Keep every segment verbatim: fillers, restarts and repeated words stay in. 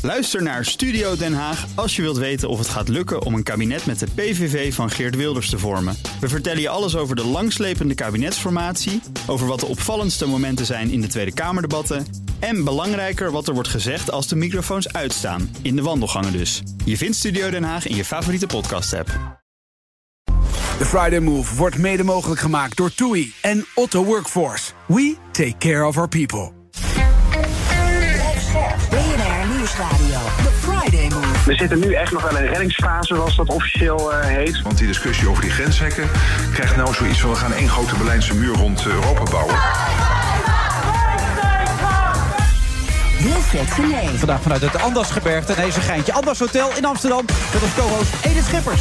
Luister naar Studio Den Haag als je wilt weten of het gaat lukken om een kabinet met de P V V van Geert Wilders te vormen. We vertellen je alles over de langslepende kabinetsformatie, over wat de opvallendste momenten zijn in de Tweede Kamerdebatten en belangrijker wat er wordt gezegd als de microfoons uitstaan, in de wandelgangen dus. Je vindt Studio Den Haag in je favoriete podcast-app. De Friday Move wordt mede mogelijk gemaakt door TUI en Otto Workforce. We take care of our people. B N R Nieuwsradio. The Friday Move. We zitten nu echt nog wel in een reddingsfase, zoals dat officieel uh, heet. Want die discussie over die grenshekken krijgt nou zoiets van: we gaan één grote Berlijnse muur rond Europa bouwen. Wilfred Genee. Vandaag vanuit het Andasgebergte. Nee, is een geintje. Andas Hotel in Amsterdam. Met als co-host Edith Schippers.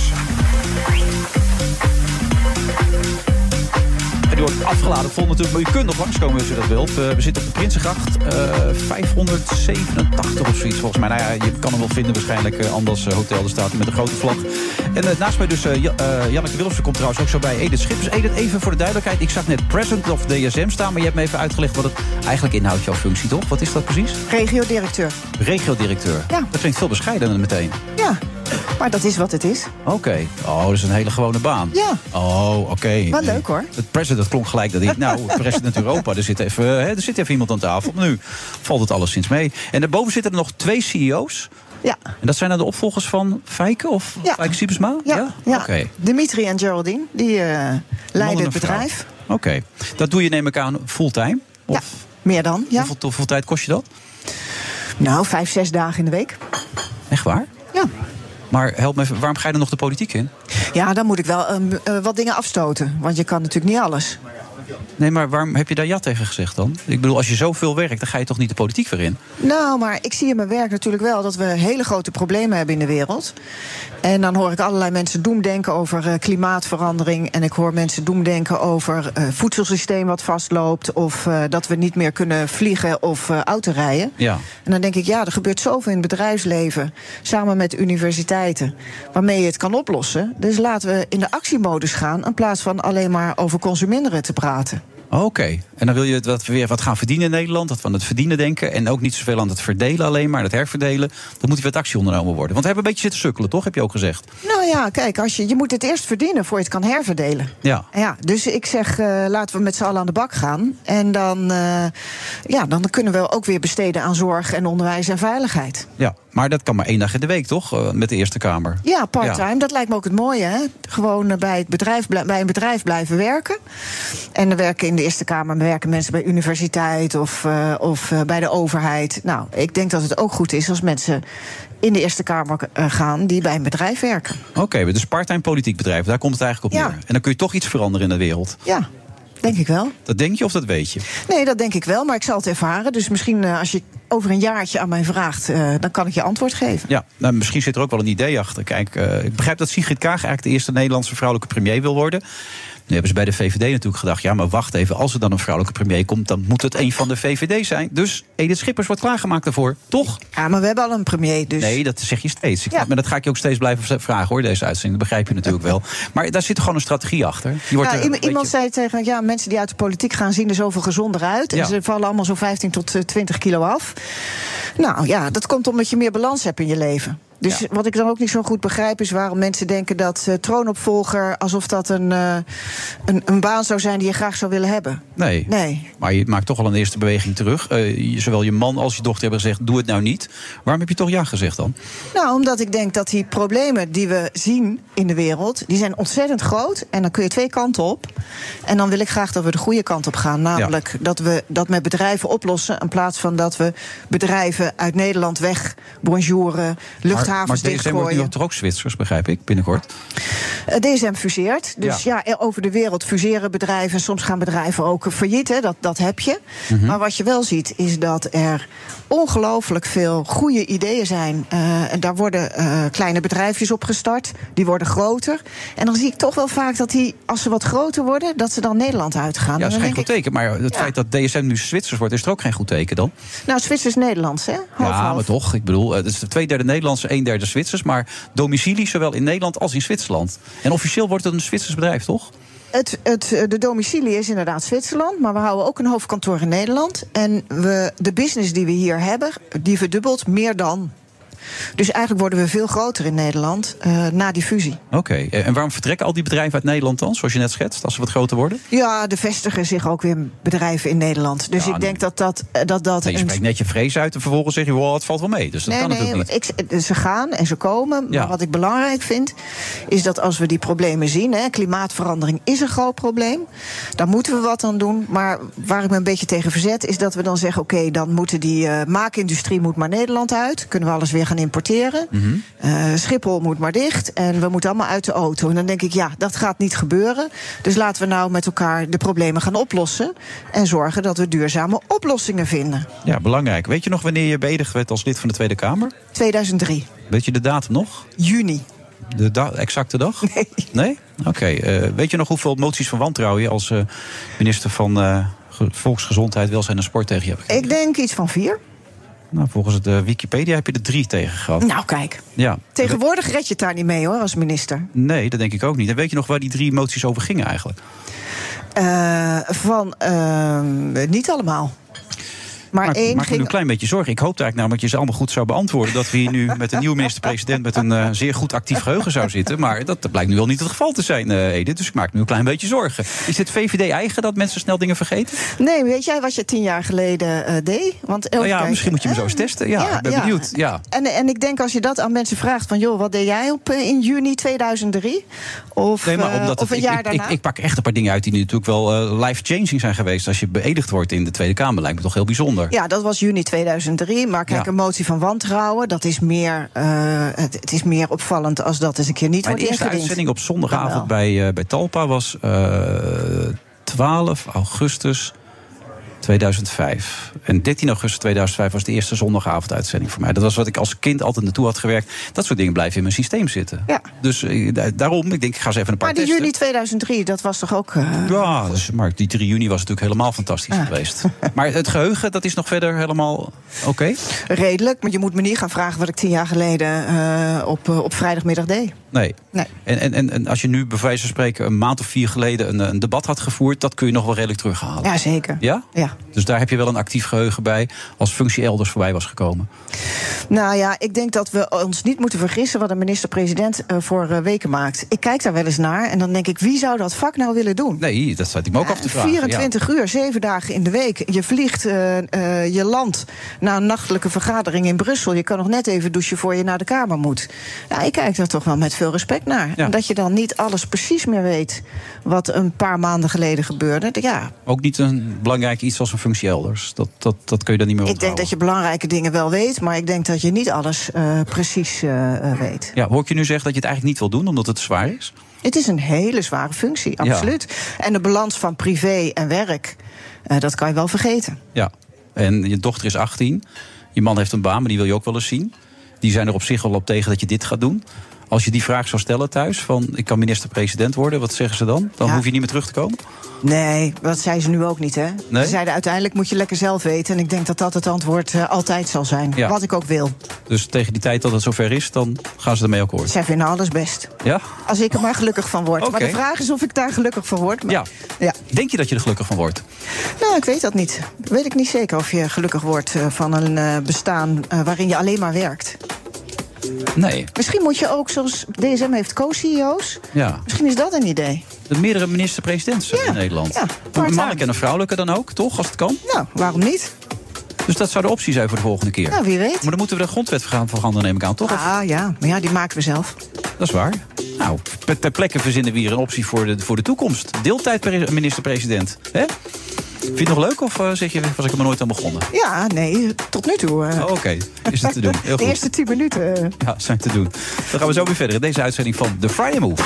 En die wordt afgeladen vol natuurlijk, maar je kunt nog langskomen als je dat wilt. Uh, we zitten op de Prinsengracht, uh, vijfhonderdzevenentachtig of zoiets volgens mij. Nou ja, je kan hem wel vinden waarschijnlijk. Uh, Andas Hotel, er staat met een grote vlag. En uh, naast mij dus uh, uh, Janneke Willemsen komt trouwens ook zo bij Edith Schippers. Edith, even voor de duidelijkheid. Ik zag net President of D S M staan, maar je hebt me even uitgelegd wat het eigenlijk inhoudt, jouw functie, toch? Wat is dat precies? Regio-directeur. Regio-directeur. Ja. Dat klinkt veel bescheidener meteen. Ja, maar dat is wat het is. Oké. Okay. Oh, dat is een hele gewone baan. Ja. Oh, oké. Okay. Wel leuk hoor. Het president klonk gelijk dat ik, nou, president Europa, er zit, even, hè, er zit even iemand aan tafel. Nu valt het alleszins mee. En daarboven zitten er nog twee C E O's. Ja. En dat zijn dan de opvolgers van Fijke of ja. Fijke Siebersma? Ja. ja? ja. Okay. Dimitri en Geraldine, die uh, leiden het bedrijf. Oké. Okay. Dat doe je, neem ik aan, fulltime? Of? Ja, meer dan. Ja. Hoeveel, hoeveel tijd kost je dat? Nou, vijf, zes dagen in de week. Echt waar? Ja. Maar help me even, waarom ga je dan nog de politiek in? Ja, dan moet ik wel uh, uh, wat dingen afstoten. Want je kan natuurlijk niet alles. Nee, maar waarom heb je daar ja tegen gezegd dan? Ik bedoel, als je zoveel werkt, dan ga je toch niet de politiek weer in? Nou, maar ik zie in mijn werk natuurlijk wel dat we hele grote problemen hebben in de wereld. En dan hoor ik allerlei mensen doemdenken over uh, klimaatverandering. En ik hoor mensen doemdenken over uh, voedselsysteem wat vastloopt. Of uh, dat we niet meer kunnen vliegen of uh, autorijden. Ja. En dan denk ik, ja, er gebeurt zoveel in het bedrijfsleven. Samen met universiteiten. Waarmee je het kan oplossen. Dus laten we in de actiemodus gaan. In plaats van alleen maar over consumeren te praten. Oké, okay. En dan wil je dat we weer wat gaan verdienen in Nederland. Dat we aan het verdienen denken. En ook niet zoveel aan het verdelen alleen maar. Het herverdelen. Dan moet er wat actie ondernomen worden. Want we hebben een beetje zitten sukkelen, toch? Heb je ook gezegd. Nou ja, kijk, als je, je moet het eerst verdienen voor je het kan herverdelen. Ja. Ja, dus ik zeg, uh, laten we met z'n allen aan de bak gaan. En dan, uh, ja, dan kunnen we ook weer besteden aan zorg en onderwijs en veiligheid. Ja, maar dat kan maar één dag in de week, toch? Uh, met de Eerste Kamer. Ja, part-time. Ja. Dat lijkt me ook het mooie, hè? Gewoon uh, bij, het bedrijf, bij een bedrijf blijven werken. En dan werken in de Eerste Kamer werken mensen bij universiteit of, uh, of uh, bij de overheid. Nou, ik denk dat het ook goed is als mensen in de Eerste Kamer uh, gaan die bij een bedrijf werken. Oké, okay, dus part-time politiek bedrijf, daar komt het eigenlijk op neer. Ja. En dan kun je toch iets veranderen in de wereld. Ja. Denk ik wel. Dat denk je of dat weet je? Nee, dat denk ik wel, maar ik zal het ervaren. Dus misschien uh, als je over een jaartje aan mij vraagt, uh, dan kan ik je antwoord geven. Ja, nou, misschien zit er ook wel een idee achter. Kijk, uh, ik begrijp dat Sigrid Kaag eigenlijk de eerste Nederlandse vrouwelijke premier wil worden. Nu hebben ze bij de V V D natuurlijk gedacht, ja, maar wacht even, als er dan een vrouwelijke premier komt, dan moet het een van de V V D zijn. Dus Edith Schippers wordt klaargemaakt daarvoor, toch? Ja, maar we hebben al een premier, dus... Nee, dat zeg je steeds. Ik, ja. Maar dat ga ik je ook steeds blijven vragen, hoor, deze uitzending. Dat begrijp je natuurlijk wel. Maar daar zit gewoon een strategie achter. Je wordt ja, er, iemand beetje... zei tegen, ja, mensen die uit de politiek gaan zien er zoveel gezonder uit. En ja. ze vallen allemaal zo'n vijftien tot twintig kilo af. Nou ja, dat komt omdat je meer balans hebt in je leven. Dus ja. wat ik dan ook niet zo goed begrijp is waarom mensen denken dat uh, troonopvolger, alsof dat een, uh, een, een baan zou zijn die je graag zou willen hebben. Nee. nee. Maar je maakt toch al een eerste beweging terug. Uh, zowel je man als je dochter hebben gezegd, doe het nou niet. Waarom heb je toch ja gezegd dan? Nou, omdat ik denk dat die problemen die we zien in de wereld, die zijn ontzettend groot. En dan kun je twee kanten op. En dan wil ik graag dat we de goede kant op gaan. Namelijk ja. dat we dat met bedrijven oplossen, in plaats van dat we bedrijven uit Nederland weg bonjouren, luchthavens maar, maar D S M wordt nu toch ook Zwitsers, begrijp ik, binnenkort? Uh, D S M fuseert. Dus ja. ja, over de wereld fuseren bedrijven. Soms gaan bedrijven ook failliet, hè, dat, dat heb je. Mm-hmm. Maar wat je wel ziet, is dat er ongelooflijk veel goede ideeën zijn. Uh, en daar worden uh, kleine bedrijfjes opgestart. Die worden groter. En dan zie ik toch wel vaak dat die, als ze wat groter worden, dat ze dan Nederland uitgaan. Ja, dat is geen goed ik, teken. Maar het ja. feit dat D S M nu Zwitsers wordt, is er ook geen goed teken dan? Nou, Zwitsers Nederlands, hè? Half, ja, half. maar toch. Ik bedoel, het is twee derde Nederlandse, een derde Zwitsers. Maar domicilie zowel in Nederland als in Zwitserland. En officieel wordt het een Zwitsers bedrijf, toch? Het, het, de domicilie is inderdaad Zwitserland, maar we houden ook een hoofdkantoor in Nederland. En we, de business die we hier hebben, die verdubbelt meer dan. Dus eigenlijk worden we veel groter in Nederland uh, na die fusie. Oké, okay. En waarom vertrekken al die bedrijven uit Nederland dan, zoals je net schetst, als ze wat groter worden? Ja, er vestigen zich ook weer bedrijven in Nederland. Dus ja, ik denk dat dat... dat, dat nee, je spreekt net je vrees uit en vervolgens zeg je, wow, het valt wel mee. Dus dat nee, kan nee, natuurlijk niet. Ik, ze gaan en ze komen. Ja. Maar wat ik belangrijk vind, is dat als we die problemen zien... Hè, klimaatverandering is een groot probleem. Daar moeten we wat aan doen. Maar waar ik me een beetje tegen verzet, is dat we dan zeggen... oké, okay, dan moeten die uh, maakindustrie moet maar Nederland uit. Kunnen we alles weer gaan importeren. Mm-hmm. uh, Schiphol moet maar dicht. En we moeten allemaal uit de auto. En dan denk ik, ja, dat gaat niet gebeuren. Dus laten we nou met elkaar de problemen gaan oplossen. En zorgen dat we duurzame oplossingen vinden. Ja, belangrijk. Weet je nog wanneer je beëdigd werd als lid van de Tweede Kamer? tweeduizend drie. Weet je de datum nog? Juni. De da- exacte dag? Nee. Nee? Oké. Okay. Uh, weet je nog hoeveel moties van wantrouwen je als uh, minister van uh, Volksgezondheid, Welzijn en Sport tegen je hebt gekregen? Ik denk iets van vier. Nou, volgens de Wikipedia heb je er drie tegen gehad. Nou, kijk. Ja. Tegenwoordig red je het daar niet mee, hoor, als minister. Nee, dat denk ik ook niet. En weet je nog waar die drie moties over gingen eigenlijk? Uh, van, uh, niet allemaal. Maar maak, één maak ging... me een klein beetje zorgen. Ik hoopte eigenlijk namelijk dat je ze allemaal goed zou beantwoorden. Dat we hier nu met een nieuwe minister-president met een uh, zeer goed actief geheugen zou zitten. Maar dat, dat blijkt nu wel niet het geval te zijn, uh, Edith. Dus ik maak me nu een klein beetje zorgen. Is dit V V D eigen dat mensen snel dingen vergeten? Nee, weet jij wat je tien jaar geleden uh, deed? Want, nou ja, kijken. Misschien moet je me zo eens testen. Ja, ja ik ben ja. benieuwd. Ja. En, en ik denk als je dat aan mensen vraagt van... joh, wat deed jij op uh, in juni tweeduizend drie? Of, nee, maar omdat uh, het, of een ik, jaar ik, daarna? Ik, ik pak echt een paar dingen uit die natuurlijk wel uh, life-changing zijn geweest. Als je beëdigd wordt in de Tweede Kamer, lijkt me toch heel bijzonder. Ja, dat was juni tweeduizend drie. Maar kijk, ja. een motie van wantrouwen, dat is meer, uh, het, het is meer opvallend als dat eens een keer niet maar wordt ingediend. De eerste uitzending op zondagavond bij, uh, bij Talpa was uh, twaalf augustus tweeduizend vijf. En dertien augustus tweeduizend vijf was de eerste zondagavond-uitzending voor mij. Dat was wat ik als kind altijd naartoe had gewerkt. Dat soort dingen blijven in mijn systeem zitten. Ja. Dus uh, daarom, ik denk, ik ga eens even een paar maar die testen. juni tweeduizend drie, dat was toch ook... Uh... Ja, dus, maar die drie juni was natuurlijk helemaal fantastisch ah. geweest. Maar het geheugen, dat is nog verder helemaal oké? Okay? Redelijk, maar je moet me niet gaan vragen wat ik tien jaar geleden uh, op, uh, op vrijdagmiddag deed. Nee. nee. En, en, en als je nu bij wijze van spreken een maand of vier geleden een, een debat had gevoerd, dat kun je nog wel redelijk terughalen. Ja, zeker. Ja? Ja. Dus daar heb je wel een actief geheugen bij als functie elders voorbij was gekomen. Nou ja, ik denk dat we ons niet moeten vergissen wat een minister-president uh, voor uh, weken maakt. Ik kijk daar wel eens naar en dan denk ik, wie zou dat vak nou willen doen? Nee, dat zat ik me ook uh, af te vragen. vierentwintig ja. uur, zeven dagen in de week. Je vliegt uh, uh, je land naar een nachtelijke vergadering in Brussel. Je kan nog net even douchen voor je naar de Kamer moet. Ja, ik kijk daar toch wel met veel respect naar. Ja. En dat je dan niet alles precies meer weet wat een paar maanden geleden gebeurde. Ja. Ook niet een belangrijk iets als een functie elders. Dat, dat, dat kun je dan niet meer onthouden. Ik denk dat je belangrijke dingen wel weet, maar ik denk dat je niet alles uh, precies uh, weet. Ja, hoor ik je nu zeggen dat je het eigenlijk niet wil doen omdat het zwaar is? Het is een hele zware functie, absoluut. Ja. En de balans van privé en werk, uh, dat kan je wel vergeten. Ja, en je dochter is achttien. Je man heeft een baan, maar die wil je ook wel eens zien. Die zijn er op zich wel op tegen dat je dit gaat doen. Als je die vraag zou stellen thuis, van ik kan minister-president worden, wat zeggen ze dan? Dan ja. hoef je niet meer terug te komen? Nee, dat zei ze nu ook niet, hè? Nee? Ze zeiden uiteindelijk moet je lekker zelf weten. En ik denk dat dat het antwoord uh, altijd zal zijn. Ja. Wat ik ook wil. Dus tegen die tijd dat het zover is, dan gaan ze ermee akkoord? Zij vinden alles best. Ja? Als ik er maar gelukkig van word. Okay. Maar de vraag is of ik daar gelukkig van word. Maar, ja. ja. Denk je dat je er gelukkig van wordt? Nou, ik weet dat niet. Weet ik niet zeker of je gelukkig wordt uh, van een uh, bestaan uh, waarin je alleen maar werkt. Nee. Misschien moet je ook, zoals D S M heeft co-C E O's. Ja. Misschien is dat een idee. De meerdere minister-presidents ja. in Nederland. Ja, een mannelijke en een vrouwelijke dan ook, toch? Als het kan. Nou, waarom niet? Dus dat zou de optie zijn voor de volgende keer. Nou, wie weet. Maar dan moeten we de grondwet gaan veranderen, neem ik aan, toch? Ah, ja. Maar ja, die maken we zelf. Dat is waar. Nou, ter plekke verzinnen we hier een optie voor de, voor de toekomst. Deeltijd minister-president. Hè? Vind je het nog leuk of uh, zeg je, was ik er maar nooit aan begonnen? Ja, nee, tot nu toe. Uh. Oh, Oké, okay. Is het te doen. Heel de goed. eerste tien minuten. Uh. Ja, zijn te doen. Dan gaan we zo weer verder in deze uitzending van The Friday Move.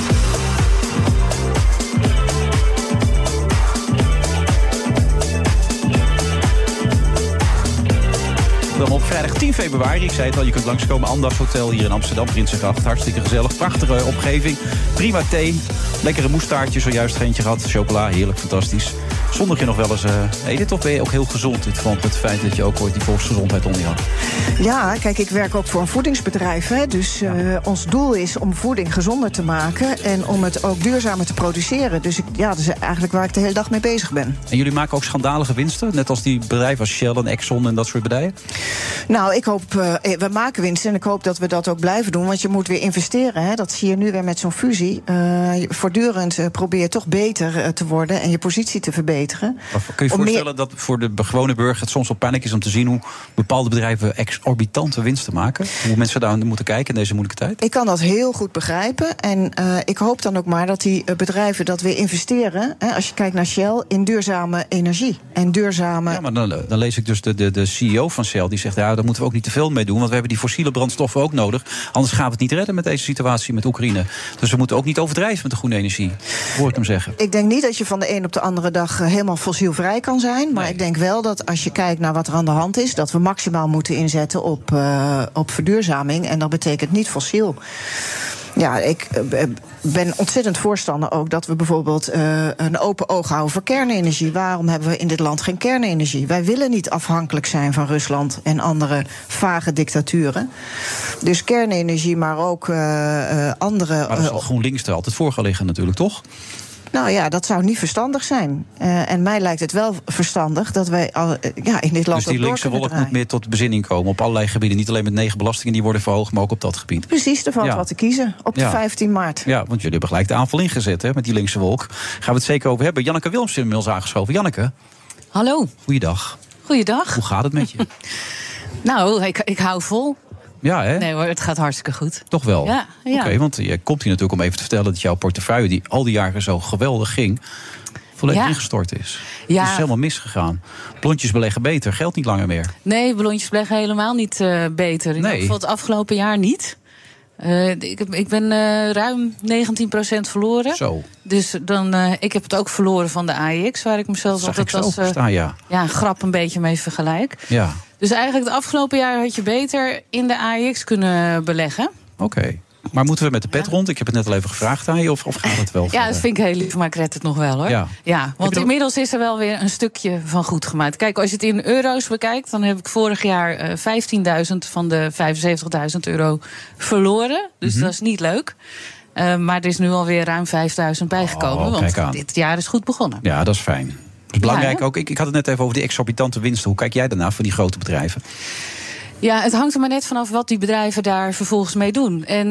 Dan op vrijdag tien februari, ik zei het al, je kunt langskomen. Andas Hotel hier in Amsterdam, Prinsengracht. Hartstikke gezellig, prachtige omgeving. Prima thee, lekkere moestaartjes, zojuist eentje gehad. Chocola, heerlijk, fantastisch. Zondig je nog wel eens, uh, eet het, of ben je ook heel gezond in verband met het feit dat je ook ooit die volksgezondheid onder je had? Ja, kijk, ik werk ook voor een voedingsbedrijf. Hè, dus uh, ja. ons doel is om voeding gezonder te maken en om het ook duurzamer te produceren. Dus ik, ja, dat is eigenlijk waar ik de hele dag mee bezig ben. En jullie maken ook schandalige winsten, net als die bedrijven als Shell en Exxon en dat soort bedrijven? Nou, ik hoop, uh, we maken winsten en ik hoop dat we dat ook blijven doen, want je moet weer investeren. Hè, dat zie je nu weer met zo'n fusie. Uh, voortdurend uh, probeer je toch beter uh, te worden en je positie te verbeteren. Maar kun je je voorstellen meer... dat voor de gewone burger het soms wel pijnlijk is om te zien hoe bepaalde bedrijven exorbitante winsten maken? Hoe mensen daar moeten kijken in deze moeilijke tijd? Ik kan dat heel goed begrijpen. En uh, ik hoop dan ook maar dat die uh, bedrijven dat weer investeren. Hè, als je kijkt naar Shell, in duurzame energie. En duurzame... Ja, maar dan, dan lees ik dus de, de, de C E O van Shell die zegt, ja, daar moeten we ook niet te veel mee doen, want we hebben die fossiele brandstoffen ook nodig. Anders gaan we het niet redden met deze situatie met Oekraïne. Dus we moeten ook niet overdrijven met de groene energie. Hoor ik hem zeggen. Ik denk niet dat je van de een op de andere dag uh, helemaal fossielvrij kan zijn. Maar nee. Ik denk wel dat als je kijkt naar wat er aan de hand is, dat we maximaal moeten inzetten op, uh, op verduurzaming. En dat betekent niet fossiel. Ja, ik ben ontzettend voorstander ook dat we bijvoorbeeld uh, een open oog houden voor kernenergie. Waarom hebben we in dit land geen kernenergie? Wij willen niet afhankelijk zijn van Rusland en andere vage dictaturen. Dus kernenergie, maar ook uh, uh, andere... Maar dat zal GroenLinks er altijd voor gaan liggen natuurlijk, toch? Nou ja, dat zou niet verstandig zijn. Uh, en mij lijkt het wel verstandig dat wij uh, ja, in dit land. Dus die linkse wolk moet meer tot bezinning komen op allerlei gebieden. Niet alleen met negen belastingen die worden verhoogd, maar ook op dat gebied. Precies, er valt ja. wat te kiezen op de ja. vijftien maart. Ja, want jullie hebben gelijk de aanval ingezet hè, met die linkse wolk. Gaan we het zeker over hebben. Janneke Wilms is inmiddels aangeschoven. Janneke. Hallo. Goeiedag. Goeiedag. Hoe gaat het met je? Nou, ik, ik hou vol. Ja, hè? Nee hoor, het gaat hartstikke goed. Toch wel? Ja. ja. Oké, okay, want je komt hier natuurlijk om even te vertellen dat jouw portefeuille, die al die jaren zo geweldig ging, volledig ja. ingestort is. Ja. Het is helemaal misgegaan. Blondjes beleggen beter, geldt niet langer meer. Nee, blondjes beleggen helemaal niet uh, beter. In nee. ieder het afgelopen jaar niet. Uh, ik, ik ben uh, ruim negentien procent verloren. Zo. Dus dan, uh, ik heb het ook verloren van de A I X, waar ik mezelf dat altijd als uh, staan, ja. Ja, een grap een beetje mee vergelijk. Ja. Dus eigenlijk het afgelopen jaar had je beter in de A I X kunnen beleggen. Oké. Okay. Maar moeten we met de pet rond? Ik heb het net al even gevraagd aan je, of, of gaat het wel? Ja, dat vind ik heel lief, maar ik red het nog wel, hoor. Ja, ja want ook... inmiddels is er wel weer een stukje van goed gemaakt. Kijk, als je het in euro's bekijkt, dan heb ik vorig jaar uh, vijftienduizend van de vijfenzeventigduizend euro verloren. Dus mm-hmm. dat is niet leuk. Uh, maar er is nu alweer ruim vijfduizend bijgekomen, oh, want dit jaar is goed begonnen. Ja, dat is fijn. Dat is belangrijk ja, ook. Ik, ik had het net even over die exorbitante winsten. Hoe kijk jij daarna voor die grote bedrijven? Ja, het hangt er maar net vanaf wat die bedrijven daar vervolgens mee doen. En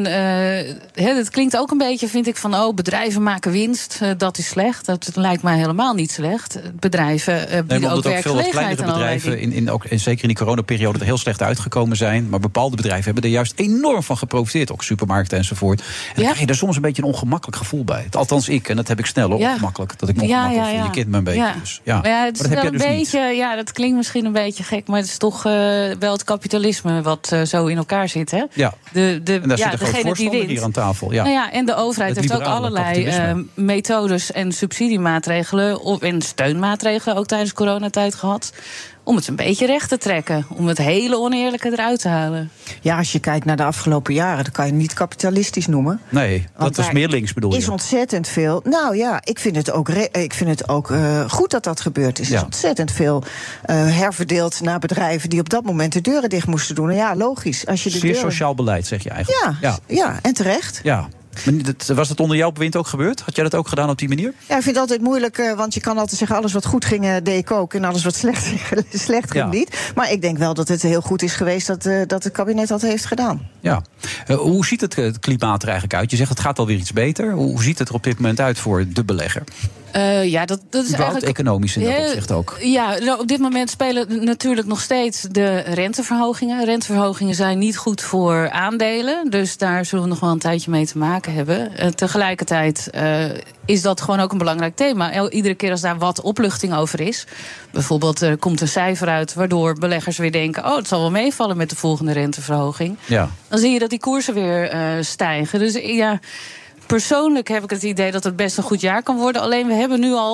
uh, het klinkt ook een beetje, vind ik, van oh, bedrijven maken winst, uh, dat is slecht. Dat lijkt mij helemaal niet slecht. Bedrijven uh, bieden nee, ook werkgelegenheid. Ook veel wat kleinere bedrijven, in, in, ook, en zeker in die coronaperiode, er heel slecht uitgekomen zijn. Maar bepaalde bedrijven hebben er juist enorm van geprofiteerd. Ook supermarkten enzovoort. En dan ja. krijg je er soms een beetje een ongemakkelijk gevoel bij. Althans ik, en dat heb ik snel hoor, ja. ongemakkelijk. Dat ik ongemakkelijk ja, ja, ja. vind. Je kent me een beetje. Ja. Dus, ja. Maar ja, het is maar dat wel heb een dus beetje, niet. ja, dat klinkt misschien een beetje gek, maar het is toch uh, wel het kapitalisme wat uh, zo in elkaar zit, hè? Ja. De, de, en daar ja, zit een groot voorstander hier aan tafel. Ja. Nou ja, en de overheid heeft ook allerlei uh, methodes en subsidiemaatregelen of, en steunmaatregelen ook tijdens coronatijd gehad om het een beetje recht te trekken. Om het hele oneerlijke eruit te halen. Ja, als je kijkt naar de afgelopen jaren, dan kan je het niet kapitalistisch noemen. Nee, dat is meer links bedoel je? Er is ontzettend veel. Nou ja, ik vind het ook, re- ik vind het ook uh, goed dat dat gebeurd is. Er is ja. ontzettend veel uh, herverdeeld naar bedrijven die op dat moment de deuren dicht moesten doen. En ja, logisch. Als je de Zeer deuren... sociaal beleid, zeg je eigenlijk. Ja, ja. ja en terecht. Ja. Was dat onder jouw bewind ook gebeurd? Had jij dat ook gedaan op die manier? Ja, ik vind het altijd moeilijk, uh, want je kan altijd zeggen alles wat goed ging, deed ik ook. En alles wat slecht, slecht ging ja. niet. Maar ik denk wel dat het heel goed is geweest dat, uh, dat het kabinet dat heeft gedaan. Ja. Uh, hoe ziet het, het klimaat er eigenlijk uit? Je zegt het gaat alweer iets beter. Hoe ziet het er op dit moment uit voor de belegger? Uh, ja, dat, dat is eigenlijk economisch in dat opzicht ook. Ja, nou, op dit moment spelen natuurlijk nog steeds de renteverhogingen. Renteverhogingen zijn niet goed voor aandelen. Dus daar zullen we nog wel een tijdje mee te maken hebben. Uh, tegelijkertijd uh, is dat gewoon ook een belangrijk thema. Iedere keer als daar wat opluchting over is, bijvoorbeeld er komt een cijfer uit waardoor beleggers weer denken, oh, het zal wel meevallen met de volgende renteverhoging. Ja. Dan zie je dat die koersen weer uh, stijgen. Dus ja, persoonlijk heb ik het idee dat het best een goed jaar kan worden. Alleen we hebben nu al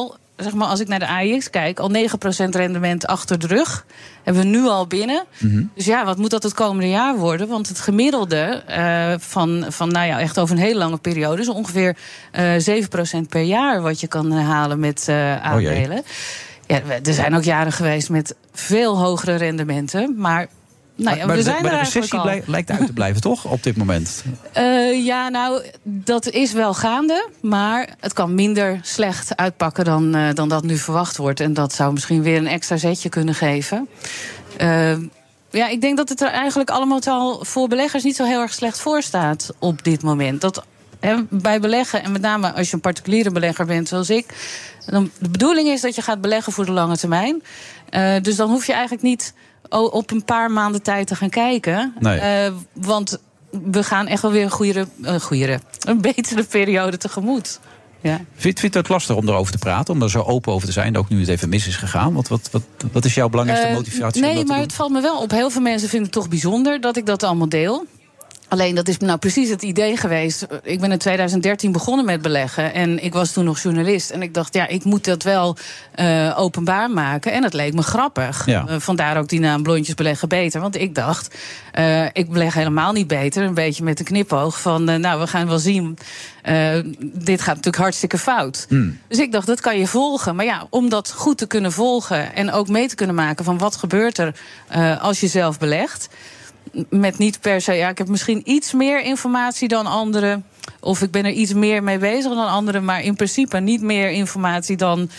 zeg maar, als ik naar de A E X kijk, al negen procent rendement achter de rug. Hebben we nu al binnen. Mm-hmm. Dus ja, wat moet dat het komende jaar worden? Want het gemiddelde uh, van, van, nou ja, echt over een hele lange periode is ongeveer uh, zeven procent per jaar wat je kan halen met uh, aandelen. Oh ja, er zijn ook jaren geweest met veel hogere rendementen, maar Nou ja, maar, we de, zijn maar er de recessie blij, lijkt uit te blijven, toch? Op dit moment. Uh, ja, nou, dat is wel gaande. Maar het kan minder slecht uitpakken dan, uh, dan dat nu verwacht wordt. En dat zou misschien weer een extra zetje kunnen geven. Uh, ja, ik denk dat het er eigenlijk allemaal al voor beleggers niet zo heel erg slecht voor staat op dit moment. Dat he, bij beleggen, en met name als je een particuliere belegger bent zoals ik, dan, de bedoeling is dat je gaat beleggen voor de lange termijn. Uh, dus dan hoef je eigenlijk niet op een paar maanden tijd te gaan kijken. Nee. Uh, want we gaan echt wel weer een goeiere, uh, goeiere, een betere periode tegemoet. Ja. Vind je het lastig om erover te praten, om er zo open over te zijn, ook nu het even mis is gegaan? Wat, wat, wat, wat is jouw belangrijkste uh, motivatie? Nee, om dat maar te het valt me wel op. Heel veel mensen vinden het toch bijzonder dat ik dat allemaal deel. Alleen, dat is nou precies het idee geweest. Ik ben in twintig dertien begonnen met beleggen. En ik was toen nog journalist. En ik dacht, ja, ik moet dat wel uh, openbaar maken. En het leek me grappig. Ja. Uh, vandaar ook die naam Blondjes beleggen beter. Want ik dacht, uh, ik beleg helemaal niet beter. Een beetje met een knipoog van, uh, nou, we gaan wel zien. Uh, dit gaat natuurlijk hartstikke fout. Hmm. Dus ik dacht, dat kan je volgen. Maar ja, om dat goed te kunnen volgen en ook mee te kunnen maken van wat gebeurt er uh, als je zelf belegt. Met niet per se, ja, ik heb misschien iets meer informatie dan anderen. Of ik ben er iets meer mee bezig dan anderen. Maar in principe niet meer informatie dan uh,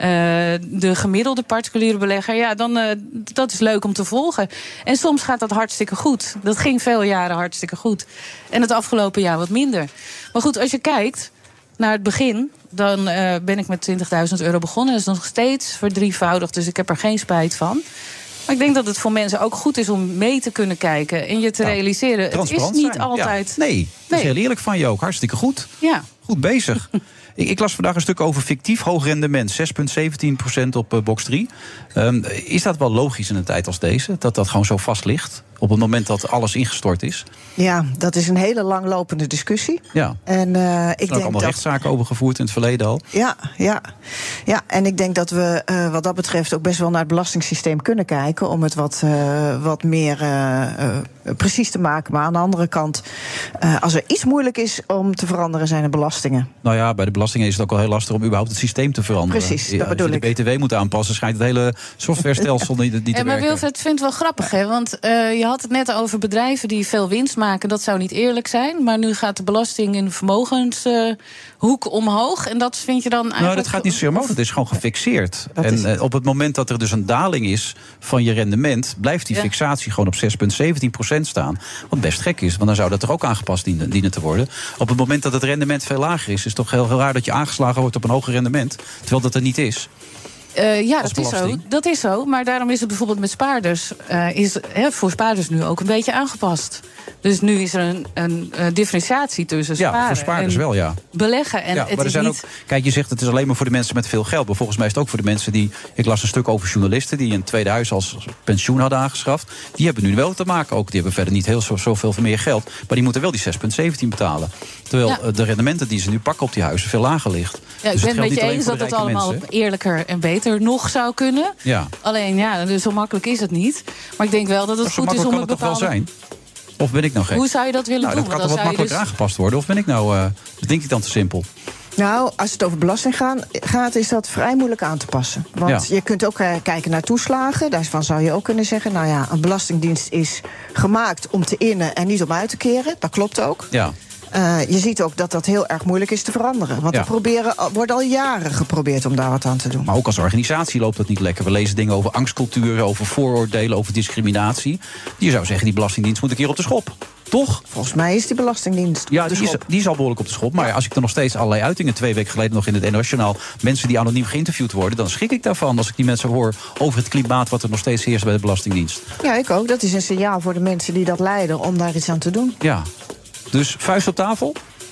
de gemiddelde particuliere belegger. Ja, dan uh, dat is leuk om te volgen. En soms gaat dat hartstikke goed. Dat ging veel jaren hartstikke goed. En het afgelopen jaar wat minder. Maar goed, als je kijkt naar het begin, dan uh, ben ik met twintigduizend euro begonnen. Dat is nog steeds verdrievoudigd, dus ik heb er geen spijt van. Maar ik denk dat het voor mensen ook goed is om mee te kunnen kijken en je te nou, realiseren. Het is niet zijn. altijd. Ja. Nee, dat is heel eerlijk van je ook. Hartstikke goed. Ja. Goed bezig. ik, ik las vandaag een stuk over fictief hoog rendement. zes komma zeventien procent op uh, box drie. Um, is dat wel logisch in een tijd als deze? Dat dat gewoon zo vast ligt? Op het moment dat alles ingestort is? Ja, dat is een hele langlopende discussie. Ja. En, uh, ik er zijn denk ook allemaal dat rechtszaken over gevoerd in het verleden al. Ja, ja. ja en ik denk dat we uh, wat dat betreft ook best wel naar het belastingssysteem kunnen kijken om het wat, uh, wat meer uh, uh, precies te maken. Maar aan de andere kant, uh, als er iets moeilijk is om te veranderen, zijn de belastingen. Nou ja, bij de belastingen is het ook al heel lastig om überhaupt het systeem te veranderen. Precies, dat ja, bedoel als je de B T W moet aanpassen, schijnt het hele softwarestelsel niet, niet te ja, maar werken. Wilfred vindt het wel grappig, hè? Want uh, je had het net over bedrijven die veel winst maken. Dat zou niet eerlijk zijn. Maar nu gaat de belasting in de vermogenshoek uh, omhoog. En dat vind je dan eigenlijk... Nou, dat gaat niet zo omhoog. Het is gewoon gefixeerd. Ja, en uh, op het moment dat er dus een daling is van je rendement, blijft die ja. fixatie gewoon op zes komma zeventien procent staan. Wat best gek is, want dan zou dat er ook aangepast dienen, dienen te worden. Op het moment dat het rendement veel lager is, is het toch heel, heel raar dat je aangeslagen wordt op een hoger rendement, terwijl dat er niet is. Uh, ja, dat is, zo. dat is zo. Maar daarom is het bijvoorbeeld met spaarders, uh, is he, voor spaarders nu ook een beetje aangepast. Dus nu is er een, een, een differentiatie tussen sparen ja, voor spaarders en wel, ja. beleggen. En ja, het maar er is zijn niet... ook, kijk, je zegt het is alleen maar voor de mensen met veel geld. Maar volgens mij is het ook voor de mensen die... Ik las een stuk over journalisten die een tweede huis als pensioen hadden aangeschaft. Die hebben nu wel te maken ook. Die hebben verder niet heel zo, zoveel meer geld. Maar die moeten wel die zes komma zeventien betalen. Terwijl ja. de rendementen die ze nu pakken op die huizen veel lager ligt. Ja, dus ik ben het met je eens dat het allemaal mensen. eerlijker en beter nog zou kunnen. Ja. Alleen, ja, dus zo makkelijk is het niet. Maar ik denk wel dat het maar goed is om kan een het bepaalde... toch wel zijn? Of ben ik nou gek? Hoe zou je dat willen nou, doen? Dat kan Want toch wat makkelijker dus... aangepast worden? Of ben ik nou... Uh, dat denk ik dan te simpel? Nou, als het over belasting gaan, gaat, is dat vrij moeilijk aan te passen. Want ja. je kunt ook uh, kijken naar toeslagen. Daarvan zou je ook kunnen zeggen, nou ja, een belastingdienst is gemaakt om te innen en niet om uit te keren. Dat klopt ook. Ja. Uh, je ziet ook dat dat heel erg moeilijk is te veranderen. Want ja. er proberen, wordt al jaren geprobeerd om daar wat aan te doen. Maar ook als organisatie loopt dat niet lekker. We lezen dingen over angstcultuur, over vooroordelen, over discriminatie. Je zou zeggen, die belastingdienst moet een keer op de schop. Toch? Volgens mij is die belastingdienst ja, die is, die is al behoorlijk op de schop. Maar ja. als ik er nog steeds allerlei uitingen, twee weken geleden nog in het N O S-journaal, mensen die anoniem geïnterviewd worden, dan schrik ik daarvan als ik die mensen hoor over het klimaat wat er nog steeds heerst bij de Belastingdienst. Ja, ik ook. Dat is een signaal voor de mensen die dat leiden om daar iets aan te doen. Ja. Dus vuist op tafel?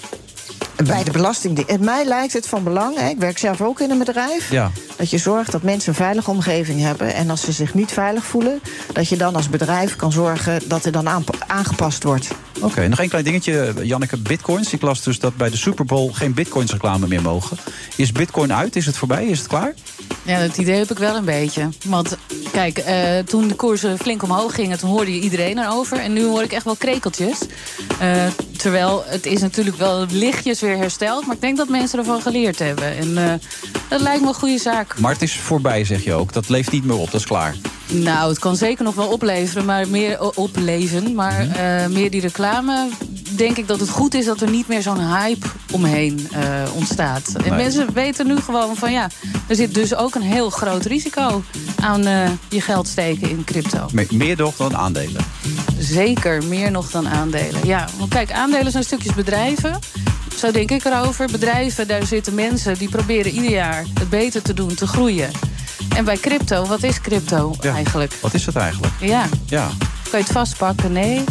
Bij de Belastingdienst. En mij lijkt het van belang, hè, ik werk zelf ook in een bedrijf, ja. dat je zorgt dat mensen een veilige omgeving hebben. En als ze zich niet veilig voelen, dat je dan als bedrijf kan zorgen dat er dan aangepast wordt. Oké, okay, nog één klein dingetje, Janneke, bitcoins. Ik las dus dat bij de Super Bowl geen bitcoins reclame meer mogen. Is bitcoin uit? Is het voorbij? Is het klaar? Ja, dat idee heb ik wel een beetje. Want kijk, uh, toen de koersen flink omhoog gingen, toen hoorde je iedereen erover. En nu hoor ik echt wel krekeltjes. Uh, terwijl het is natuurlijk wel lichtjes weer hersteld. Maar ik denk dat mensen ervan geleerd hebben. En uh, dat lijkt me een goede zaak. Maar het is voorbij, zeg je ook. Dat leeft niet meer op, dat is klaar. Nou, het kan zeker nog wel opleveren, maar meer opleven. Maar uh, meer die reclame, denk ik dat het goed is dat er niet meer zo'n hype omheen uh, ontstaat. En nee. mensen weten nu gewoon van ja, er zit dus ook een heel groot risico aan uh, je geld steken in crypto. Me- meer nog dan aandelen? Zeker, meer nog dan aandelen. Ja, want kijk, aandelen zijn stukjes bedrijven. Zo denk ik erover. Bedrijven, daar zitten mensen die proberen ieder jaar het beter te doen, te groeien. En bij crypto, wat is crypto ja, eigenlijk? Wat is het eigenlijk? Ja. ja. Kan je het vastpakken? Nee.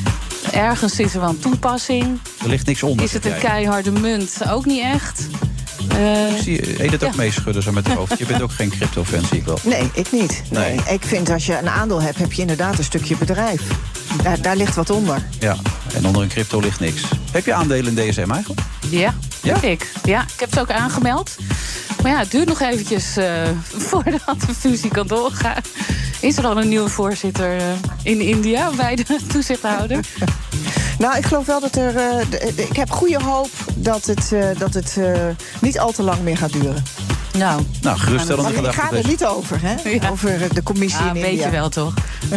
Ergens is er wel een toepassing. Er ligt niks onder. Is het een keiharde munt? Ook niet echt. Uh, ik zie je het ook ja. meeschudden zo met het hoofd. Je bent ook geen crypto-fan, zie ik wel. Nee, ik niet. Nee. nee. Ik vind als je een aandeel hebt, heb je inderdaad een stukje bedrijf. Daar, daar ligt wat onder. Ja, en onder een crypto ligt niks. Heb je aandelen in D S M eigenlijk? Ja, ja? heb ik. Ja, ik heb ze ook aangemeld. Maar ja, het duurt nog eventjes uh, voordat de fusie kan doorgaan. Is er al een nieuwe voorzitter uh, in India bij de toezichthouder? Nou, ik geloof wel dat er... Uh, de, de, ik heb goede hoop dat het, uh, dat het uh, niet al te lang meer gaat duren. Nou, nou geruststellende gedachte. Ik ga er niet over, hè? Ja. Over de commissie ja, in India. Weet je wel, toch?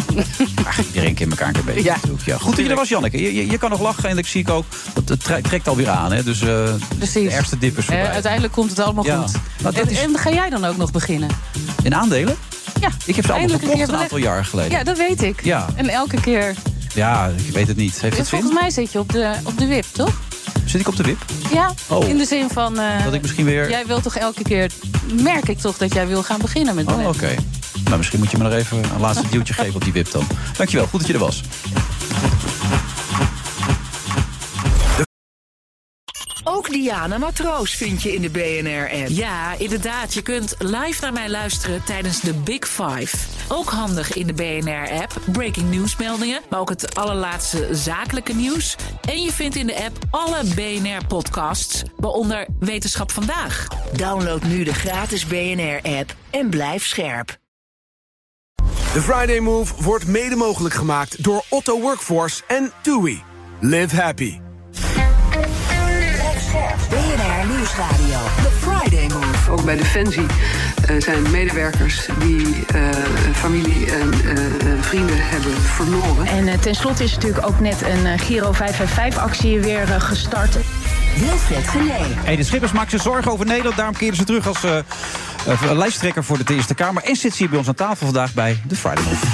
Ach, iedereen kent elkaar een beetje. Ja. Ja, goed dat je er was, Janneke. Je, je, je kan nog lachen en ik zie ik ook... Het trekt alweer aan, hè? Dus uh, de ergste dip is voorbij. Uh, uiteindelijk komt het allemaal ja. goed. Nou, en, is... en ga jij dan ook nog beginnen? In aandelen? Ja. Ik heb ze allemaal gekocht een, een aantal jaar geleden. Ja, dat weet ik. Ja. En elke keer... Ja, ik weet het niet. Heeft het Volgens zin? mij zit je op de, op de wip, toch? Zit ik op de wip? Ja, oh. in de zin van... Uh, dat ik misschien weer... Jij wilt toch elke keer... Merk ik toch dat jij wil gaan beginnen met beleggen. Oh, oké. Okay. Nou, misschien moet je me nog even een laatste duwtje geven op die wip dan. Dankjewel, goed dat je er was. Ook Diana Matroos vind je in de B N R-app. Ja, inderdaad. Je kunt live naar mij luisteren tijdens de Big Five. Ook handig in de B N R-app. Breaking nieuwsmeldingen, maar ook het allerlaatste zakelijke nieuws. En je vindt in de app alle B N R-podcasts, waaronder Wetenschap Vandaag. Download nu de gratis B N R-app en blijf scherp. De Friday Move wordt mede mogelijk gemaakt door Otto Workforce en TUI. Live happy. B N R Nieuwsradio, The Friday Move. Ook bij Defensie uh, zijn medewerkers die uh, familie en uh, vrienden hebben verloren. En uh, tenslotte is natuurlijk ook net een uh, Giro vijf vijf vijf-actie weer uh, gestart. Wilfred Genee. Hey, de Schippers maken zich zorgen over Nederland. Daarom keren ze terug als uh, uh, lijsttrekker voor de Eerste Kamer. En zit ze hier bij ons aan tafel vandaag bij The Friday Move.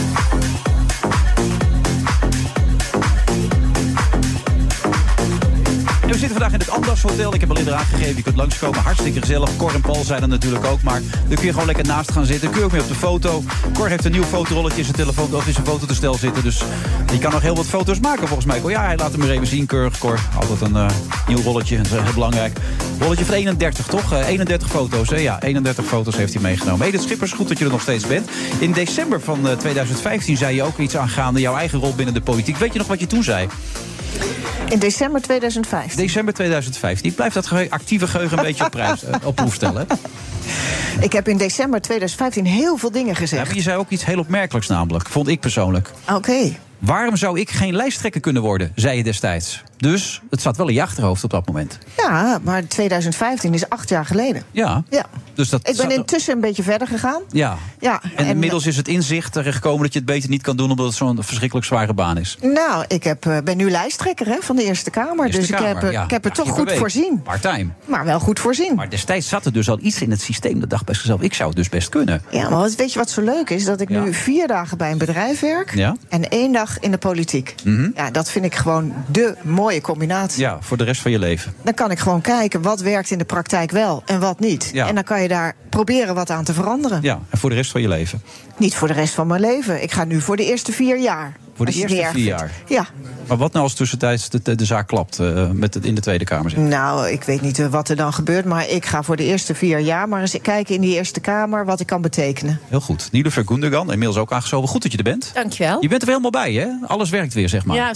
We zitten vandaag in het Andaz Hotel. Ik heb al in de raad gegeven, je kunt langskomen. Hartstikke gezellig. Cor en Paul zijn er natuurlijk ook. Maar daar kun je gewoon lekker naast gaan zitten. Kun je ook mee op de foto. Cor heeft een nieuw fotorolletje in zijn telefoon of in zijn fototoestel zitten. Dus die kan nog heel wat foto's maken volgens mij. Ja, hij laat hem weer even zien, keurig, Cor. Altijd een uh, nieuw rolletje, dat is heel belangrijk. Rolletje van eenendertig, toch? Uh, eenendertig foto's, hè? Ja, eenendertig foto's heeft hij meegenomen. Hey, de Schippers, goed dat je er nog steeds bent. In december van uh, twintig vijftien zei je ook iets aangaande jouw eigen rol binnen de politiek. Weet je nog wat je toen zei? In december twintig vijftien. December twintig vijftien. Ik blijf dat ge- actieve geheugen een beetje op, prijs, uh, op proef stellen. Ik heb in december twintig vijftien heel veel dingen gezegd. Ja, maar je zei ook iets heel opmerkelijks namelijk, vond ik persoonlijk. Oké. Okay. Waarom zou ik geen lijsttrekker kunnen worden, zei je destijds. Dus het zat wel in je achterhoofd op dat moment. Ja, maar twintig vijftien is acht jaar geleden. Ja. ja. Dus dat ik ben zat... intussen een beetje verder gegaan. Ja. ja en, en inmiddels is het inzicht er gekomen dat je het beter niet kan doen, omdat het zo'n verschrikkelijk zware baan is. Nou, ik heb, uh, ben nu lijsttrekker hè, van de Eerste Kamer. Eerste dus Kamer, ik heb, ja. ik heb het toch goed voorzien. Part-time. Maar wel goed voorzien. Maar destijds zat er dus al iets in het systeem. Dat dacht bij zichzelf, ik zou het dus best kunnen. Ja, maar weet je wat zo leuk is? Dat ik ja. nu vier dagen bij een bedrijf werk. Ja. En één dag in de politiek. Mm-hmm. Ja, dat vind ik gewoon de mooie combinatie. Ja, voor de rest van je leven. Dan kan ik gewoon kijken wat werkt in de praktijk wel en wat niet. Ja. En dan kan je daar proberen wat aan te veranderen. Ja, en voor de rest van je leven? Niet voor de rest van mijn leven. Ik ga nu voor de eerste vier jaar. Voor de eerste vier jaar? Ja. Maar wat nou als tussentijds de, de, de zaak klapt uh, met het in de Tweede Kamer? Zeg. Nou, ik weet niet uh, wat er dan gebeurt, maar ik ga voor de eerste vier jaar maar eens kijken in die Eerste Kamer wat ik kan betekenen. Heel goed. Niloufer Gundogan, inmiddels ook aangeschoven. Goed dat je er bent. Dankjewel. Je bent er helemaal bij, hè? Alles werkt weer, zeg maar. Ja,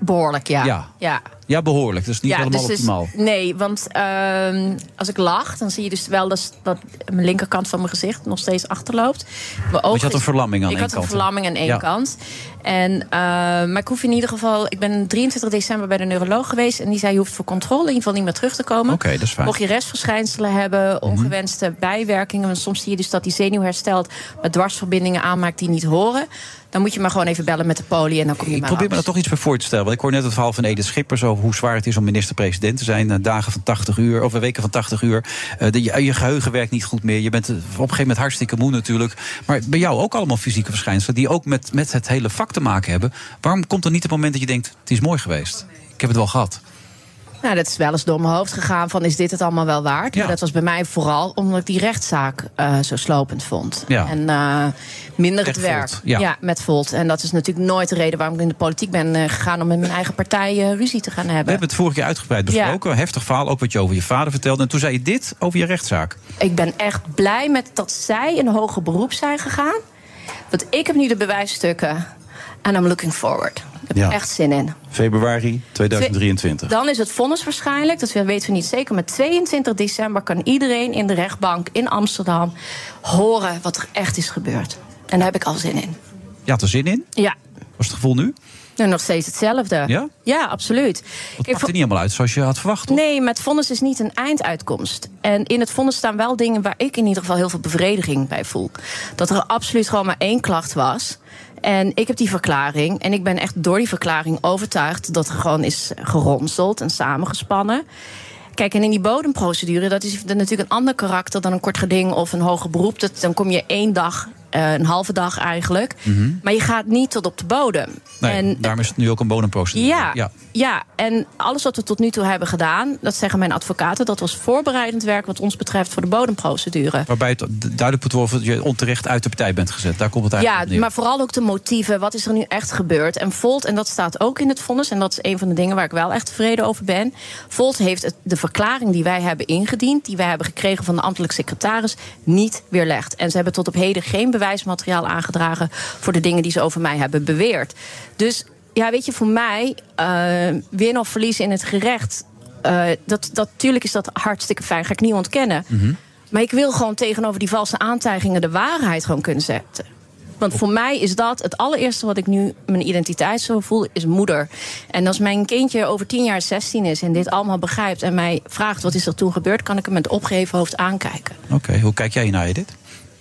Behoorlijk, ja. Ja, ja. ja behoorlijk. Dat is niet ja, helemaal dus optimaal. Dus, nee, want uh, als ik lach, dan zie je dus wel dat, dat mijn linkerkant van mijn gezicht nog steeds achterloopt. Mijn Want je had een verlamming aan één één kant. kant. Ik had een verlamming aan één ja. kant. En, uh, maar ik hoef in ieder geval... Ik ben drieëntwintig december bij de neuroloog geweest. En die zei, je hoeft voor controle in ieder geval niet meer terug te komen. Oké, okay, dat is fijn. Mocht je restverschijnselen hebben, ongewenste mm-hmm. bijwerkingen... want soms zie je dus dat die zenuw herstelt... met dwarsverbindingen aanmaakt die niet horen... dan moet je maar gewoon even bellen met de poli en dan kom je ik maar probeer langs. me daar toch iets bij voor te stellen. Want ik hoor net het verhaal van Edith Schippers over hoe zwaar het is om minister-president te zijn. Dagen van tachtig uur, of weken van tachtig uur. Uh, de, je, je geheugen werkt niet goed meer. Je bent op een gegeven moment hartstikke moe natuurlijk. Maar bij jou ook allemaal fysieke verschijnselen... die ook met, met het hele vak te maken hebben. Waarom komt er niet het moment dat je denkt... het is mooi geweest, ik heb het wel gehad? Nou, dat is wel eens door mijn hoofd gegaan van, is dit het allemaal wel waard? Ja. Maar dat was bij mij vooral omdat ik die rechtszaak uh, zo slopend vond. Ja. En uh, minder met het werk. Volt. Ja. ja, met Volt. En dat is natuurlijk nooit de reden waarom ik in de politiek ben uh, gegaan... om met mijn eigen partij uh, ruzie te gaan hebben. We hebben het vorige keer uitgebreid besproken. Ja. Heftig verhaal, ook wat je over je vader vertelde. En toen zei je dit over je rechtszaak. Ik ben echt blij met dat zij in hoger beroep zijn gegaan. Want ik heb nu de bewijsstukken. En I'm looking forward. Ik heb ja. echt zin in. Februari tweeduizend drieëntwintig. Dan is het vonnis waarschijnlijk, dat weten we niet zeker... maar tweeëntwintig december kan iedereen in de rechtbank in Amsterdam... horen wat er echt is gebeurd. En daar heb ik al zin in. Je had er zin in? Ja. Wat is het gevoel nu? Nou, nog steeds hetzelfde. Ja? Ja, absoluut. Het pakt er niet helemaal uit zoals je had verwacht, toch? Nee, maar het vonnis is niet een einduitkomst. En in het vonnis staan wel dingen waar ik in ieder geval heel veel bevrediging bij voel. Dat er absoluut gewoon maar één klacht was... En ik heb die verklaring. En ik ben echt door die verklaring overtuigd... dat er gewoon is geronseld en samengespannen. Kijk, en in die bodemprocedure... dat is natuurlijk een ander karakter dan een kort geding... of een hoger beroep. Dat, dan kom je één dag... Uh, een halve dag eigenlijk. Mm-hmm. Maar je gaat niet tot op de bodem. Nee, en, daarom is het nu ook een bodemprocedure. Ja, ja. ja, en alles wat we tot nu toe hebben gedaan... dat zeggen mijn advocaten, dat was voorbereidend werk... wat ons betreft voor de bodemprocedure. Waarbij het duidelijk moet worden dat je onterecht uit de partij bent gezet. Daar komt het eigenlijk Ja, neer. Maar vooral ook de motieven. Wat is er nu echt gebeurd? En Volt, en dat staat ook in het vonnis... en dat is een van de dingen waar ik wel echt tevreden over ben... Volt heeft het, de verklaring die wij hebben ingediend... die wij hebben gekregen van de ambtelijk secretaris... niet weerlegd. En ze hebben tot op heden geen bewijs bewijsmateriaal aangedragen voor de dingen die ze over mij hebben beweerd. Dus ja, weet je, voor mij, uh, winnen of verliezen in het gerecht, uh, dat, dat, tuurlijk is dat hartstikke fijn, ga ik niet ontkennen. Mm-hmm. Maar ik wil gewoon tegenover die valse aantijgingen de waarheid gewoon kunnen zetten. Want voor mij is dat het allereerste wat ik nu mijn identiteit zo voel, is moeder. En als mijn kindje over tien jaar zestien is en dit allemaal begrijpt en mij vraagt wat is er toen gebeurd, kan ik hem met opgeheven hoofd aankijken. Oké, okay, hoe kijk jij naar dit?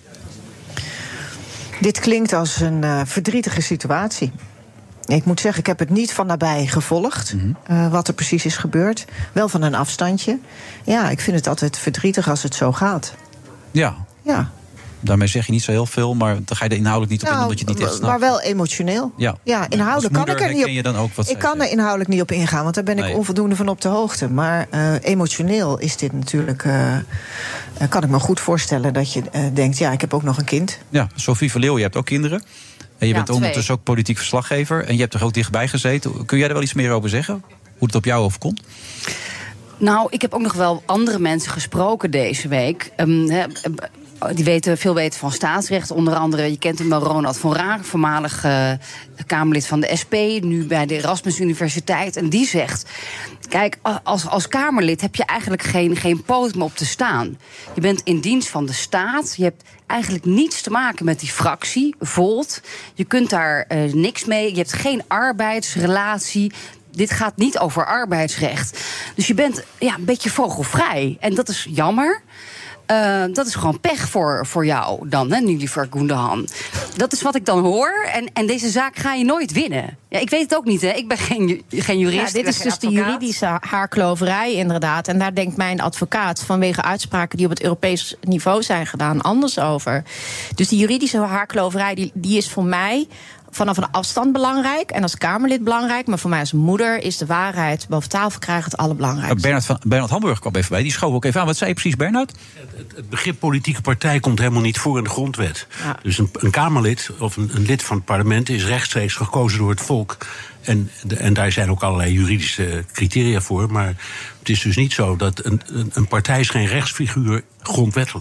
Dit klinkt als een uh, verdrietige situatie. Ik moet zeggen, ik heb het niet van nabij gevolgd, mm-hmm. uh, wat er precies is gebeurd. Wel van een afstandje. Ja, ik vind het altijd verdrietig als het zo gaat. Ja. Ja. Daarmee zeg je niet zo heel veel, maar dan ga je er inhoudelijk niet op nou, in, omdat je het niet echt snapt. Maar wel emotioneel. Ja, ja inhoudelijk kan ik er niet op. Je dan ook wat ik kan er inhoudelijk niet op ingaan, want daar ben ik nee. onvoldoende van op de hoogte. Maar uh, emotioneel is dit natuurlijk. Uh, uh, kan ik me goed voorstellen dat je uh, denkt, ja, ik heb ook nog een kind. Ja, Sophie Verleeuw, je hebt ook kinderen. En je ja, bent twee. ondertussen ook politiek verslaggever. En je hebt er ook dichtbij gezeten. Kun jij er wel iets meer over zeggen? Hoe het op jou overkomt? Nou, ik heb ook nog wel andere mensen gesproken deze week. Um, he, Die weten, veel weten van staatsrecht. Onder andere, je kent hem wel, Ronald van Raak, voormalig uh, Kamerlid van de S P, nu bij de Erasmus Universiteit. En die zegt, kijk, als, als Kamerlid heb je eigenlijk geen, geen poot meer op te staan. Je bent in dienst van de staat. Je hebt eigenlijk niets te maken met die fractie, Volt. Je kunt daar uh, niks mee. Je hebt geen arbeidsrelatie. Dit gaat niet over arbeidsrecht. Dus je bent ja, een beetje vogelvrij. En dat is jammer. Uh, dat is gewoon pech voor, voor jou dan, hè, Niloufer Gundogan. Dat is wat ik dan hoor. En, en deze zaak ga je nooit winnen. Ja, ik weet het ook niet, hè. Ik ben geen, geen jurist. Ja, dit is dus advocaat. De juridische haarkloverij, inderdaad. En daar denkt mijn advocaat vanwege uitspraken die op het Europees niveau zijn gedaan anders over. Dus die juridische haarkloverij, die, die is voor mij vanaf een afstand belangrijk en als Kamerlid belangrijk. Maar voor mij als moeder is de waarheid boven tafel krijgen het allerbelangrijkste. Bernard, van, Bernard Hamburg kwam even bij, die schoof ook even aan. Wat zei je precies, Bernard? Het, het begrip politieke partij komt helemaal niet voor in de grondwet. Ja. Dus een, een Kamerlid of een, een lid van het parlement is rechtstreeks gekozen door het volk. En, de, en daar zijn ook allerlei juridische criteria voor. Maar het is dus niet zo dat een, een, een partij is geen rechtsfiguur grondwettelijk.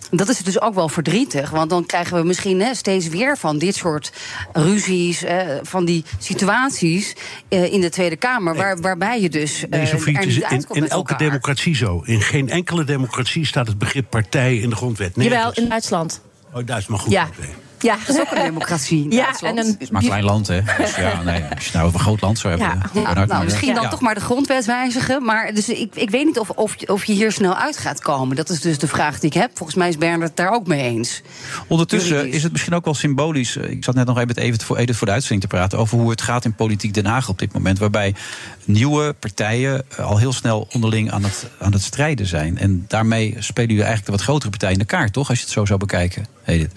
Dat is dus ook wel verdrietig, want dan krijgen we misschien hè, steeds weer van dit soort ruzies, eh, van die situaties eh, in de Tweede Kamer, waar, waarbij je dus eh, Nee, Sofie, er het is niet in, uitkomt in met elke elkaar. democratie zo. In geen enkele democratie staat het begrip partij in de grondwet. Nergens. Jawel, in Duitsland. Oh, Duitsland, maar goed. Ja. oké. Ja, dat is ook een democratie. Ja, Duitsland. en een, Het is maar een klein land, hè? Dus ja, nee, als je het nou over een groot land zou hebben. Ja, dan- nou, dan- misschien dan ja. toch maar de grondwet wijzigen. Maar dus ik, ik weet niet of, of, of je hier snel uit gaat komen. Dat is dus de vraag die ik heb. Volgens mij is Bernard het daar ook mee eens. Ondertussen Juridisch. is het misschien ook wel symbolisch. Ik zat net nog even met Edith voor, Edith voor de uitzending te praten over hoe het gaat in politiek Den Haag op dit moment. Waarbij nieuwe partijen al heel snel onderling aan het, aan het strijden zijn. En daarmee spelen jullie eigenlijk de wat grotere partijen in de kaart, toch? Als je het zo zou bekijken, Edith.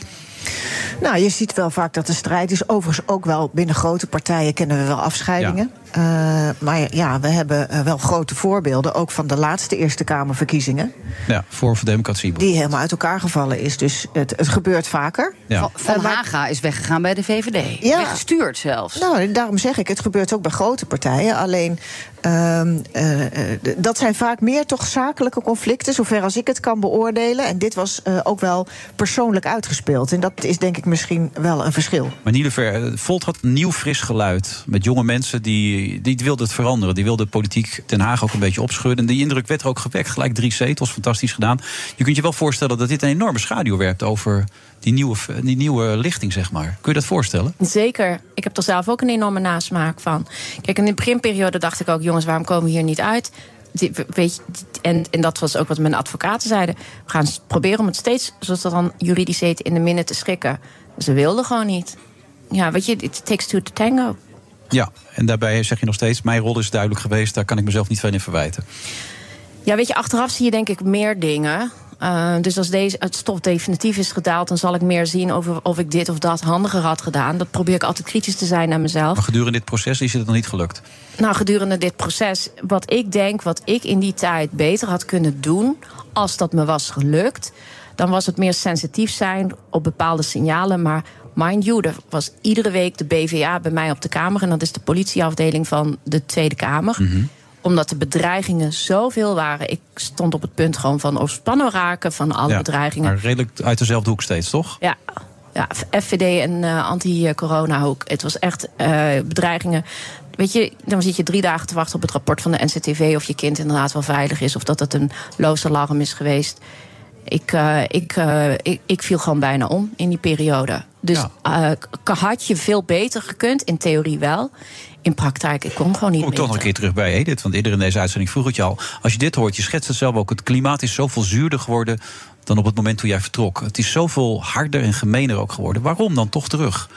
Nou, je ziet wel vaak dat de strijd is. Overigens ook wel binnen grote partijen kennen we wel afscheidingen. Ja. Uh, maar ja, we hebben uh, wel grote voorbeelden, ook van de laatste Eerste Kamerverkiezingen. Ja, voor voor democratie. Die helemaal uit elkaar gevallen is. Dus het, het gebeurt vaker. Ja. Van, van Uh, maar- Haga is weggegaan bij de V V D. Ja. Weggestuurd zelfs. Nou, daarom zeg ik, het gebeurt ook bij grote partijen. Alleen, um, uh, uh, dat zijn vaak meer toch zakelijke conflicten, zover als ik het kan beoordelen. En dit was uh, ook wel persoonlijk uitgespeeld. En dat is denk ik misschien wel een verschil. Maar Nielever, Volt had een nieuw fris geluid. Met jonge mensen die, die wilden het veranderen. Die wilden politiek Den Haag ook een beetje opschudden. En die indruk werd er ook gewekt. Gelijk drie zetels, fantastisch gedaan. Je kunt je wel voorstellen dat dit een enorme schaduw werpt over die nieuwe, die nieuwe lichting, zeg maar. Kun je dat voorstellen? Zeker. Ik heb er zelf ook een enorme nasmaak van. Kijk, in de beginperiode dacht ik ook, jongens, waarom komen we hier niet uit? Die- Weet je, en, en dat was ook wat mijn advocaten zeiden. We gaan proberen om het steeds, zoals dat dan juridisch heet, in de minne te schikken. Ze wilden gewoon niet. Ja, weet je, it takes two to tango. Ja, en daarbij zeg je nog steeds, mijn rol is duidelijk geweest. Daar kan ik mezelf niet van in verwijten. Ja, weet je, achteraf zie je denk ik meer dingen. Uh, dus als deze, het stof definitief is gedaald, dan zal ik meer zien over of ik dit of dat handiger had gedaan. Dat probeer ik altijd kritisch te zijn naar mezelf. Maar gedurende dit proces is het nog niet gelukt. Nou, gedurende dit proces, wat ik denk, wat ik in die tijd beter had kunnen doen, als dat me was gelukt, dan was het meer sensitief zijn op bepaalde signalen. Maar mind you, er was iedere week de B V A bij mij op de Kamer, en dat is de politieafdeling van de Tweede Kamer. Mm-hmm. Omdat de bedreigingen zoveel waren. Ik stond op het punt gewoon van overspannen raken van alle Ja, bedreigingen. maar redelijk uit dezelfde hoek steeds, toch? Ja, ja, F V D en uh, anti-corona-hoek. Het was echt uh, bedreigingen. Weet je, dan zit je drie dagen te wachten op het rapport van de N C T V of je kind inderdaad wel veilig is, of dat het een loos alarm is geweest. Ik, uh, ik, uh, ik, ik viel gewoon bijna om in die periode. Dus uh, had je veel beter gekund, in theorie wel. In praktijk, ik kon gewoon niet Kom ik toch nog een keer terug bij Edith. Want eerder in deze uitzending vroeg het je al. Als je dit hoort, je schetst het zelf ook. Het klimaat is zoveel zuurder geworden dan op het moment toen jij vertrok. Het is zoveel harder en gemener ook geworden. Waarom dan toch terug?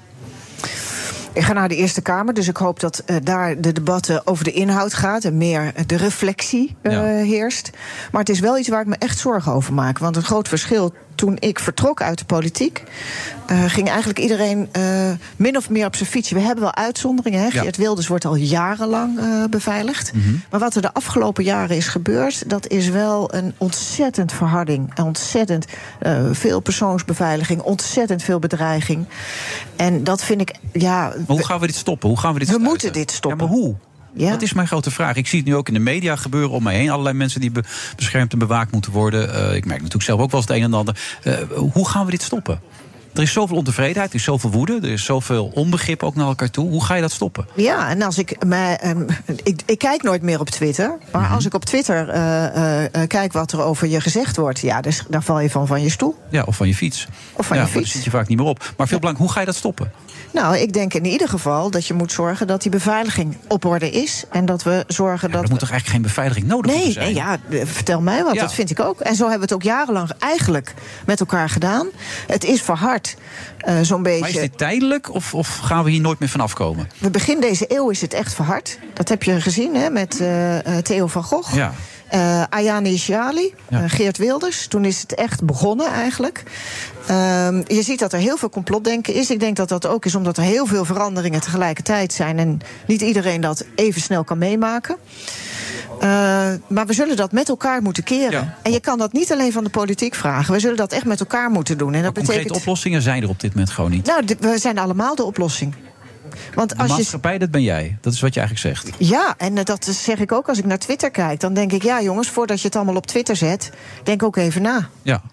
Ik ga naar de Eerste Kamer, dus ik hoop dat uh, daar de debatten over de inhoud gaat en meer de reflectie uh, Ja. heerst. Maar het is wel iets waar ik me echt zorgen over maak. Want een groot verschil, toen ik vertrok uit de politiek, uh, ging eigenlijk iedereen uh, min of meer op zijn fietsje. We hebben wel uitzonderingen. Hè? Ja. Geert Wilders wordt al jarenlang uh, beveiligd. Mm-hmm. Maar wat er de afgelopen jaren is gebeurd, dat is wel een ontzettend verharding. Een ontzettend uh, veel persoonsbeveiliging, ontzettend veel bedreiging. En dat vind ik, ja. Maar hoe gaan we dit stoppen? Hoe gaan we dit we sluiten? moeten dit stoppen. Ja, maar hoe? Ja. Dat is mijn grote vraag. Ik zie het nu ook in de media gebeuren om mij heen. Allerlei mensen die be- beschermd en bewaakt moeten worden. Uh, ik merk natuurlijk zelf ook wel eens het een en ander. Uh, hoe gaan we dit stoppen? Er is zoveel ontevredenheid, er is zoveel woede, er is zoveel onbegrip ook naar elkaar toe. Hoe ga je dat stoppen? Ja, en als ik mij, um, ik, ik kijk nooit meer op Twitter. Maar mm-hmm. als ik op Twitter uh, uh, uh, kijk wat er over je gezegd wordt, ja, dus, daar val je van van je stoel. Ja, of van je fiets. Of van ja, je fiets. Daar zit je vaak niet meer op. Maar veel ja. belangrijk, hoe ga je dat stoppen? Nou, ik denk in ieder geval dat je moet zorgen dat die beveiliging op orde is. En dat we zorgen ja, dat. Er moet toch eigenlijk geen beveiliging nodig nee, zijn? Nee, ja, vertel mij wat. Ja. Dat vind ik ook. En zo hebben we het ook jarenlang eigenlijk met elkaar gedaan. Het is verhard. Uh, zo'n beetje. Maar is dit tijdelijk of, of gaan we hier nooit meer vanaf komen? We begin deze eeuw is het echt verhard. Dat heb je gezien hè, met uh, Theo van Gogh. Ja. Uh, Ayani Ishali, ja. uh, Geert Wilders. Toen is het echt begonnen eigenlijk. Uh, je ziet dat er heel veel complotdenken is. Ik denk dat dat ook is omdat er heel veel veranderingen tegelijkertijd zijn. En niet iedereen dat even snel kan meemaken. Uh, maar we zullen dat met elkaar moeten keren. Ja. En je kan dat niet alleen van de politiek vragen. We zullen dat echt met elkaar moeten doen. En dat concrete betekent... oplossingen zijn er op dit moment gewoon niet. Nou, we zijn allemaal de oplossing. Want de als maatschappij, je... dat ben jij. Dat is wat je eigenlijk zegt. Ja, en dat zeg ik ook als ik naar Twitter kijk. Dan denk ik, ja jongens, voordat je het allemaal op Twitter zet, denk ook even na. Ja.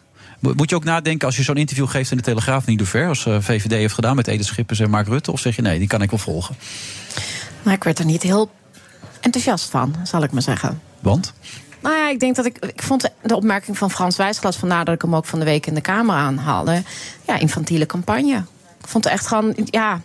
Moet je ook nadenken als je zo'n interview geeft in de Telegraaf, niet ver, als uh, V V D heeft gedaan met Edith Schippers en Mark Rutte? Of zeg je nee, die kan ik wel volgen? Maar ik werd er niet heel enthousiast van, zal ik maar zeggen. Want? Nou ja, ik denk dat ik... Ik vond de opmerking van Frans Wijsglas, vandaar dat ik hem ook van de week in de Kamer aanhaalde. Ja, infantiele campagne. Ik vond het echt gewoon... Ja,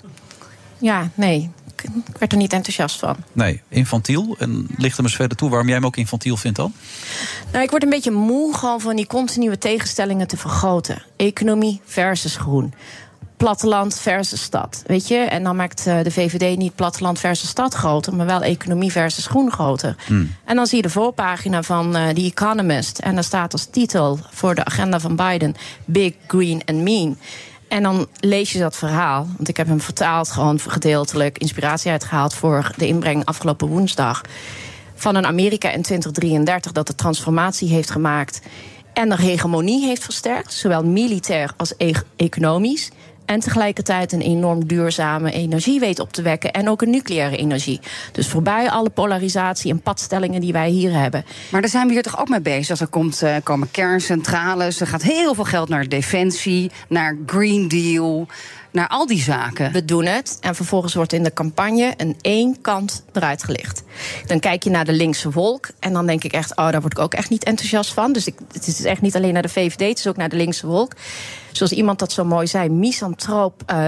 ja nee... Ik werd er niet enthousiast van. Nee, infantiel. En licht hem eens verder toe waarom jij hem ook infantiel vindt dan? Nou, ik word een beetje moe gewoon van die continue tegenstellingen te vergroten. Economie versus groen. Platteland versus stad. Weet je? En dan maakt de V V D niet platteland versus stad groter, maar wel economie versus groen groter. Hmm. En dan zie je de voorpagina van uh, The Economist. En daar staat als titel voor de agenda van Biden: Big, Green and Mean. En dan lees je dat verhaal, want ik heb hem vertaald, gewoon gedeeltelijk inspiratie uitgehaald voor de inbreng afgelopen woensdag. Van een Amerika in twintig drieëndertig dat de transformatie heeft gemaakt en de hegemonie heeft versterkt, zowel militair als e- economisch. En tegelijkertijd een enorm duurzame energie weet op te wekken. En ook een nucleaire energie. Dus voorbij alle polarisatie en padstellingen die wij hier hebben. Maar daar zijn we hier toch ook mee bezig. Er komt, uh, komen kerncentrales, er gaat heel veel geld naar defensie, naar Green Deal, naar al die zaken. We doen het en vervolgens wordt in de campagne een één kant eruit gelicht. Dan kijk je naar de linkse wolk en dan denk ik echt, oh, daar word ik ook echt niet enthousiast van. Dus ik, het is echt niet alleen naar de V V D, het is ook naar de linkse wolk. Zoals iemand dat zo mooi zei, misantroop uh,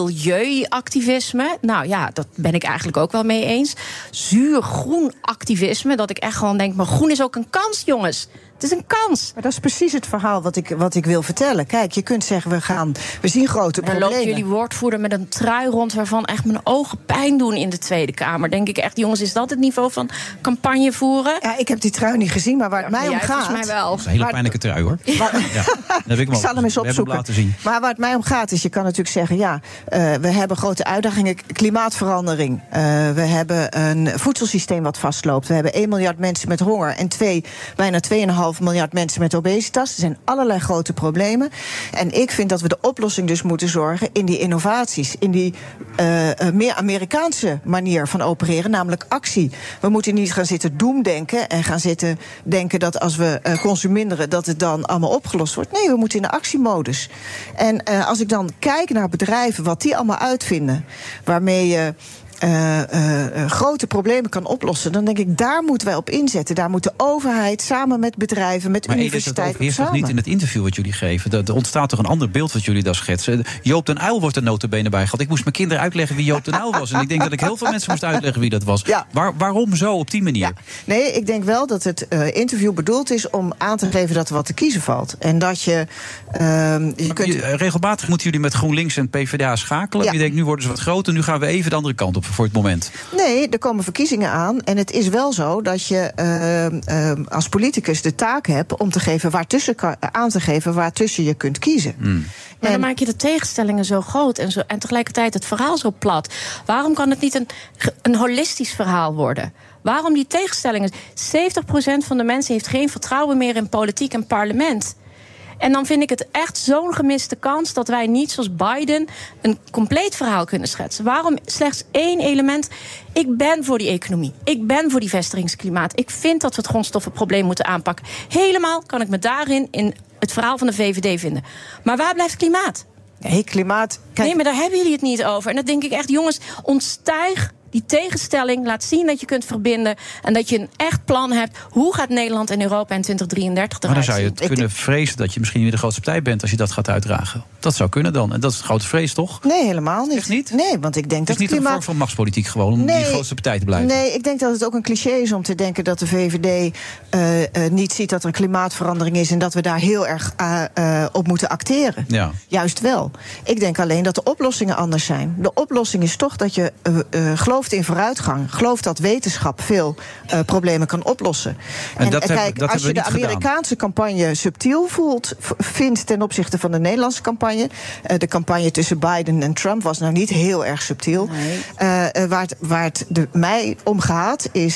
milieuactivisme. Nou ja, dat ben ik eigenlijk ook wel mee eens. Zuur groen activisme, dat ik echt gewoon denk, maar groen is ook een kans, jongens. Het is een kans. Maar dat is precies het verhaal wat ik, wat ik wil vertellen. Kijk, je kunt zeggen, we gaan, we zien grote en problemen. Dan lopen jullie woordvoerder met een trui rond waarvan echt mijn ogen pijn doen in de Tweede Kamer. Denk ik echt, jongens, is dat het niveau van campagne voeren? Ja, ik heb die trui niet gezien, maar waar het ja, mij om gaat... Mij wel. Dat is een hele pijnlijke trui, hoor. Waar, ja, heb ik, ik zal hem eens opzoeken. Laten zien. Maar waar het mij om gaat is, je kan natuurlijk zeggen, ja, uh, we hebben grote uitdagingen, klimaatverandering. Uh, we hebben een voedselsysteem wat vastloopt. We hebben één miljard mensen met honger en twee, bijna twee komma vijf miljard mensen met obesitas. Er zijn allerlei grote problemen. En ik vind dat we de oplossing dus moeten zorgen in die innovaties, in die uh, uh, meer Amerikaanse manier van opereren, namelijk actie. We moeten niet gaan zitten doemdenken en gaan zitten denken dat als we uh, consumeren, dat het dan allemaal opgelost wordt. Nee, we moeten in de actiemodus. En uh, als ik dan kijk naar bedrijven, wat die allemaal uitvinden, waarmee je Uh, uh, uh, grote problemen kan oplossen, dan denk ik, daar moeten wij op inzetten. Daar moet de overheid samen met bedrijven, met maar universiteiten Maar toch niet in het interview wat jullie geven. Er ontstaat toch een ander beeld wat jullie daar schetsen. Joop den Uyl wordt er nota bene bij gehad. Ik moest mijn kinderen uitleggen wie Joop den Uyl was. En ik denk dat ik heel veel mensen moest uitleggen wie dat was. Ja. Waar, waarom zo op die manier? Ja. Nee, ik denk wel dat het uh, interview bedoeld is om aan te geven dat er wat te kiezen valt. En dat je... Uh, je kunt... Regelmatig moeten jullie met GroenLinks en P v d A schakelen. Ja. Je denkt, nu worden ze wat groter, nu gaan we even de andere kant op voor het moment. Nee, er komen verkiezingen aan. En het is wel zo dat je uh, uh, als politicus de taak hebt om te geven waartussen, aan te geven waartussen je kunt kiezen. Mm. Maar dan maak je de tegenstellingen zo groot en, zo, en tegelijkertijd het verhaal zo plat. Waarom kan het niet een, een holistisch verhaal worden? Waarom die tegenstellingen? zeventig procent van de mensen heeft geen vertrouwen meer in politiek en parlement. En dan vind ik het echt zo'n gemiste kans dat wij niet zoals Biden een compleet verhaal kunnen schetsen. Waarom slechts één element? Ik ben voor die economie. Ik ben voor die vestigingsklimaat. Ik vind dat we het grondstoffenprobleem moeten aanpakken. Helemaal kan ik me daarin in het verhaal van de V V D vinden. Maar waar blijft klimaat? Nee, klimaat... Kijk. Nee, maar daar hebben jullie het niet over. En dan denk ik echt, jongens, ontstuig die tegenstelling, laat zien dat je kunt verbinden en dat je een echt plan hebt. Hoe gaat Nederland en Europa in twintig drieëntertig eruit? Maar dan zou je het zien? kunnen vrezen dat je misschien weer de grootste partij bent als je dat gaat uitdragen. Dat zou kunnen dan. En dat is de grote vrees, toch? Nee, helemaal niet. Echt niet? Nee, want ik denk het is dat niet klimaat... een vorm van machtspolitiek gewoon om nee, die grootste partij te blijven. Nee, ik denk dat het ook een cliché is om te denken dat de V V D uh, uh, niet ziet dat er klimaatverandering is en dat we daar heel erg uh, uh, op moeten acteren. Ja. Juist wel. Ik denk alleen dat de oplossingen anders zijn. De oplossing is toch dat je uh, uh, gelooft in vooruitgang. Gelooft dat wetenschap veel uh, problemen kan oplossen. En, en dat kijk, heb, dat als je de Amerikaanse gedaan. campagne subtiel voelt, vindt ten opzichte van de Nederlandse campagne. Uh, de campagne tussen Biden en Trump was nou niet heel erg subtiel. Nee. Uh, waar het, waar het de, mij om gaat, is dat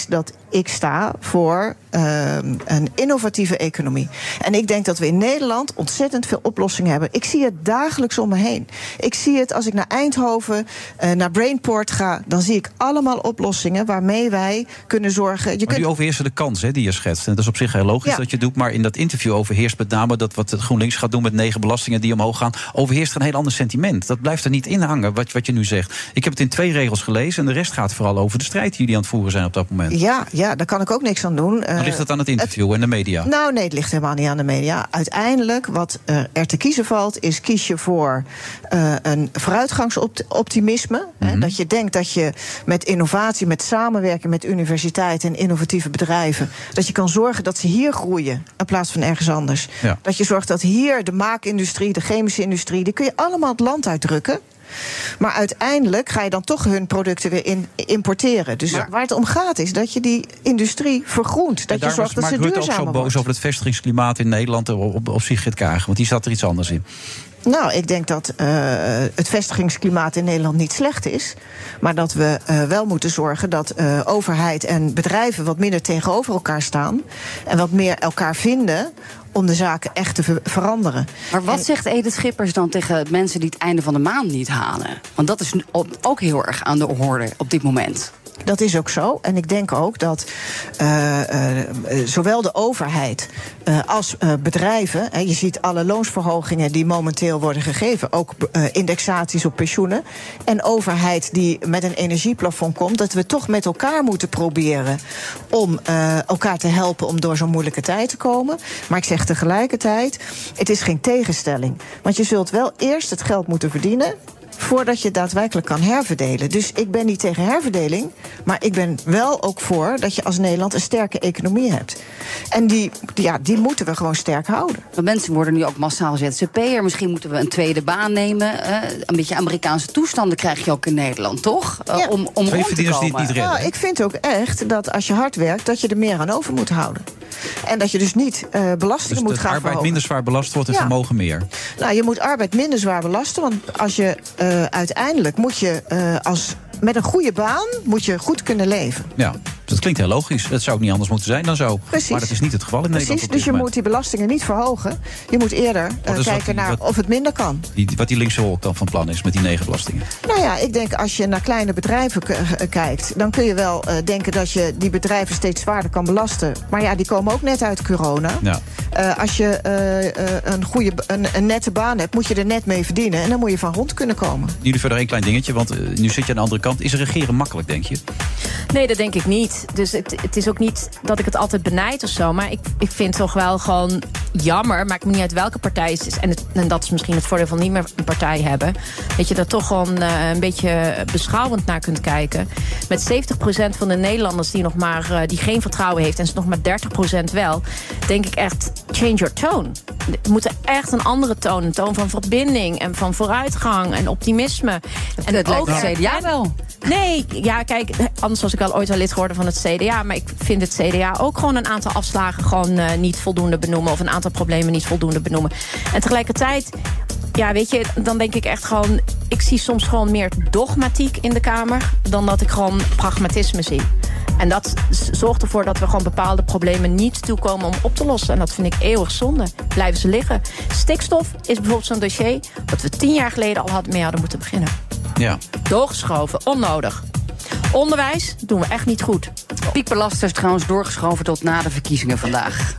ik sta voor uh, een innovatieve economie. En ik denk dat we in Nederland ontzettend veel oplossingen hebben. Ik zie het dagelijks om me heen. Ik zie het als ik naar Eindhoven, uh, naar Brainport ga, dan zie ik allemaal oplossingen waarmee wij kunnen zorgen. Je maar kunt... nu overheerst de kans hè, die je schetst. En dat is op zich heel logisch ja. dat je doet. Maar in dat interview overheerst met name dat wat GroenLinks gaat doen met negen belastingen die omhoog gaan, overheerst er een heel ander sentiment. Dat blijft er niet in hangen, wat, wat je nu zegt. Ik heb het in twee regels gelezen en de rest gaat vooral over de strijd die jullie aan het voeren zijn op dat moment. Ja, ja, daar kan ik ook niks aan doen. Dan ligt het aan het interview het, en de media? Nou nee, het ligt helemaal niet aan de media. Uiteindelijk, wat uh, er te kiezen valt, is kies je voor uh, een vooruitgangsoptimisme. Mm-hmm. Hè, dat je denkt dat je met innovatie, met samenwerking met universiteiten en innovatieve bedrijven, dat je kan zorgen dat ze hier groeien in plaats van ergens anders. Ja. Dat je zorgt dat hier de maakindustrie, de chemische industrie, die kun je allemaal het land uitdrukken. Maar uiteindelijk ga je dan toch hun producten weer in, importeren. Dus ja. waar het om gaat is dat je die industrie vergroent. Dat je zorgt dat ze duurzamer wordt. Mark Rutte ook zo boos over het vestigingsklimaat in Nederland op, op, op Sigrid Kaag. Want die zat er iets anders in. Nou, ik denk dat uh, het vestigingsklimaat in Nederland niet slecht is. Maar dat we uh, wel moeten zorgen dat uh, overheid en bedrijven wat minder tegenover elkaar staan. En wat meer elkaar vinden om de zaken echt te ver- veranderen. Maar wat en, zegt Edith Schippers dan tegen mensen die het einde van de maand niet halen? Want dat is ook heel erg aan de orde op dit moment. Dat is ook zo. En ik denk ook dat uh, uh, zowel de overheid uh, als uh, bedrijven, hè, je ziet alle loonsverhogingen die momenteel worden gegeven, ook uh, indexaties op pensioenen, en overheid die met een energieplafond komt, dat we toch met elkaar moeten proberen om uh, elkaar te helpen om door zo'n moeilijke tijd te komen. Maar ik zeg tegelijkertijd, het is geen tegenstelling. Want je zult wel eerst het geld moeten verdienen voordat je het daadwerkelijk kan herverdelen. Dus ik ben niet tegen herverdeling, maar ik ben wel ook voor dat je als Nederland een sterke economie hebt. En die, ja, die moeten we gewoon sterk houden. Want mensen worden nu ook massaal Z Z P'er. Misschien moeten we een tweede baan nemen. Uh, een beetje Amerikaanse toestanden krijg je ook in Nederland, toch? Uh, ja. Om, om rond te komen. Niet, niet nou, ik vind ook echt dat als je hard werkt, dat je er meer aan over moet houden. En dat je dus niet uh, belastingen dus moet gaan verhogen. Dus arbeid minder zwaar belast wordt en ja. vermogen meer? Nou, je moet arbeid minder zwaar belasten. Want als je uh, uiteindelijk moet je uh, als met een goede baan moet je goed kunnen leven. Ja, dat klinkt heel logisch. Dat zou ook niet anders moeten zijn dan zo. Precies. Maar dat is niet het geval in Precies, Nederland. dus je moment. moet die belastingen niet verhogen. Je moet eerder uh, kijken die, naar wat, of het minder kan. Die, wat die linkse wolk dan van plan is met die negen belastingen. Nou ja, ik denk als je naar kleine bedrijven k- uh, kijkt, dan kun je wel uh, denken dat je die bedrijven steeds zwaarder kan belasten. Maar ja, die komen ook net uit corona. Ja. Uh, als je uh, uh, een goede, een, een nette baan hebt, moet je er net mee verdienen. En dan moet je van rond kunnen komen. Jullie verder één klein dingetje, want uh, nu zit je aan de andere kant. Is regeren makkelijk, denk je? Nee, dat denk ik niet. Dus het, het is ook niet dat ik het altijd benijd of zo. Maar ik, ik vind het toch wel gewoon jammer. Maakt me niet uit welke partij het is. En, het, en dat is misschien het voordeel van niet meer een partij hebben. Dat je daar toch gewoon uh, een beetje beschouwend naar kunt kijken. Met zeventig procent van de Nederlanders die, nog maar, uh, die geen vertrouwen heeft, en ze nog maar dertig procent wel, denk ik echt, change your tone. We moeten echt een andere toon. Een toon van verbinding en van vooruitgang en optimisme. En het lijkt het C D A wel. Nee, ja, kijk, anders was ik wel ooit wel lid geworden van het C D A. Maar ik vind het C D A ook gewoon een aantal afslagen gewoon uh, niet voldoende benoemen. Of een aantal problemen niet voldoende benoemen. En tegelijkertijd, ja, weet je, dan denk ik echt gewoon, ik zie soms gewoon meer dogmatiek in de Kamer dan dat ik gewoon pragmatisme zie. En dat zorgt ervoor dat we gewoon bepaalde problemen niet toekomen om op te lossen. En dat vind ik eeuwig zonde. Blijven ze liggen. Stikstof is bijvoorbeeld zo'n dossier dat we tien jaar geleden al hadden mee hadden moeten beginnen. Ja. Doorgeschoven, onnodig. Onderwijs doen we echt niet goed. Piekbelasters trouwens doorgeschoven tot na de verkiezingen vandaag.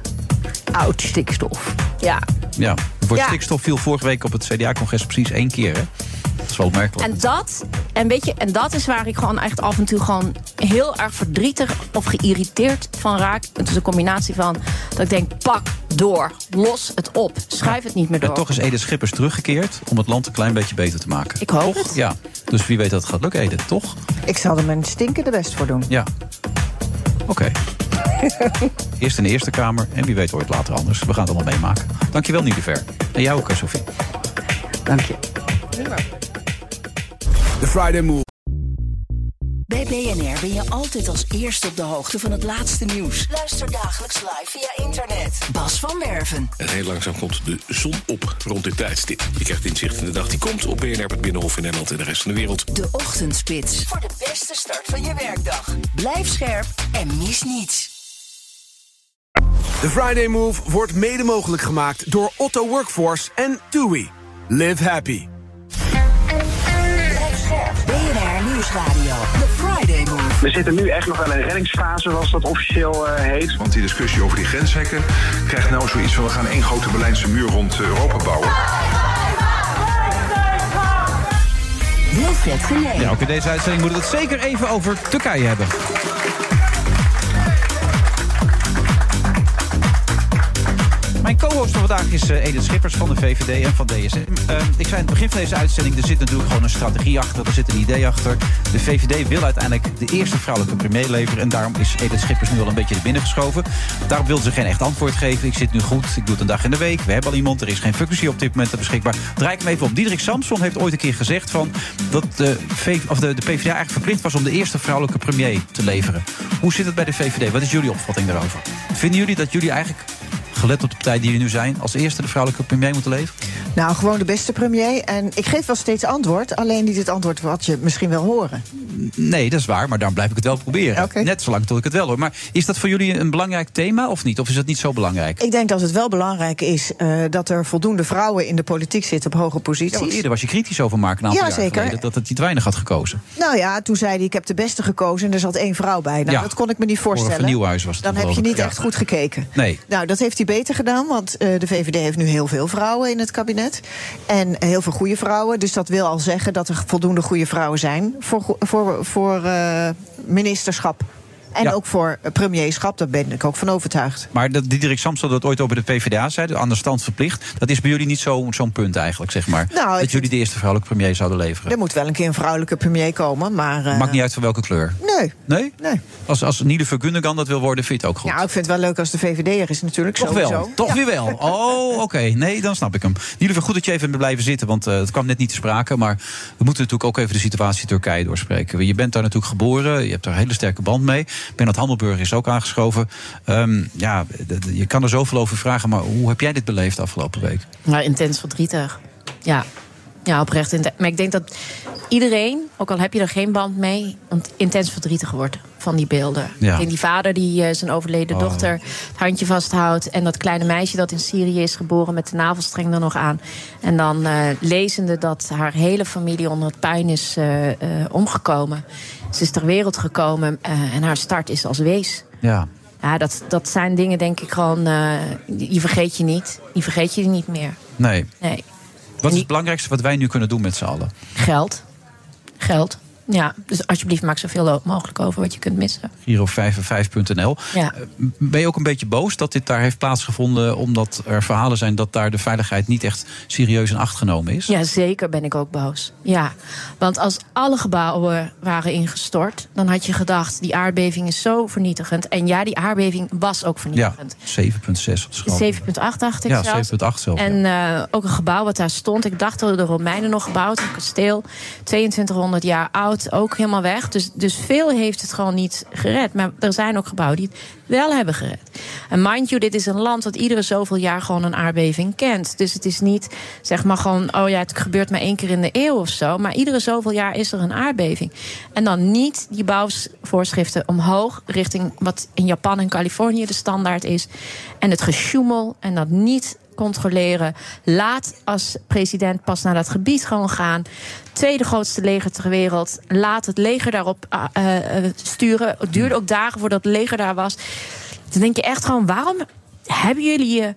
Oud stikstof. Ja. Ja, voor ja. stikstof viel vorige week op het C D A-congres precies één keer, hè? Dat is wel opmerkelijk. En dat, en weet je, en dat is waar ik gewoon echt af en toe gewoon heel erg verdrietig of geïrriteerd van raak. Het is een combinatie van dat ik denk, pak door, los het op, schuif het niet meer door. En toch is Edith Schippers teruggekeerd om het land een klein beetje beter te maken. Ik hoop toch? het. Ja, dus wie weet dat het gaat lukken, Edith, toch? Ik zal er mijn stinkende best voor doen. Ja. Oké. Okay. Eerst in de Eerste Kamer en wie weet wordt het later anders. We gaan het allemaal meemaken. Dankjewel, Niederver. En jou ook, Sophie. Dank je. The Friday Move. Bij B N R ben je altijd als eerste op de hoogte van het laatste nieuws. Luister dagelijks live via internet. Bas van Werven. En heel langzaam komt de zon op rond dit tijdstip. Je krijgt inzicht in de dag die komt op B N R, het Binnenhof in Nederland en de rest van de wereld. De Ochtendspits. Voor de beste start van je werkdag. Blijf scherp en mis niets. De Friday Move wordt mede mogelijk gemaakt door Otto Workforce en TUI. Live happy. B N R Nieuwsradio. The Friday Move. We zitten nu echt nog wel in reddingsfase, zoals dat officieel uh, heet. Want die discussie over die grenshekken krijgt nou zoiets van... we gaan één grote Berlijnse muur rond Europa bouwen. Wilfred Genee. Ja, ook in deze uitzending moeten we het zeker even over Turkije hebben. Mijn co-host van vandaag is uh, Edith Schippers van de V V D en van D S M. Uh, ik zei in het begin van deze uitzending, er zit natuurlijk gewoon een strategie achter, er zit een idee achter. De V V D wil uiteindelijk de eerste vrouwelijke premier leveren en daarom is Edith Schippers nu al een beetje naar binnen geschoven. Daarop wilde ze geen echt antwoord geven. Ik zit nu goed, ik doe het een dag in de week, we hebben al iemand, er is geen functie op dit moment beschikbaar. Draai ik hem even om. Diederik Samson heeft ooit een keer gezegd van dat de, v, of de, de P V D eigenlijk verplicht was om de eerste vrouwelijke premier te leveren. Hoe zit het bij de V V D? Wat is jullie opvatting daarover? Vinden jullie dat jullie eigenlijk, gelet op de partij die jullie nu zijn, als eerste de vrouwelijke premier moeten leveren? Nou, gewoon de beste premier. En ik geef wel steeds antwoord, alleen niet het antwoord wat je misschien wil horen. Nee, dat is waar, maar daarom blijf ik het wel proberen. Okay. Net zolang tot ik het wel hoor. Maar is dat voor jullie een belangrijk thema of niet? Of is dat niet zo belangrijk? Ik denk dat het wel belangrijk is uh, dat er voldoende vrouwen in de politiek zitten op hoge posities. Ja, eerder was je kritisch over Mark een aantal ja, jaar zeker. geleden, dat het niet weinig had gekozen. Nou ja, toen zei hij, ik heb de beste gekozen en er zat één vrouw bij. Nou, ja, dat kon ik me niet voorstellen. Voor een vernieuwhuis was het. Dan heb je niet ja. echt goed gekeken. Nee. Nou, dat heeft hij beter gedaan, want uh, de V V D heeft nu heel veel vrouwen in het kabinet. En heel veel goede vrouwen. Dus dat wil al zeggen dat er voldoende goede vrouwen zijn voor, voor, voor uh, ministerschap. En ja. ook voor premierschap, daar ben ik ook van overtuigd. Maar dat Diederik Samson dat ooit over de P v d A zei, aan de stand verplicht, dat is bij jullie niet zo, zo'n punt eigenlijk, zeg maar. Nou, dat jullie de eerste vrouwelijke premier zouden leveren. Er moet wel een keer een vrouwelijke premier komen, maar... Uh... Maakt niet uit van welke kleur? Nee. Nee? Nee. Als, als Nielefer Gundogan dat wil worden, vind je het ook goed? Nou, ik vind het wel leuk als de V V D'er is natuurlijk. Toch sowieso. wel? Toch ja. weer wel? Oh, oké. Okay. Nee, dan snap ik hem. Nielefer, goed dat je even bent blijven zitten, want uh, het kwam net niet te sprake. Maar we moeten natuurlijk ook even de situatie in Turkije doorspreken. Je bent daar natuurlijk geboren, je hebt daar een hele sterke band mee. Bernard Hammelburg is ook aangeschoven. Um, ja, je kan er zoveel over vragen, maar hoe heb jij dit beleefd de afgelopen week? Nou, intens verdrietig. Ja, ja oprecht. Intens. Maar ik denk dat iedereen, ook al heb je er geen band mee, intens verdrietig wordt van die beelden. Ja. Ik denk die vader die uh, zijn overleden oh. dochter het handje vasthoudt en dat kleine meisje dat in Syrië is geboren met de navelstreng er nog aan. En dan uh, lezende dat haar hele familie onder het puin is uh, uh, omgekomen. Ze is ter wereld gekomen uh, en haar start is als wees. Ja. Ja, dat, dat zijn dingen, denk ik, gewoon... Uh, die vergeet je niet. Die vergeet je niet meer. Nee. nee. Wat is het belangrijkste wat wij nu kunnen doen met z'n allen? Geld. Geld. Ja, dus alsjeblieft maak zoveel mogelijk over wat je kunt missen. Giro vijf en vijf punt n l. Ja. Ben je ook een beetje boos dat dit daar heeft plaatsgevonden, omdat er verhalen zijn dat daar de veiligheid niet echt serieus in acht genomen is? Ja, zeker ben ik ook boos. Ja, want als alle gebouwen waren ingestort, dan had je gedacht, die aardbeving is zo vernietigend. En ja, die aardbeving was ook vernietigend. Ja, zeven komma zes. zeven komma acht dacht ik ja, zelfs. zeven komma acht zelfs. En uh, ook een gebouw wat daar stond. Ik dacht dat de Romeinen nog gebouwd, een kasteel, tweeëntwintighonderd jaar oud. Ook helemaal weg. Dus, dus veel heeft het gewoon niet gered. Maar er zijn ook gebouwen die het wel hebben gered. En mind you, dit is een land dat iedere zoveel jaar gewoon een aardbeving kent. Dus het is niet, zeg maar gewoon, oh ja, het gebeurt maar één keer in de eeuw of zo. Maar iedere zoveel jaar is er een aardbeving. En dan niet die bouwvoorschriften omhoog, richting wat in Japan en Californië de standaard is. En het gesjoemel en dat niet controleren. Laat als president pas naar dat gebied gewoon gaan. Tweede grootste leger ter wereld. Laat het leger daarop uh, uh, sturen. Het duurde ook dagen voordat het leger daar was. Dan denk je echt gewoon, waarom hebben jullie je...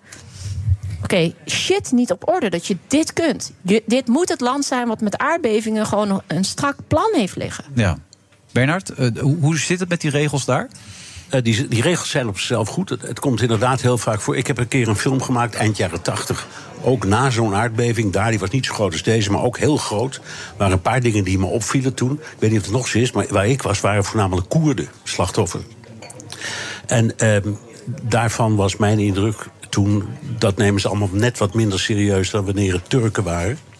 Oké, okay, shit niet op orde dat je dit kunt. Je, dit moet het land zijn wat met aardbevingen gewoon een strak plan heeft liggen. Ja. Bernard, uh, hoe zit het met die regels daar? Uh, die, die regels zijn op zichzelf goed. Het, het komt inderdaad heel vaak voor. Ik heb een keer een film gemaakt, eind jaren tachtig. Ook na zo'n aardbeving. Daar, die was niet zo groot als deze, maar ook heel groot. Er waren een paar dingen die me opvielen toen. Ik weet niet of het nog zo is, maar waar ik was, waren voornamelijk Koerden slachtoffer. En uh, daarvan was mijn indruk toen, dat nemen ze allemaal net wat minder serieus dan wanneer het Turken waren.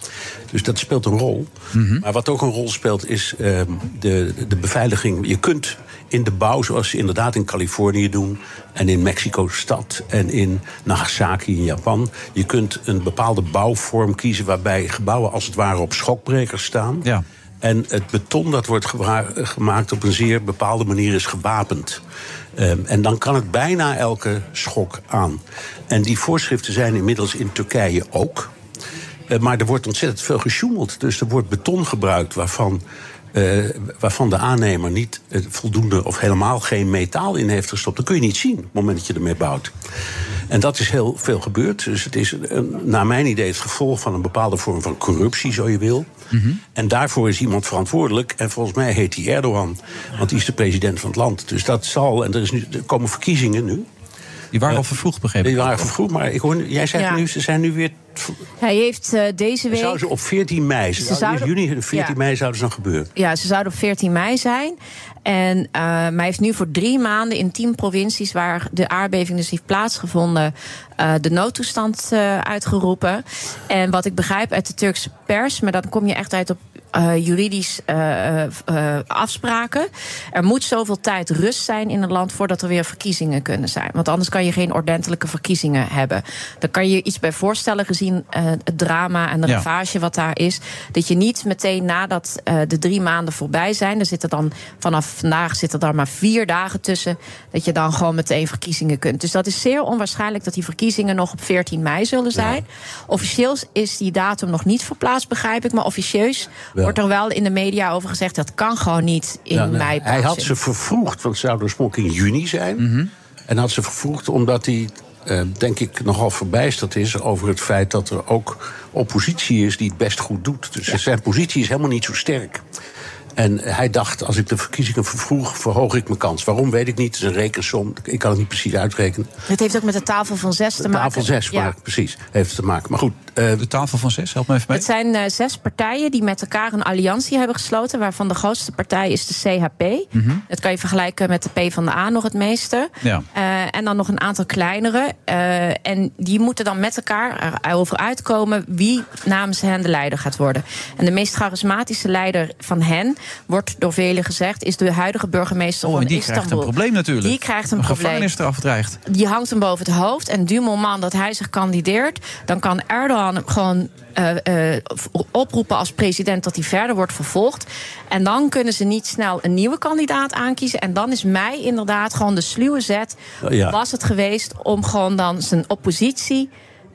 Dus dat speelt een rol. Mm-hmm. Maar wat ook een rol speelt is uh, de, de beveiliging. Je kunt in de bouw, zoals ze inderdaad in Californië doen... en in Mexico-stad en in Nagasaki in Japan... je kunt een bepaalde bouwvorm kiezen... waarbij gebouwen als het ware op schokbrekers staan... Ja. En het beton dat wordt gemaakt op een zeer bepaalde manier is gewapend. Um, en dan kan het bijna elke schok aan. En die voorschriften zijn inmiddels in Turkije ook. Uh, maar er wordt ontzettend veel gesjoemeld. Dus er wordt beton gebruikt waarvan... Uh, waarvan de aannemer niet uh, voldoende of helemaal geen metaal in heeft gestopt. Dat kun je niet zien op het moment dat je ermee bouwt. En dat is heel veel gebeurd. Dus het is, uh, naar mijn idee, het gevolg van een bepaalde vorm van corruptie, zo je wil. Mm-hmm. En daarvoor is iemand verantwoordelijk. En volgens mij heet hij Erdogan. Want die is de president van het land. Dus dat zal, en er, is nu, er komen verkiezingen nu. Die waren al vervroegd, begrepen. Die waren vervroegd, maar ik hoor, jij zegt ja. nu, ze zijn nu weer... Hij heeft uh, deze week... Zouden ze op veertien mei, ze zouden, juni, veertien ja. mei zouden ze dan gebeuren. Ja, ze zouden op veertien mei zijn. En, uh, maar hij heeft nu voor drie maanden in tien provincies... waar de aardbeving dus heeft plaatsgevonden... Uh, de noodtoestand uh, uitgeroepen. En wat ik begrijp uit de Turkse pers... maar dan kom je echt uit op uh, juridisch uh, uh, afspraken. Er moet zoveel tijd rust zijn in het land... voordat er weer verkiezingen kunnen zijn. Want anders kan je geen ordentelijke verkiezingen hebben. Daar kan je iets bij voorstellen gezien uh, het drama en de ja. ravage wat daar is. Dat je niet meteen nadat uh, de drie maanden voorbij zijn... er zitten dan vanaf vandaag zitten er maar vier dagen tussen... dat je dan gewoon meteen verkiezingen kunt. Dus dat is zeer onwaarschijnlijk dat die verkiezingen nog op veertien mei zullen zijn. Ja. Officieels is die datum nog niet verplaatst, begrijp ik. Maar officieus ja. wordt er wel in de media over gezegd... dat kan gewoon niet in ja, nee. mei passen. Hij had ze vervroegd, want het zou oorspronkelijk in juni zijn. Mm-hmm. En had ze vervroegd omdat hij... Uh, denk ik nogal verbijsterd is over het feit dat er ook oppositie is die het best goed doet. Dus ja. zijn positie is helemaal niet zo sterk. En hij dacht, als ik de verkiezingen vervroeg, verhoog ik mijn kans. Waarom, weet ik niet. Het is een rekensom. Ik kan het niet precies uitrekenen. Het heeft ook met de tafel van zes te de maken. Tafel zes, ja. maar precies, heeft het te maken. Maar goed. Uh, de tafel van zes, help me even mee. Het zijn uh, zes partijen die met elkaar een alliantie hebben gesloten... waarvan de grootste partij is de C H P. Mm-hmm. Dat kan je vergelijken met de P van de A nog het meeste. Ja. Uh, en dan nog een aantal kleinere. Uh, en die moeten dan met elkaar erover uitkomen... wie namens hen de leider gaat worden. En de meest charismatische leider van hen... wordt door velen gezegd, is de huidige burgemeester oh, van die Istanbul. Die krijgt een probleem natuurlijk. Die krijgt een, een probleem. gevangenisstraf dreigt. Die hangt hem boven het hoofd. En du moment dat hij zich kandideert... dan kan Erdogan gewoon uh, uh, oproepen als president... dat hij verder wordt vervolgd. En dan kunnen ze niet snel een nieuwe kandidaat aankiezen. En dan is mei inderdaad gewoon de sluwe zet... Ja. was het geweest om gewoon dan zijn oppositie...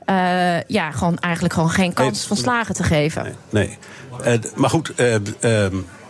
Uh, ja, gewoon eigenlijk gewoon geen kans nee, van slagen te geven. Nee, nee. Uh, maar goed... Uh, uh,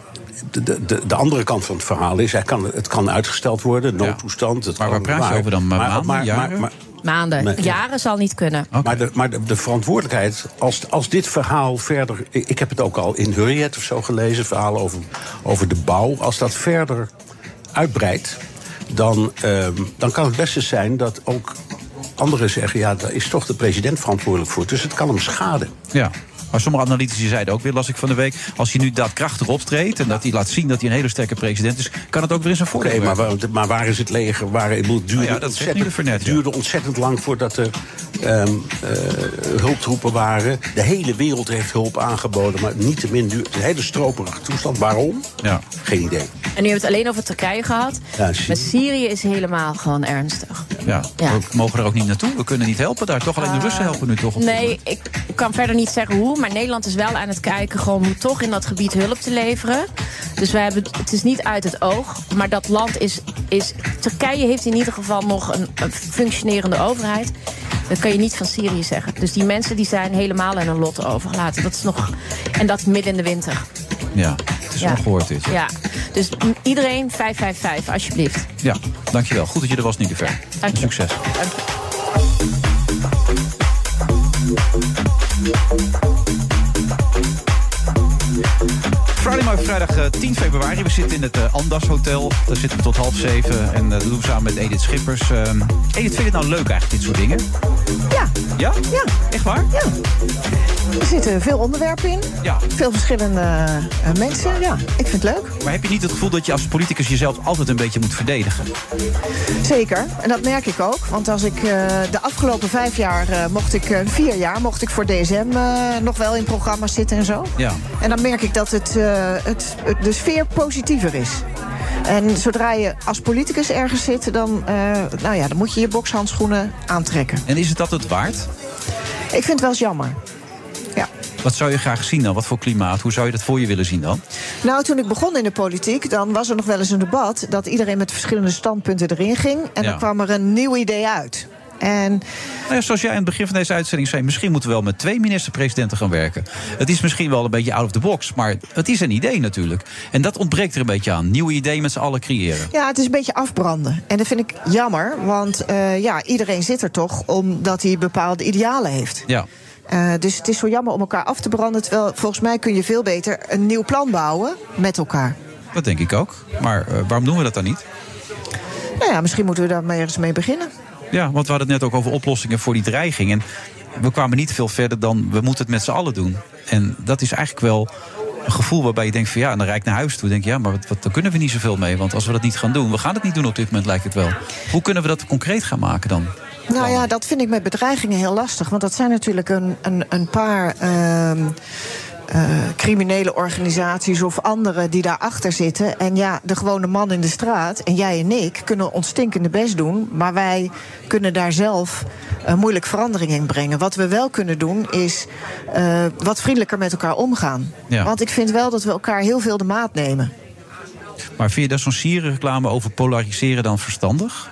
De, de, de andere kant van het verhaal is, hij kan, het kan uitgesteld worden, noodtoestand. Het maar waar praat je over dan? Maar, maanden, maar, jaren? Maar, maar, maanden. Nee. Jaren zal niet kunnen. Okay. Maar, de, maar de, de verantwoordelijkheid, als, als dit verhaal verder... Ik heb het ook al in Hurriyet of zo gelezen, het verhaal over, over de bouw. Als dat verder uitbreidt, dan, um, dan kan het best eens zijn dat ook anderen zeggen... ja, daar is toch de president verantwoordelijk voor. Dus het kan hem schaden. Ja. Maar sommige analytici zeiden ook weer, las ik van de week... als hij nu daadkrachtig optreedt en dat hij laat zien dat hij een hele sterke president is... kan het ook weer in zijn voordeel Oké, okay, maar, maar waar is het leger? Waar, het duurde, nou ja, dat ontzettend, net, ja. duurde ontzettend lang voordat er um, uh, hulptroepen waren. De hele wereld heeft hulp aangeboden, maar niettemin duurde een hele stroperige toestand. Waarom? Ja. Geen idee. En nu hebben we het alleen over Turkije gehad. Ja, met Syrië is helemaal gewoon ernstig. Ja, ja. We mogen er ook niet naartoe. We kunnen niet helpen daar. Toch alleen de Russen helpen nu toch? Op nee, ik kan verder niet zeggen hoe... maar Nederland is wel aan het kijken gewoon hoe toch in dat gebied hulp te leveren. Dus wij hebben, het is niet uit het oog. Maar dat land is... is Turkije heeft in ieder geval nog een, een functionerende overheid. Dat kan je niet van Syrië zeggen. Dus die mensen die zijn helemaal aan hun lot overgelaten. Dat is nog... En dat midden in de winter. Ja, het is ja. ongehoord dit. Ja, dus iedereen vijf vijf vijf, alsjeblieft. Ja, dankjewel. Goed dat je er was, Niederver. Dank je. Succes. Dank je. Friday Move, vrijdag uh, tien februari. We zitten in het uh, Andas Hotel. Daar zitten we tot half zeven. En uh, dat doen we samen met Edith Schippers. Uh, Edith, vind je het nou leuk eigenlijk, dit soort dingen? Ja. Ja? Ja. Echt waar? Ja. Er zitten veel onderwerpen in. Ja. Veel verschillende uh, mensen. Ja, ik vind het leuk. Maar heb je niet het gevoel dat je als politicus jezelf altijd een beetje moet verdedigen? Zeker. En dat merk ik ook. Want als ik uh, de afgelopen vijf jaar, uh, mocht ik, uh, vier jaar, mocht ik voor D S M uh, nog wel in programma's zitten en zo. Ja. En dan merk ik dat het, uh, het, het de sfeer positiever is. En zodra je als politicus ergens zit, dan, uh, nou ja, dan moet je je bokshandschoenen aantrekken. En is het dat het waard? Ik vind het wel eens jammer. Ja. Wat zou je graag zien dan? Wat voor klimaat? Hoe zou je dat voor je willen zien dan? Nou, toen ik begon in de politiek, dan was er nog wel eens een debat dat iedereen met verschillende standpunten erin ging. En Ja. dan kwam er een nieuw idee uit. En Nou ja, zoals jij aan het begin van deze uitzending zei, misschien moeten we wel met twee minister-presidenten gaan werken. Het is misschien wel een beetje out of the box, maar het is een idee natuurlijk. En dat ontbreekt er een beetje aan. Nieuwe ideeën met z'n allen creëren. ja, het is een beetje afbranden. En dat vind ik jammer, want uh, ja, iedereen zit er toch omdat hij bepaalde idealen heeft. Ja. Uh, dus het is zo jammer om elkaar af te branden. Terwijl volgens mij kun je veel beter een nieuw plan bouwen met elkaar. Dat denk ik ook. Maar uh, waarom doen we dat dan niet? Nou ja, misschien moeten we daar maar eens mee beginnen. Ja, want we hadden het net ook over oplossingen voor die dreiging. En we kwamen niet veel verder dan we moeten het met z'n allen doen. En dat is eigenlijk wel een gevoel waarbij je denkt van ja, en dan rijd ik naar huis toe. Denk je, ja, maar wat, wat, daar kunnen we niet zoveel mee. Want als we dat niet gaan doen, we gaan het niet doen op dit moment, lijkt het wel. Hoe kunnen we dat concreet gaan maken dan? Nou ja, dat vind ik met bedreigingen heel lastig. Want dat zijn natuurlijk een, een, een paar uh, uh, criminele organisaties of anderen die daarachter zitten. En ja, de gewone man in de straat en jij en ik kunnen ons stinkende best doen. Maar wij kunnen daar zelf uh, moeilijk verandering in brengen. Wat we wel kunnen doen is uh, wat vriendelijker met elkaar omgaan. Ja. Want ik vind wel dat we elkaar heel veel de maat nemen. Maar vind je dat zo'n sierenreclame over polariseren dan verstandig?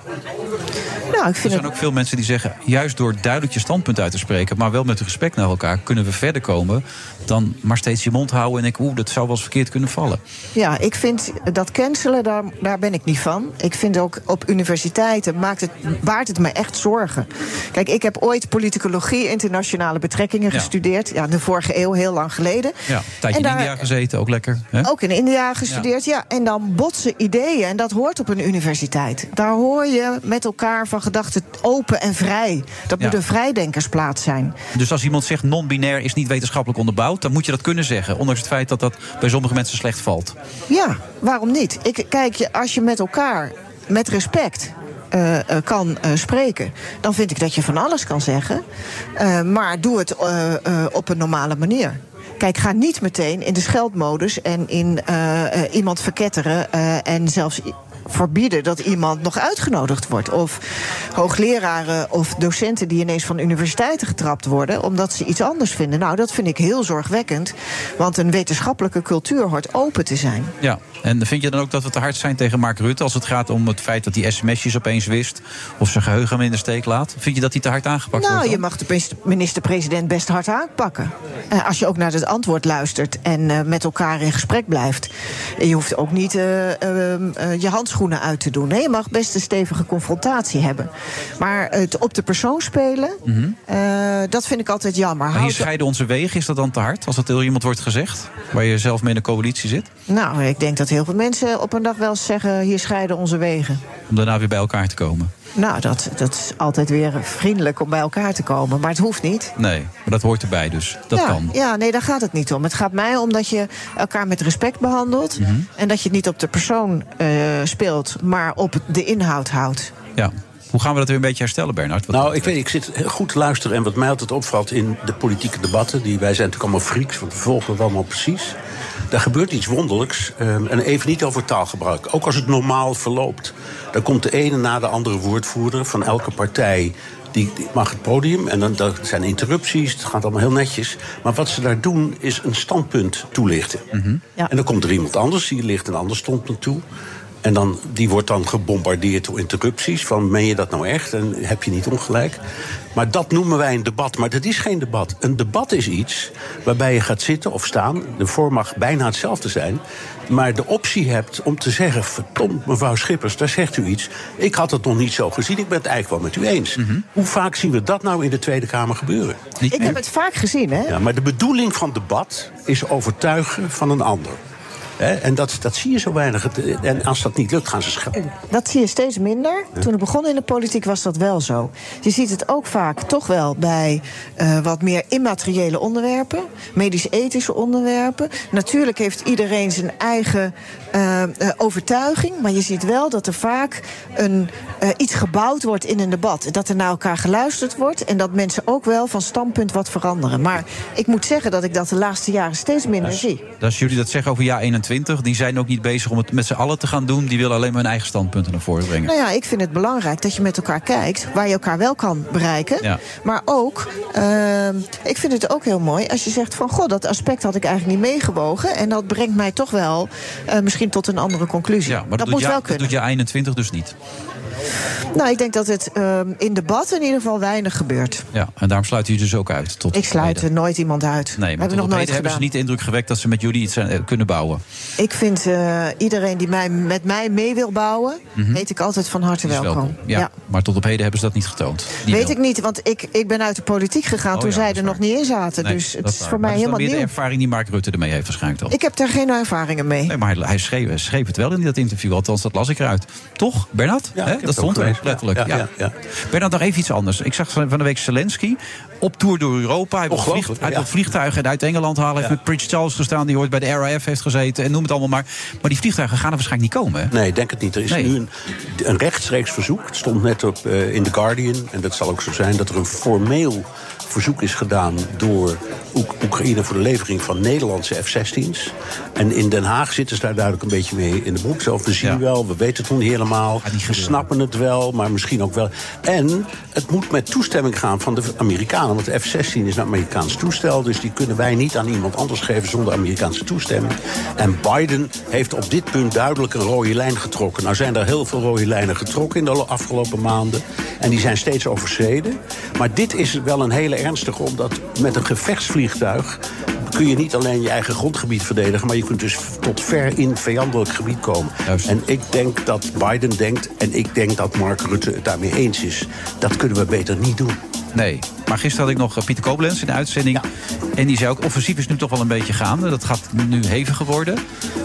Nou, ik vind er zijn het... ook veel mensen die zeggen, juist door duidelijk je standpunt uit te spreken, maar wel met respect naar elkaar, kunnen we verder komen dan maar steeds je mond houden en denken, oeh, dat zou wel eens verkeerd kunnen vallen. Ja, ik vind dat cancelen, daar, daar ben ik niet van. Ik vind ook op universiteiten maakt het, baart het me echt zorgen. Kijk, ik heb ooit politicologie, internationale betrekkingen Ja. gestudeerd. Ja, de vorige eeuw, heel lang geleden. Ja, een tijdje En in daar- India gezeten, ook lekker. Hè? Ook in India gestudeerd, ja. En dan botsen ideeën, en dat hoort op een universiteit. Daar hoor je met elkaar van gedachten open en vrij. Dat Ja. moet een vrijdenkersplaats zijn. Dus als iemand zegt non-binair is niet wetenschappelijk onderbouwd, dan moet je dat kunnen zeggen, ondanks het feit dat dat bij sommige mensen slecht valt. Ja, waarom niet? Ik, kijk, je- als je met elkaar, met respect uh, uh, kan uh, spreken, dan vind ik dat je van alles kan zeggen. Uh, maar doe het uh, uh, op een normale manier. Kijk, ga niet meteen in de scheldmodus en in uh, uh, iemand verketteren uh, en zelfs i- verbieden dat iemand nog uitgenodigd wordt. Of hoogleraren of docenten die ineens van universiteiten getrapt worden omdat ze iets anders vinden. Nou, dat vind ik heel zorgwekkend. Want een wetenschappelijke cultuur hoort open te zijn. Ja, en vind je dan ook dat we te hard zijn tegen Mark Rutte als het gaat om het feit dat hij sms'jes opeens wist of zijn geheugen hem in de steek laat? Vind je dat hij te hard aangepakt wordt? Nou, dan? je mag de minister- minister-president best hard aanpakken. Uh, als je ook naar het antwoord luistert en uh, met elkaar in gesprek blijft. En je hoeft ook niet uh, uh, uh, je handschoenen uit te doen. Nee, je mag best een stevige confrontatie hebben. Maar het op de persoon spelen, Mhm. uh, dat vind ik altijd jammer. Maar hier Houd- scheiden onze wegen, is dat dan te hard? Als dat door iemand wordt gezegd, waar je zelf mee in een coalitie zit? Nou, ik denk dat heel veel mensen op een dag wel eens zeggen, hier scheiden onze wegen. Om daarna weer bij elkaar te komen? Nou, dat, dat is altijd weer vriendelijk om bij elkaar te komen. Maar het hoeft niet. Nee, maar dat hoort erbij dus. Dat ja, kan. Ja, nee, daar gaat het niet om. Het gaat mij om dat je elkaar met respect behandelt. Mhm. En dat je het niet op de persoon uh, speelt, maar op de inhoud houdt. Ja. Hoe gaan we dat weer een beetje herstellen, Bernard? Wat Nou, ik weet, ik zit goed te luisteren. En wat mij altijd opvalt in de politieke debatten, die wij zijn natuurlijk allemaal freaks, want we volgen het allemaal precies. Daar gebeurt iets wonderlijks. Um, en even niet over taalgebruik. Ook als het normaal verloopt. Dan komt de ene na de andere woordvoerder van elke partij. Die, die mag het podium en dan dan zijn interrupties. Het gaat allemaal heel netjes. Maar wat ze daar doen is een standpunt toelichten. Mhm. Ja. En dan komt er iemand anders, die ligt een ander standpunt toe. En dan, die wordt dan gebombardeerd door interrupties. Van, meen je dat nou echt? En heb je niet ongelijk? Maar dat noemen wij een debat. Maar dat is geen debat. Een debat is iets waarbij je gaat zitten of staan. De vorm mag bijna hetzelfde zijn. Maar de optie hebt om te zeggen, verdomd, mevrouw Schippers, daar zegt u iets. Ik had het nog niet zo gezien. Ik ben het eigenlijk wel met u eens. Mhm. Hoe vaak zien we dat nou in de Tweede Kamer gebeuren? Ik heb het vaak gezien, hè? Ja, maar de bedoeling van debat is overtuigen van een ander. Hè? En dat, dat zie je zo weinig. En als dat niet lukt, gaan ze schelden. Dat zie je steeds minder. Toen ik begon in de politiek was dat wel zo. Je ziet het ook vaak toch wel bij uh, wat meer immateriële onderwerpen. Medisch-ethische onderwerpen. Natuurlijk heeft iedereen zijn eigen uh, uh, overtuiging. Maar je ziet wel dat er vaak een, uh, iets gebouwd wordt in een debat. Dat er naar elkaar geluisterd wordt. En dat mensen ook wel van standpunt wat veranderen. Maar ik moet zeggen dat ik dat de laatste jaren steeds minder dus, zie. Als jullie dat zeggen over jaar eenentwintig... die zijn ook niet bezig om het met z'n allen te gaan doen. Die willen alleen maar hun eigen standpunten naar voren brengen. Nou ja, ik vind het belangrijk dat je met elkaar kijkt waar je elkaar wel kan bereiken. Ja. Maar ook, uh, ik vind het ook heel mooi als je zegt van... goh, dat aspect had ik eigenlijk niet meegewogen. En dat brengt mij toch wel uh, misschien tot een andere conclusie. Ja, maar dat, dat moet moet ja, wel kunnen. Dat doet jaar eenentwintig dus niet. Nou, ik denk dat het uh, in debat in ieder geval weinig gebeurt. Ja, en daarom sluit u dus ook uit. Tot ik sluit er nooit iemand uit. Nee, maar tot nog nooit hebben ze niet de indruk gewekt dat ze met jullie iets uh, kunnen bouwen. Ik vind uh, iedereen die mij, met mij mee wil bouwen, mm-hmm. heet ik altijd van harte welkom. welkom. Ja, ja. Maar tot op heden hebben ze dat niet getoond. Weet wil. ik niet, want ik, ik ben uit de politiek gegaan oh, toen ja, zij er nog niet in zaten. Nee, dus het is waar. voor mij maar helemaal nieuw. Dat is de ervaring die Mark Rutte ermee heeft waarschijnlijk toch? Ik heb daar geen ervaringen mee. Nee, maar hij, hij schreef, schreef het wel in dat interview. Althans, dat las ik eruit. Toch, Bernard? Ja, He? Dat stond er letterlijk. Ja, ja. Ja. Ja. Bernard, nog even iets anders. Ik zag van de week Zelensky op tour door Europa. Hij wil vlieg, ja. vliegtuigen uit Engeland halen. Hij heeft ja. met Prince Charles gestaan, die hoort bij de R A F heeft gezeten. En noem het allemaal maar. Maar die vliegtuigen gaan er waarschijnlijk niet komen. Hè? Nee, ik denk het niet. Er is nee. nu een, een rechtstreeks verzoek. Het stond net op uh, in The Guardian. En dat zal ook zo zijn dat er een formeel verzoek is gedaan door Oek- Oekraïne voor de levering van Nederlandse F zestien's. En in Den Haag zitten ze daar duidelijk een beetje mee in de broek. Zelf, we zien ja. wel, we weten het nog niet helemaal. We snappen het wel, maar misschien ook wel. En het moet met toestemming gaan van de Amerikanen. Want de F zestien is een Amerikaans toestel. Dus die kunnen wij niet aan iemand anders geven zonder Amerikaanse toestemming. En Biden heeft op dit punt duidelijk een rode lijn getrokken. Nou zijn er heel veel rode lijnen getrokken in de afgelopen maanden. En die zijn steeds overschreden. Maar dit is wel een hele ernstige, omdat met een gevechtsvliegtuig kun je niet alleen je eigen grondgebied verdedigen, maar je kunt dus tot ver in vijandelijk gebied komen. Juist. En ik denk dat Biden denkt, en ik denk dat Mark Rutte het daarmee eens is, dat kunnen we beter niet doen. Nee, maar gisteren had ik nog Pieter Koblenz in de uitzending. Ja. En die zei ook, offensief is nu toch wel een beetje gaande. Dat gaat nu heviger worden.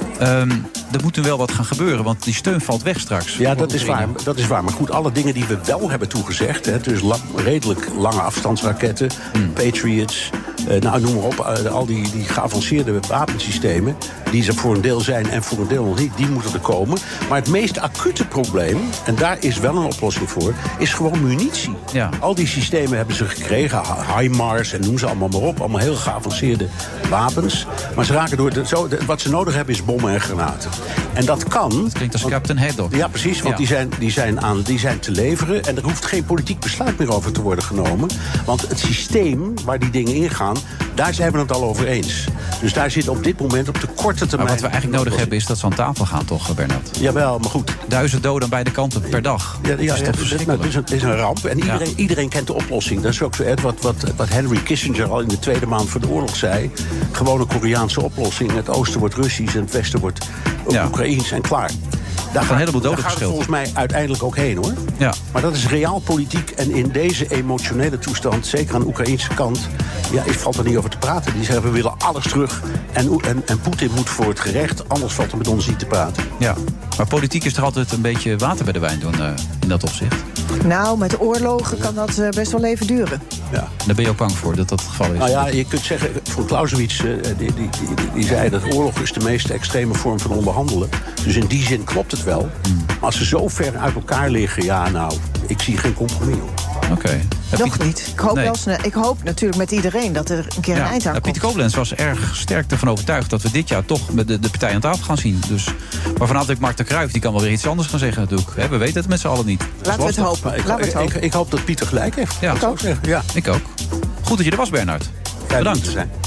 Um, er moet nu wel wat gaan gebeuren, want die steun valt weg straks. Ja, dat is waar. Dat is waar. Maar goed, alle dingen die we wel hebben toegezegd, hè, dus la- redelijk lange afstandsraketten, hmm. Patriots, uh, nou noem maar op, uh, al die, die geavanceerde wapensystemen, die er voor een deel zijn en voor een deel nog niet, die moeten er komen. Maar het meest acute probleem, en daar is wel een oplossing voor, is gewoon munitie. Ja. Al die systemen hebben ze gekregen, HIMARS en noem ze allemaal maar op, allemaal heel geavanceerde wapens. Maar ze raken door de, zo, de, wat ze nodig hebben is bommen en granaten. En dat kan. Dat klinkt als want, Captain Haddock. Ja, precies, want ja. Die, zijn, die, zijn aan, die zijn te leveren. En er hoeft geen politiek besluit meer over te worden genomen. Want het systeem waar die dingen in gaan, daar zijn we het al over eens. Dus daar zit op dit moment op de korte termijn. Maar wat we eigenlijk nodig hebben is dat ze aan tafel gaan, toch, Bernard? Jawel, maar goed. Duizend doden aan beide kanten per dag. Ja, ja, ja, dat, is, nou, dat, is een, dat is een ramp. En iedereen, ja. iedereen kent de oplossing. Dat is ook zo, Ed, wat, wat, wat Henry Kissinger al in de tweede maand voor de oorlog zei. Gewoon een Koreaanse oplossing. Het oosten wordt Russisch en het westen wordt ja. Oekraïens en klaar. Daar gaat, een heleboel doden daar gaat het volgens mij uiteindelijk ook heen, hoor. Ja. Maar dat is realpolitiek. En in deze emotionele toestand, zeker aan de Oekraïnse kant, ja, valt er niet over te praten. Die zeggen, we willen alles terug. En, en, en Poetin moet voor het gerecht, anders valt er met ons niet te praten. Ja, maar politiek is toch altijd een beetje water bij de wijn doen uh, in dat opzicht? Nou, met oorlogen kan dat uh, best wel even duren. Ja. Daar ben je ook bang voor, dat dat het geval is? Nou ja, je kunt zeggen, voor Clausewitz, uh, die, die, die, die zei dat oorlog is de meest extreme vorm van onderhandelen. Dus in die zin klopt het wel. Hmm. Maar als ze zo ver uit elkaar liggen, ja, nou, ik zie geen compromis op. Oké. Okay. Nog Piet... niet. Ik hoop, nee. wel snel, ik hoop natuurlijk met iedereen dat er een keer ja. een eind aan komt. Pieter Koblenz was erg sterk ervan overtuigd dat we dit jaar toch met de, de partij aan tafel gaan zien. Dus, maar vanavond Mark de Cruijff, die kan wel weer iets anders gaan zeggen natuurlijk. We weten het met z'n allen niet. Laten we het hopen. Ik, Laten ik, we het ik, ik, ik hoop dat Pieter gelijk heeft. Ja, ik ook. Zeggen. Ja. Ik ook. Goed dat je er was, Bernard. Bedankt. Te zijn.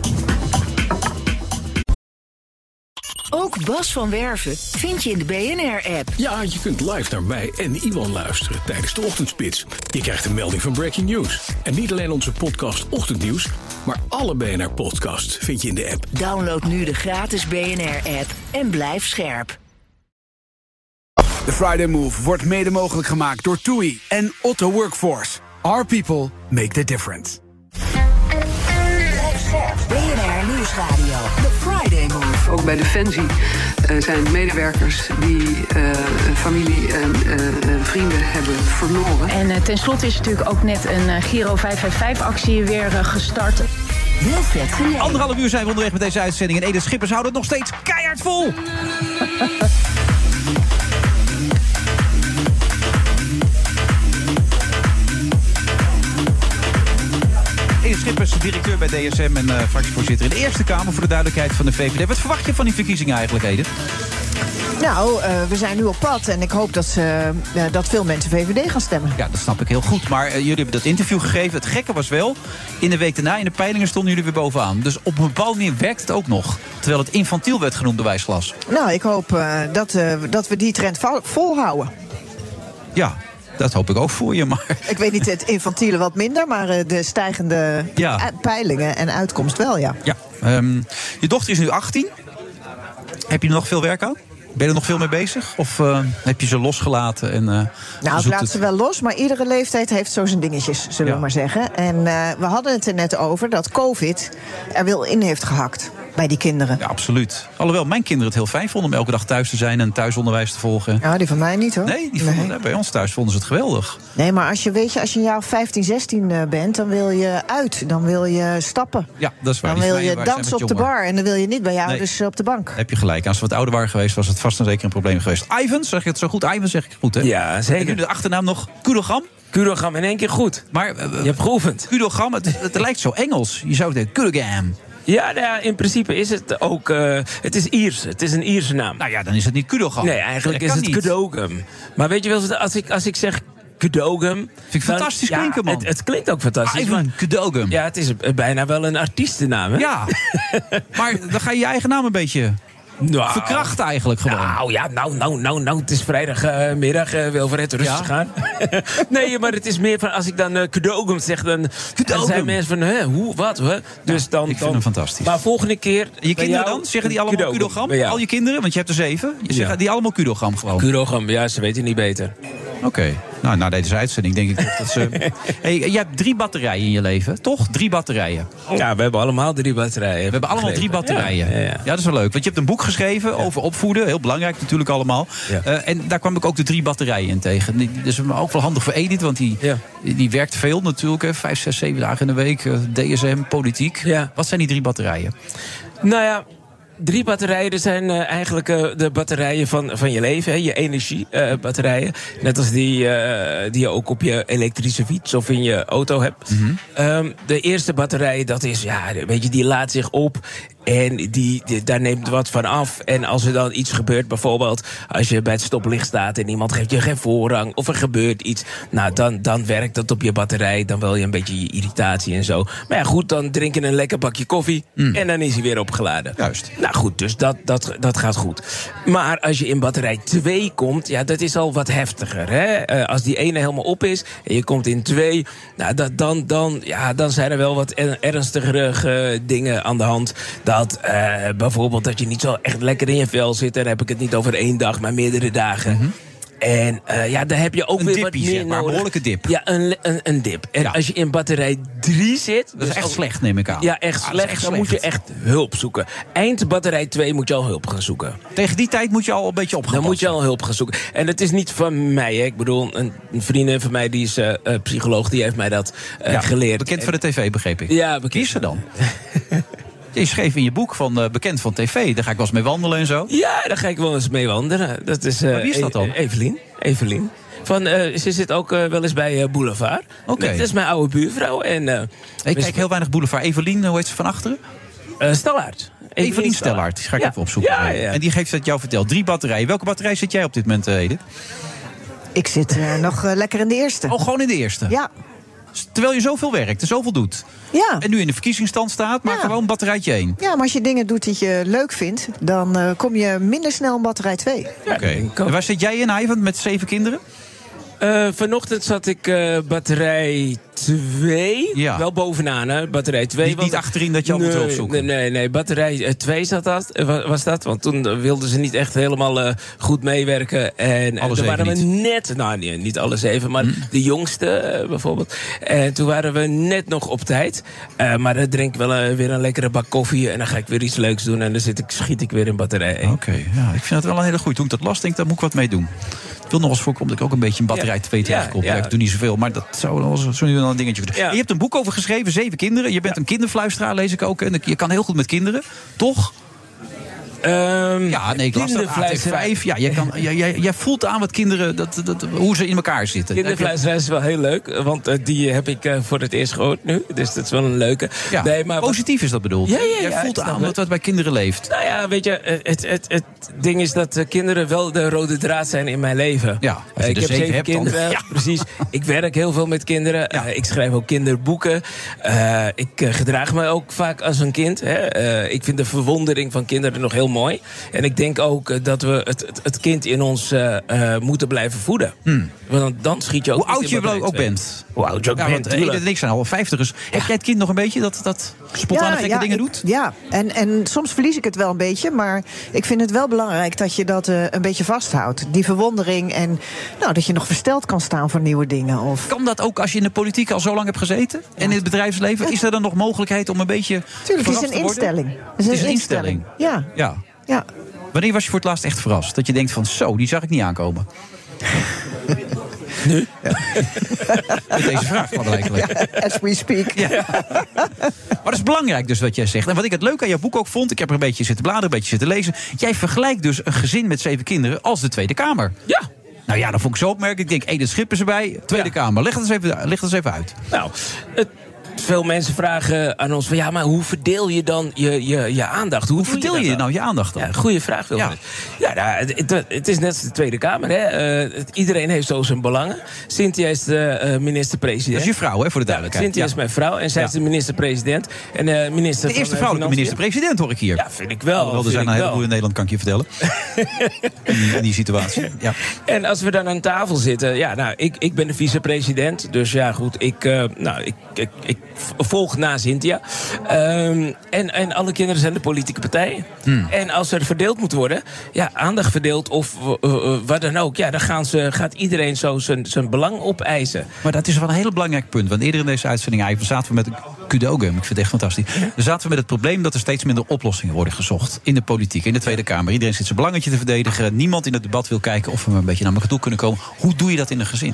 Ook Bas van Werven vind je in de B N R-app. Ja, je kunt live naar mij en Iwan luisteren tijdens de ochtendspits. Je krijgt een melding van Breaking News. En niet alleen onze podcast Ochtendnieuws, maar alle B N R-podcasts vind je in de app. Download nu de gratis B N R-app en blijf scherp. The Friday Move wordt mede mogelijk gemaakt door TUI en Otto Workforce. Our people make the difference. Blijf scherp. B N R Nieuwsradio. The Friday Move. Ook bij Defensie uh, zijn medewerkers die uh, familie en uh, vrienden hebben verloren. En uh, tenslotte is natuurlijk ook net een uh, Giro vijf vijf vijf-actie weer uh, gestart. Anderhalf uur zijn we onderweg met deze uitzending. En Edith Schippers houdt het nog steeds keihard vol. Edith Schippers, directeur bij D S M en uh, fractievoorzitter in de Eerste Kamer voor de duidelijkheid van de V V D. Wat verwacht je van die verkiezingen eigenlijk, Edith? Nou, uh, we zijn nu op pad en ik hoop dat, ze, uh, dat veel mensen V V D gaan stemmen. Ja, dat snap ik heel goed. Maar uh, jullie hebben dat interview gegeven. Het gekke was wel, in de week daarna in de peilingen stonden jullie weer bovenaan. Dus op een bepaalde manier werkt het ook nog. Terwijl het infantiel werd genoemd door Wijsglas. Nou, ik hoop uh, dat, uh, dat we die trend vo- volhouden. Ja. Dat hoop ik ook voor je, maar... Ik weet niet het infantiele wat minder, maar uh, de stijgende ja. peilingen en uitkomst wel, ja. Ja. Um, je dochter is nu achttien. Heb je er nog veel werk aan? Ben je er nog veel mee bezig? Of uh, heb je ze losgelaten? En, uh, nou, ik laat het... ze wel los, maar iedere leeftijd heeft zo zijn dingetjes, zullen ja. we maar zeggen. En uh, we hadden het er net over dat COVID er wel in heeft gehakt bij die kinderen. Ja, absoluut. Alhoewel mijn kinderen het heel fijn vonden om elke dag thuis te zijn en thuisonderwijs te volgen. Ja, die van mij niet, hoor. Nee, die vonden, nee. bij ons thuis vonden ze het geweldig. Nee, maar als je, weet je, als je een jaar of vijftien, zestien bent, dan wil je uit. Dan wil je stappen. Ja, dat is waar. Dan wil je dansen op de bar en dan wil je niet bij je nee. ouders op de bank. Heb je gelijk. Als ze wat ouder waren geweest, was het vast en zeker een probleem geweest. Ivan, zeg je het zo goed? Ivan zeg ik goed, hè? Ja, zeker. En nu de achternaam nog Kudogam. Kudogam in één keer goed. Maar uh, je hebt geoefend. Kudogam, het, het lijkt zo Engels. Je zou het zeggen Kudogam. Ja, nou ja, in principe is het ook... Uh, het is Iers. Het is een Ierse naam. Nou ja, dan is het niet Kudogam. Nee, eigenlijk is het Kudogam. Maar weet je wel, als ik, als ik zeg Kudogam... Vind ik fantastisch dan, klinken, man. Ja, het, het klinkt ook fantastisch. Ivan Kudogam. Ja, het is bijna wel een artiestennaam, hè? Ja, maar dan ga je je eigen naam een beetje... Nou, verkracht eigenlijk gewoon. Nou ja, nou, nou, nou, nou het is vrijdagmiddag, uh, Wilfred, rustig ja. gaan. Nee, maar het is meer van, als ik dan uh, Kudogam zeg, dan, dan zijn mensen van, hè, hoe, wat, hè? Dus dan, ik vind dan, hem fantastisch. Maar volgende keer... Je kinderen jou, dan? Zeggen die allemaal Kudogam? Al je kinderen? Want je hebt er zeven. Je zeggen ja. die allemaal Kudogam gewoon? Kudogam, ja, ze weten niet beter. Oké. Okay. Nou, na deze uitzending denk ik dat ze... Hey, jij hebt drie batterijen in je leven, toch? Drie batterijen. Ja, we hebben allemaal drie batterijen. We hebben allemaal drie batterijen. Ja, ja, ja. ja, dat is wel leuk. Want je hebt een boek geschreven ja. over opvoeden. Heel belangrijk natuurlijk allemaal. Ja. Uh, en daar kwam ik ook de drie batterijen in tegen. Dat is ook wel handig voor Edith, want die, ja. die, die werkt veel natuurlijk. Hè. Vijf, zes, zeven dagen in de week. Uh, D S M, politiek. Ja. Wat zijn die drie batterijen? Nou ja... Drie batterijen, dat zijn uh, eigenlijk uh, de batterijen van, van je leven, hè, je energiebatterijen. Uh, Net als die, uh, die je ook op je elektrische fiets of in je auto hebt. Mm-hmm. Um, de eerste batterij, dat is, ja, weet je, die laat zich op. En die, die, daar neemt wat van af. En als er dan iets gebeurt, bijvoorbeeld als je bij het stoplicht staat en iemand geeft je geen voorrang of er gebeurt iets, nou dan, dan werkt dat op je batterij. Dan wil je een beetje je irritatie en zo. Maar ja, goed, dan drink je een lekker bakje koffie mm. en dan is hij weer opgeladen. Juist. Nou goed, dus dat, dat, dat gaat goed. Maar als je in batterij twee komt, ja, dat is al wat heftiger. Hè? Uh, als die ene helemaal op is en je komt in twee, nou, dat, dan, dan, ja, dan zijn er wel wat ernstigere uh, dingen aan de hand. Dat uh, bijvoorbeeld dat je niet zo echt lekker in je vel zit. Dan heb ik het niet over één dag, maar meerdere dagen. Mm-hmm. En uh, ja, daar heb je ook een weer dippie, wat meer zeg maar, nodig. Een behoorlijke dip. Ja, een, een, een dip. En ja. als je in batterij drie zit... Dat is dus echt als, slecht, neem ik aan. Ja, echt ah, slecht. Echt dan slecht. moet je echt hulp zoeken. Eind batterij twee moet je al hulp gaan zoeken. Tegen die tijd moet je al een beetje op gaan Dan moet je al hulp gaan zoeken. En dat is niet van mij, hè. Ik bedoel, een, een vriendin van mij, die is uh, uh, psycholoog, die heeft mij dat uh, ja, geleerd. Bekend van de tv, begreep ik. Ja, bekend. Wie is ze dan? Je schreef in je boek van uh, bekend van tv. Daar ga ik wel eens mee wandelen en zo. Ja, daar ga ik wel eens mee wandelen. Dat is, uh, maar wie is dat dan? E- Evelien. Evelien. Van, uh, ze zit ook uh, wel eens bij uh, Boulevard. Oké. Okay. Dat is mijn oude buurvrouw. En, uh, ik kijk heel weinig Boulevard. Evelien, hoe heet ze van achteren? Uh, Stellaert. Evelien, Evelien Stellaert. Die ga ik ja. even opzoeken. Ja, ja. En die heeft het jou verteld. Drie batterijen. Welke batterij zit jij op dit moment, Edith? Ik zit uh, nog uh, lekker in de eerste. Oh, gewoon in de eerste? Ja. Terwijl je zoveel werkt en zoveel doet. Ja. En nu in de verkiezingsstand staat, maar ja. gewoon batterijtje één. Ja, maar als je dingen doet die je leuk vindt, dan uh, kom je minder snel in batterij twee. Oké. Okay. En waar zit jij in, Ivan, met zeven kinderen? Uh, vanochtend zat ik uh, batterij twee. Ja. Wel bovenaan, hè? Batterij twee. Niet, niet achterin dat je allemaal wil opzoeken. Nee, nee, nee. Batterij twee zat dat, was dat. Want toen wilden ze niet echt helemaal uh, goed meewerken. En alles toen waren we niet. net... Nou, nee, niet alle zeven, maar hm. de jongste uh, bijvoorbeeld. En toen waren we net nog op tijd. Uh, maar dan drink ik wel uh, weer een lekkere bak koffie. En dan ga ik weer iets leuks doen. En dan zit ik, schiet ik weer in batterij één. Oké, okay, ja, ik vind het wel een hele goeie. Toen ik dat las, denk ik, daar moet ik wat mee doen. Ik wil nog eens voorkomen dat ik ook een beetje een batterij ja. twee tegenkom. Ja, ja. Ik doe niet zoveel, maar dat zou wel zo nu wel een dingetje kunnen. Ja. Je hebt een boek over geschreven, zeven kinderen. Je bent een kinderfluisteraar, lees ik ook. En je kan heel goed met kinderen, toch? Um, ja, nee, ik las dat A T vijf. Ja, jij, kan, jij, jij, jij voelt aan wat kinderen, dat, dat, hoe ze in elkaar zitten. Kinderfluisteraar is wel heel leuk, want uh, die heb ik uh, voor het eerst gehoord nu. Dus dat is wel een leuke. Ja, nee, maar positief wat, is dat bedoeld. Ja, ja, ja, jij voelt ja, aan wat, wat bij kinderen leeft. Nou ja, weet je, het, het, het ding is dat uh, kinderen wel de rode draad zijn in mijn leven. Ja, uh, ik heb zeven hebt, kinderen, ja. precies. Ik werk heel veel met kinderen. Ja. Uh, ik schrijf ook kinderboeken. Uh, ik uh, gedraag me ook vaak als een kind. Hè. Uh, ik vind de verwondering van kinderen nog heel mooi. En ik denk ook dat we het, het, het kind in ons uh, uh, moeten blijven voeden. Hmm. Want dan schiet je ook... Hoe oud je ook, ook bent. Hoe oud je ook ja, bent. Want Edith en ik zijn al vijftigers. Ja. Heb jij het kind nog een beetje dat, dat spontane ja, gekke ja, dingen ik, doet? Ja, en, en soms verlies ik het wel een beetje. Maar ik vind het wel belangrijk dat je dat uh, een beetje vasthoudt. Die verwondering en nou, dat je nog versteld kan staan voor nieuwe dingen. Of... Kan dat ook als je in de politiek al zo lang hebt gezeten? Ja. En in het bedrijfsleven? Ja. Is er dan nog mogelijkheid om een beetje Tuurlijk, het is een instelling. Het is een instelling. Ja. ja. ja. Wanneer was je voor het laatst echt verrast? Dat je denkt van, zo, die zag ik niet aankomen. Nu? Ja. Met deze vraag gewoon eigenlijk. As we speak. Ja. Maar dat is belangrijk dus wat jij zegt. En wat ik het leuk aan jouw boek ook vond... ik heb er een beetje zitten bladeren, een beetje zitten lezen... jij vergelijkt dus een gezin met zeven kinderen als de Tweede Kamer. Ja. Nou ja, dat vond ik zo opmerkelijk. Ik denk, Edith Schippers erbij, Tweede ja. Kamer. Leg het, eens even, leg het eens even uit. Nou, het... Veel mensen vragen aan ons van ja, maar hoe verdeel je dan je, je, je aandacht? Hoe, hoe verdeel je, je nou je aandacht dan? Ja, goeie vraag, Wilfred. Ja, ja nou, het, het is net als de Tweede Kamer. Hè. Uh, het, iedereen heeft zo zijn belangen. Cynthia is de uh, minister-president. Dat is je vrouw, hè, voor de duidelijkheid. Ja, Cynthia ja. is mijn vrouw en zij ja. is de minister-president. En, uh, minister de eerste vrouwelijke minister-president hoor ik hier. Ja, vind ik wel. Wel, er zijn een heleboel in Nederland, kan ik je vertellen. in, die, in die situatie. Ja. En als we dan aan tafel zitten, ja, nou, ik, ik ben de vicepresident. Dus ja, goed, ik, uh, nou, ik, ik, ik volg na Cynthia. Um, en, en alle kinderen zijn de politieke partijen. Hmm. En als er verdeeld moet worden, ja, aandacht verdeeld of uh, uh, wat dan ook, ja, dan gaan ze, gaat iedereen zo zijn, zijn belang opeisen. Maar dat is wel een heel belangrijk punt. Want eerder in deze uitzending eigenlijk zaten we met een Kudogum. Ik vind het echt fantastisch. Dan zaten we met het probleem dat er steeds minder oplossingen worden gezocht in de politiek, in de Tweede Kamer. Iedereen zit zijn belangetje te verdedigen. Niemand in het debat wil kijken of we een beetje naar elkaar toe kunnen komen. Hoe doe je dat in een gezin?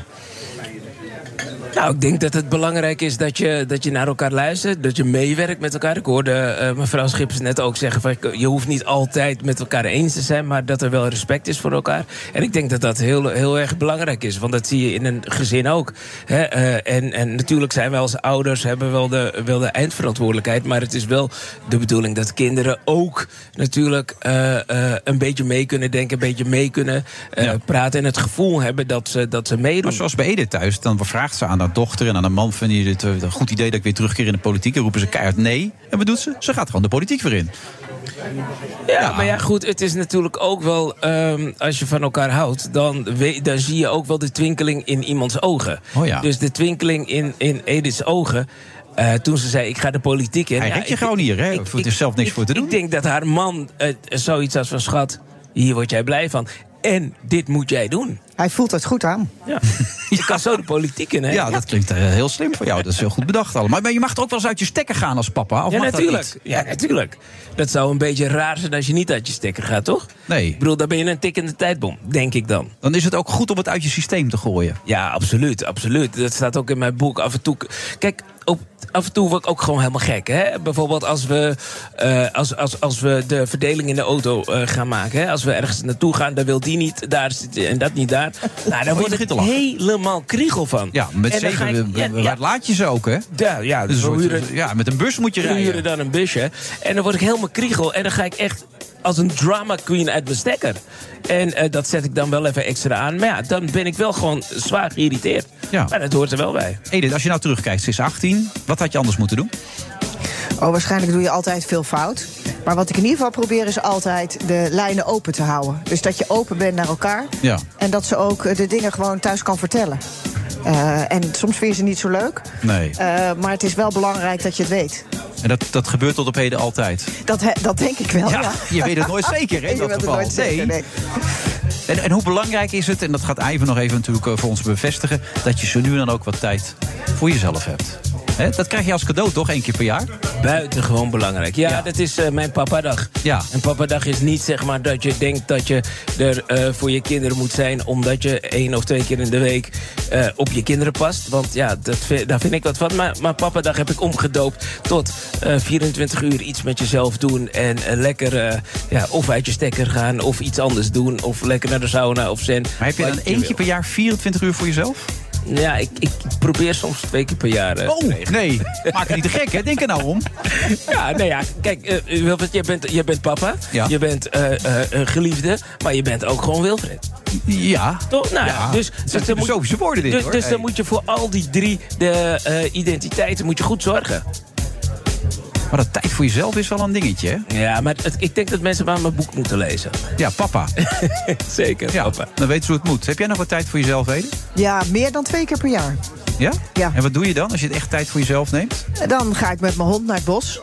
Nou, ik denk dat het belangrijk is dat je, dat je naar elkaar luistert, dat je meewerkt met elkaar. Ik hoorde uh, mevrouw Schippers net ook zeggen van je hoeft niet altijd met elkaar eens te zijn, maar dat er wel respect is voor elkaar. En ik denk dat dat heel, heel erg belangrijk is, want dat zie je in een gezin ook. Hè? Uh, en, en natuurlijk zijn wij als ouders hebben wel de, wel de eindverantwoordelijkheid, maar het is wel de bedoeling dat kinderen ook natuurlijk uh, uh, een beetje mee kunnen denken, een beetje mee kunnen uh, ja. praten en het gevoel hebben dat ze, dat ze meedoen. Maar zoals bij Edith thuis, dan vraagt ze aan haar dochter en aan haar man: vind je dit een goed idee dat ik weer terugkeer in de politiek? En roepen ze keihard nee. En wat doet ze? Ze gaat gewoon de politiek weer in. Ja, ja, maar ja, goed, het is natuurlijk ook wel, um, als je van elkaar houdt, dan, we, dan zie je ook wel de twinkeling in iemands ogen. Oh ja. Dus de twinkeling in, in Edith's ogen. Uh, toen ze zei, ik ga de politiek in. Hij ja, rekt je gewoon hier, hè? Ik, het is zelf niks ik, voor te doen. Ik denk dat haar man uh, zoiets als van: schat, hier word jij blij van. En dit moet jij doen. Hij voelt het goed aan. Ja. Je kan zo de politiek in, hè? Ja, dat klinkt uh, heel slim voor jou. Dat is heel goed bedacht allemaal. Maar je mag er ook wel eens uit je stekker gaan als papa? Of ja, mag natuurlijk. Dat ja, natuurlijk. Dat zou een beetje raar zijn als je niet uit je stekker gaat, toch? Nee. Ik bedoel, dan ben je een tikkende tijdbom, denk ik dan. Dan is het ook goed om het uit je systeem te gooien. Ja, absoluut, absoluut. Dat staat ook in mijn boek. Af en toe... Kijk, op, af en toe word ik ook gewoon helemaal gek. Hè? Bijvoorbeeld als we, uh, als, als, als we de verdeling in de auto uh, gaan maken. Hè? Als we ergens naartoe gaan, dan wil die niet daar zitten en dat niet daar. Nou, daar word ik helemaal kriegel van. Ja, met en zeven, ik, ja, ja. waar laat je ze ook, hè? Ja, ja, dus dus huren, ja, met een bus moet je rijden. We huren dan een busje. En dan word ik helemaal kriegel. En dan ga ik echt als een drama queen uit mijn stekker. En uh, dat zet ik dan wel even extra aan. Maar ja, dan ben ik wel gewoon zwaar geïrriteerd. Ja. Maar dat hoort er wel bij. Edith, als je nou terugkijkt, ze is achttien. Wat had je anders moeten doen? Oh, waarschijnlijk doe je altijd veel fout. Maar wat ik in ieder geval probeer is altijd de lijnen open te houden. Dus dat je open bent naar elkaar. Ja. En dat ze ook de dingen gewoon thuis kan vertellen. Uh, en soms vind je ze niet zo leuk. Nee. Uh, maar het is wel belangrijk dat je het weet. En dat, dat gebeurt tot op heden altijd? Dat, he, dat denk ik wel, ja. ja. Je weet het nooit zeker, hè, in dat je geval. Het nooit zeker, nee. En, en hoe belangrijk is het, en dat gaat Ivan nog even natuurlijk voor ons bevestigen, dat je zo nu en dan ook wat tijd voor jezelf hebt? He, dat krijg je als cadeau toch, één keer per jaar? Buitengewoon belangrijk. Ja, ja. dat is uh, mijn papadag. Ja. En papadag is niet zeg maar dat je denkt dat je er uh, voor je kinderen moet zijn, omdat je één of twee keer in de week uh, op je kinderen past. Want ja, dat, daar vind ik wat van. Maar, maar papadag heb ik omgedoopt tot uh, vierentwintig uur iets met jezelf doen. En uh, lekker uh, ja, of uit je stekker gaan of iets anders doen. Of lekker naar de sauna of zen. Maar heb je dan één keer per jaar vierentwintig uur voor jezelf? Ja, ik, ik probeer soms twee keer per jaar. Uh, oh, nee. Maak het niet te gek, hè? Denk er nou om. Ja, nee, ja. Kijk, uh, Wilfred, jij bent, jij bent papa. Ja. Je bent uh, uh, een geliefde. Maar je bent ook gewoon Wilfred. Ja. Toch? Nou, ja. Dus, dat dus, zijn filosofische woorden dit, dus, hoor. Dus hey. dan moet je voor al die drie de uh, identiteiten moet je goed zorgen. Maar dat tijd voor jezelf is wel een dingetje, hè? Ja, maar het, ik denk dat mensen maar mijn boek moeten lezen. Ja, papa. Zeker, ja, papa. Dan weten ze hoe het moet. Heb jij nog wat tijd voor jezelf, Ede? Ja, meer dan twee keer per jaar. Ja? Ja. En wat doe je dan als je het echt tijd voor jezelf neemt? Dan ga ik met mijn hond naar het bos.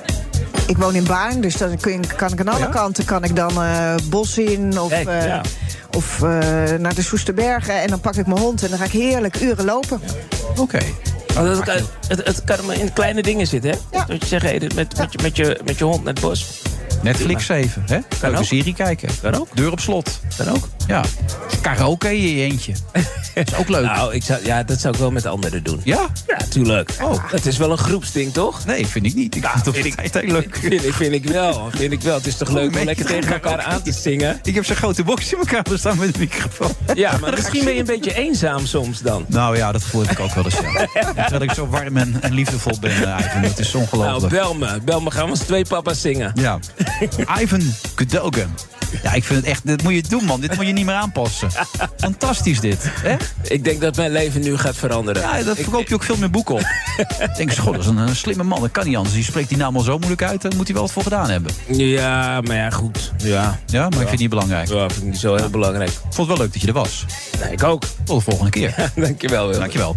Ik woon in Baarn, dus dan kun je, kan ik aan alle oh ja? kanten kan ik dan uh, bos in of, Kijk, uh, ja. of uh, naar de Soesterbergen. En dan pak ik mijn hond en dan ga ik heerlijk uren lopen. Oké. Okay. Oh, het, kan, het, het kan maar in kleine dingen zitten, hè? Ja. Dat je zegt, hey, met, met, je, met, je, met je hond naar het bos. Netflix even, hè? Kan ook een serie kijken. Kan ook. Deur op slot. Kan ook. Ja. Karaoke in je eentje. Dat is ook leuk. Nou, ik zou, ja, dat zou ik wel met anderen doen. Ja? Ja, tuurlijk. Oh. Het is wel een groepsding, toch? Nee, vind ik niet. Ik ja, vind het vind ik, heel leuk. Vind ik, vind ik wel. Vind ik wel. Het is toch oh, leuk om lekker tegen elkaar aan te zingen? Ik heb zo'n grote box in elkaar staan met een microfoon. Ja, maar misschien ben je een beetje eenzaam soms dan. Nou ja, dat voel ik ook wel eens. Ja. Terwijl ik zo warm en, en liefdevol ben, uh, Ivan. Dat is ongelooflijk. Nou, bel me. Bel me. Gaan we als twee papa's zingen. Ja. Ivan Cadogan. Ja, ik vind het echt... Dit moet je doen, man. Dit moet je niet meer aanpassen. Fantastisch, dit. Hè? Ik denk dat mijn leven nu gaat veranderen. Ja, dat verkoop je ook veel meer boeken op. Ik denk, god, dat is een, een slimme man. Dat kan niet anders. Die spreekt die naam al zo moeilijk uit. Daar moet hij wel wat voor gedaan hebben. Ja, maar ja, goed. Ja, ja maar ja. ik vind het niet belangrijk. Ja, vind ik niet zo heel belangrijk. Ik vond het wel leuk dat je er was. Nee, ik ook. Tot de volgende keer. Ja, dankjewel, Wil. Dankjewel.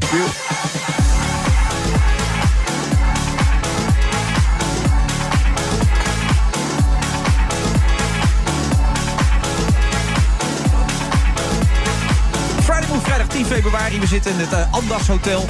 Vrijdag tien februari, we zitten in het uh, Andas Hotel.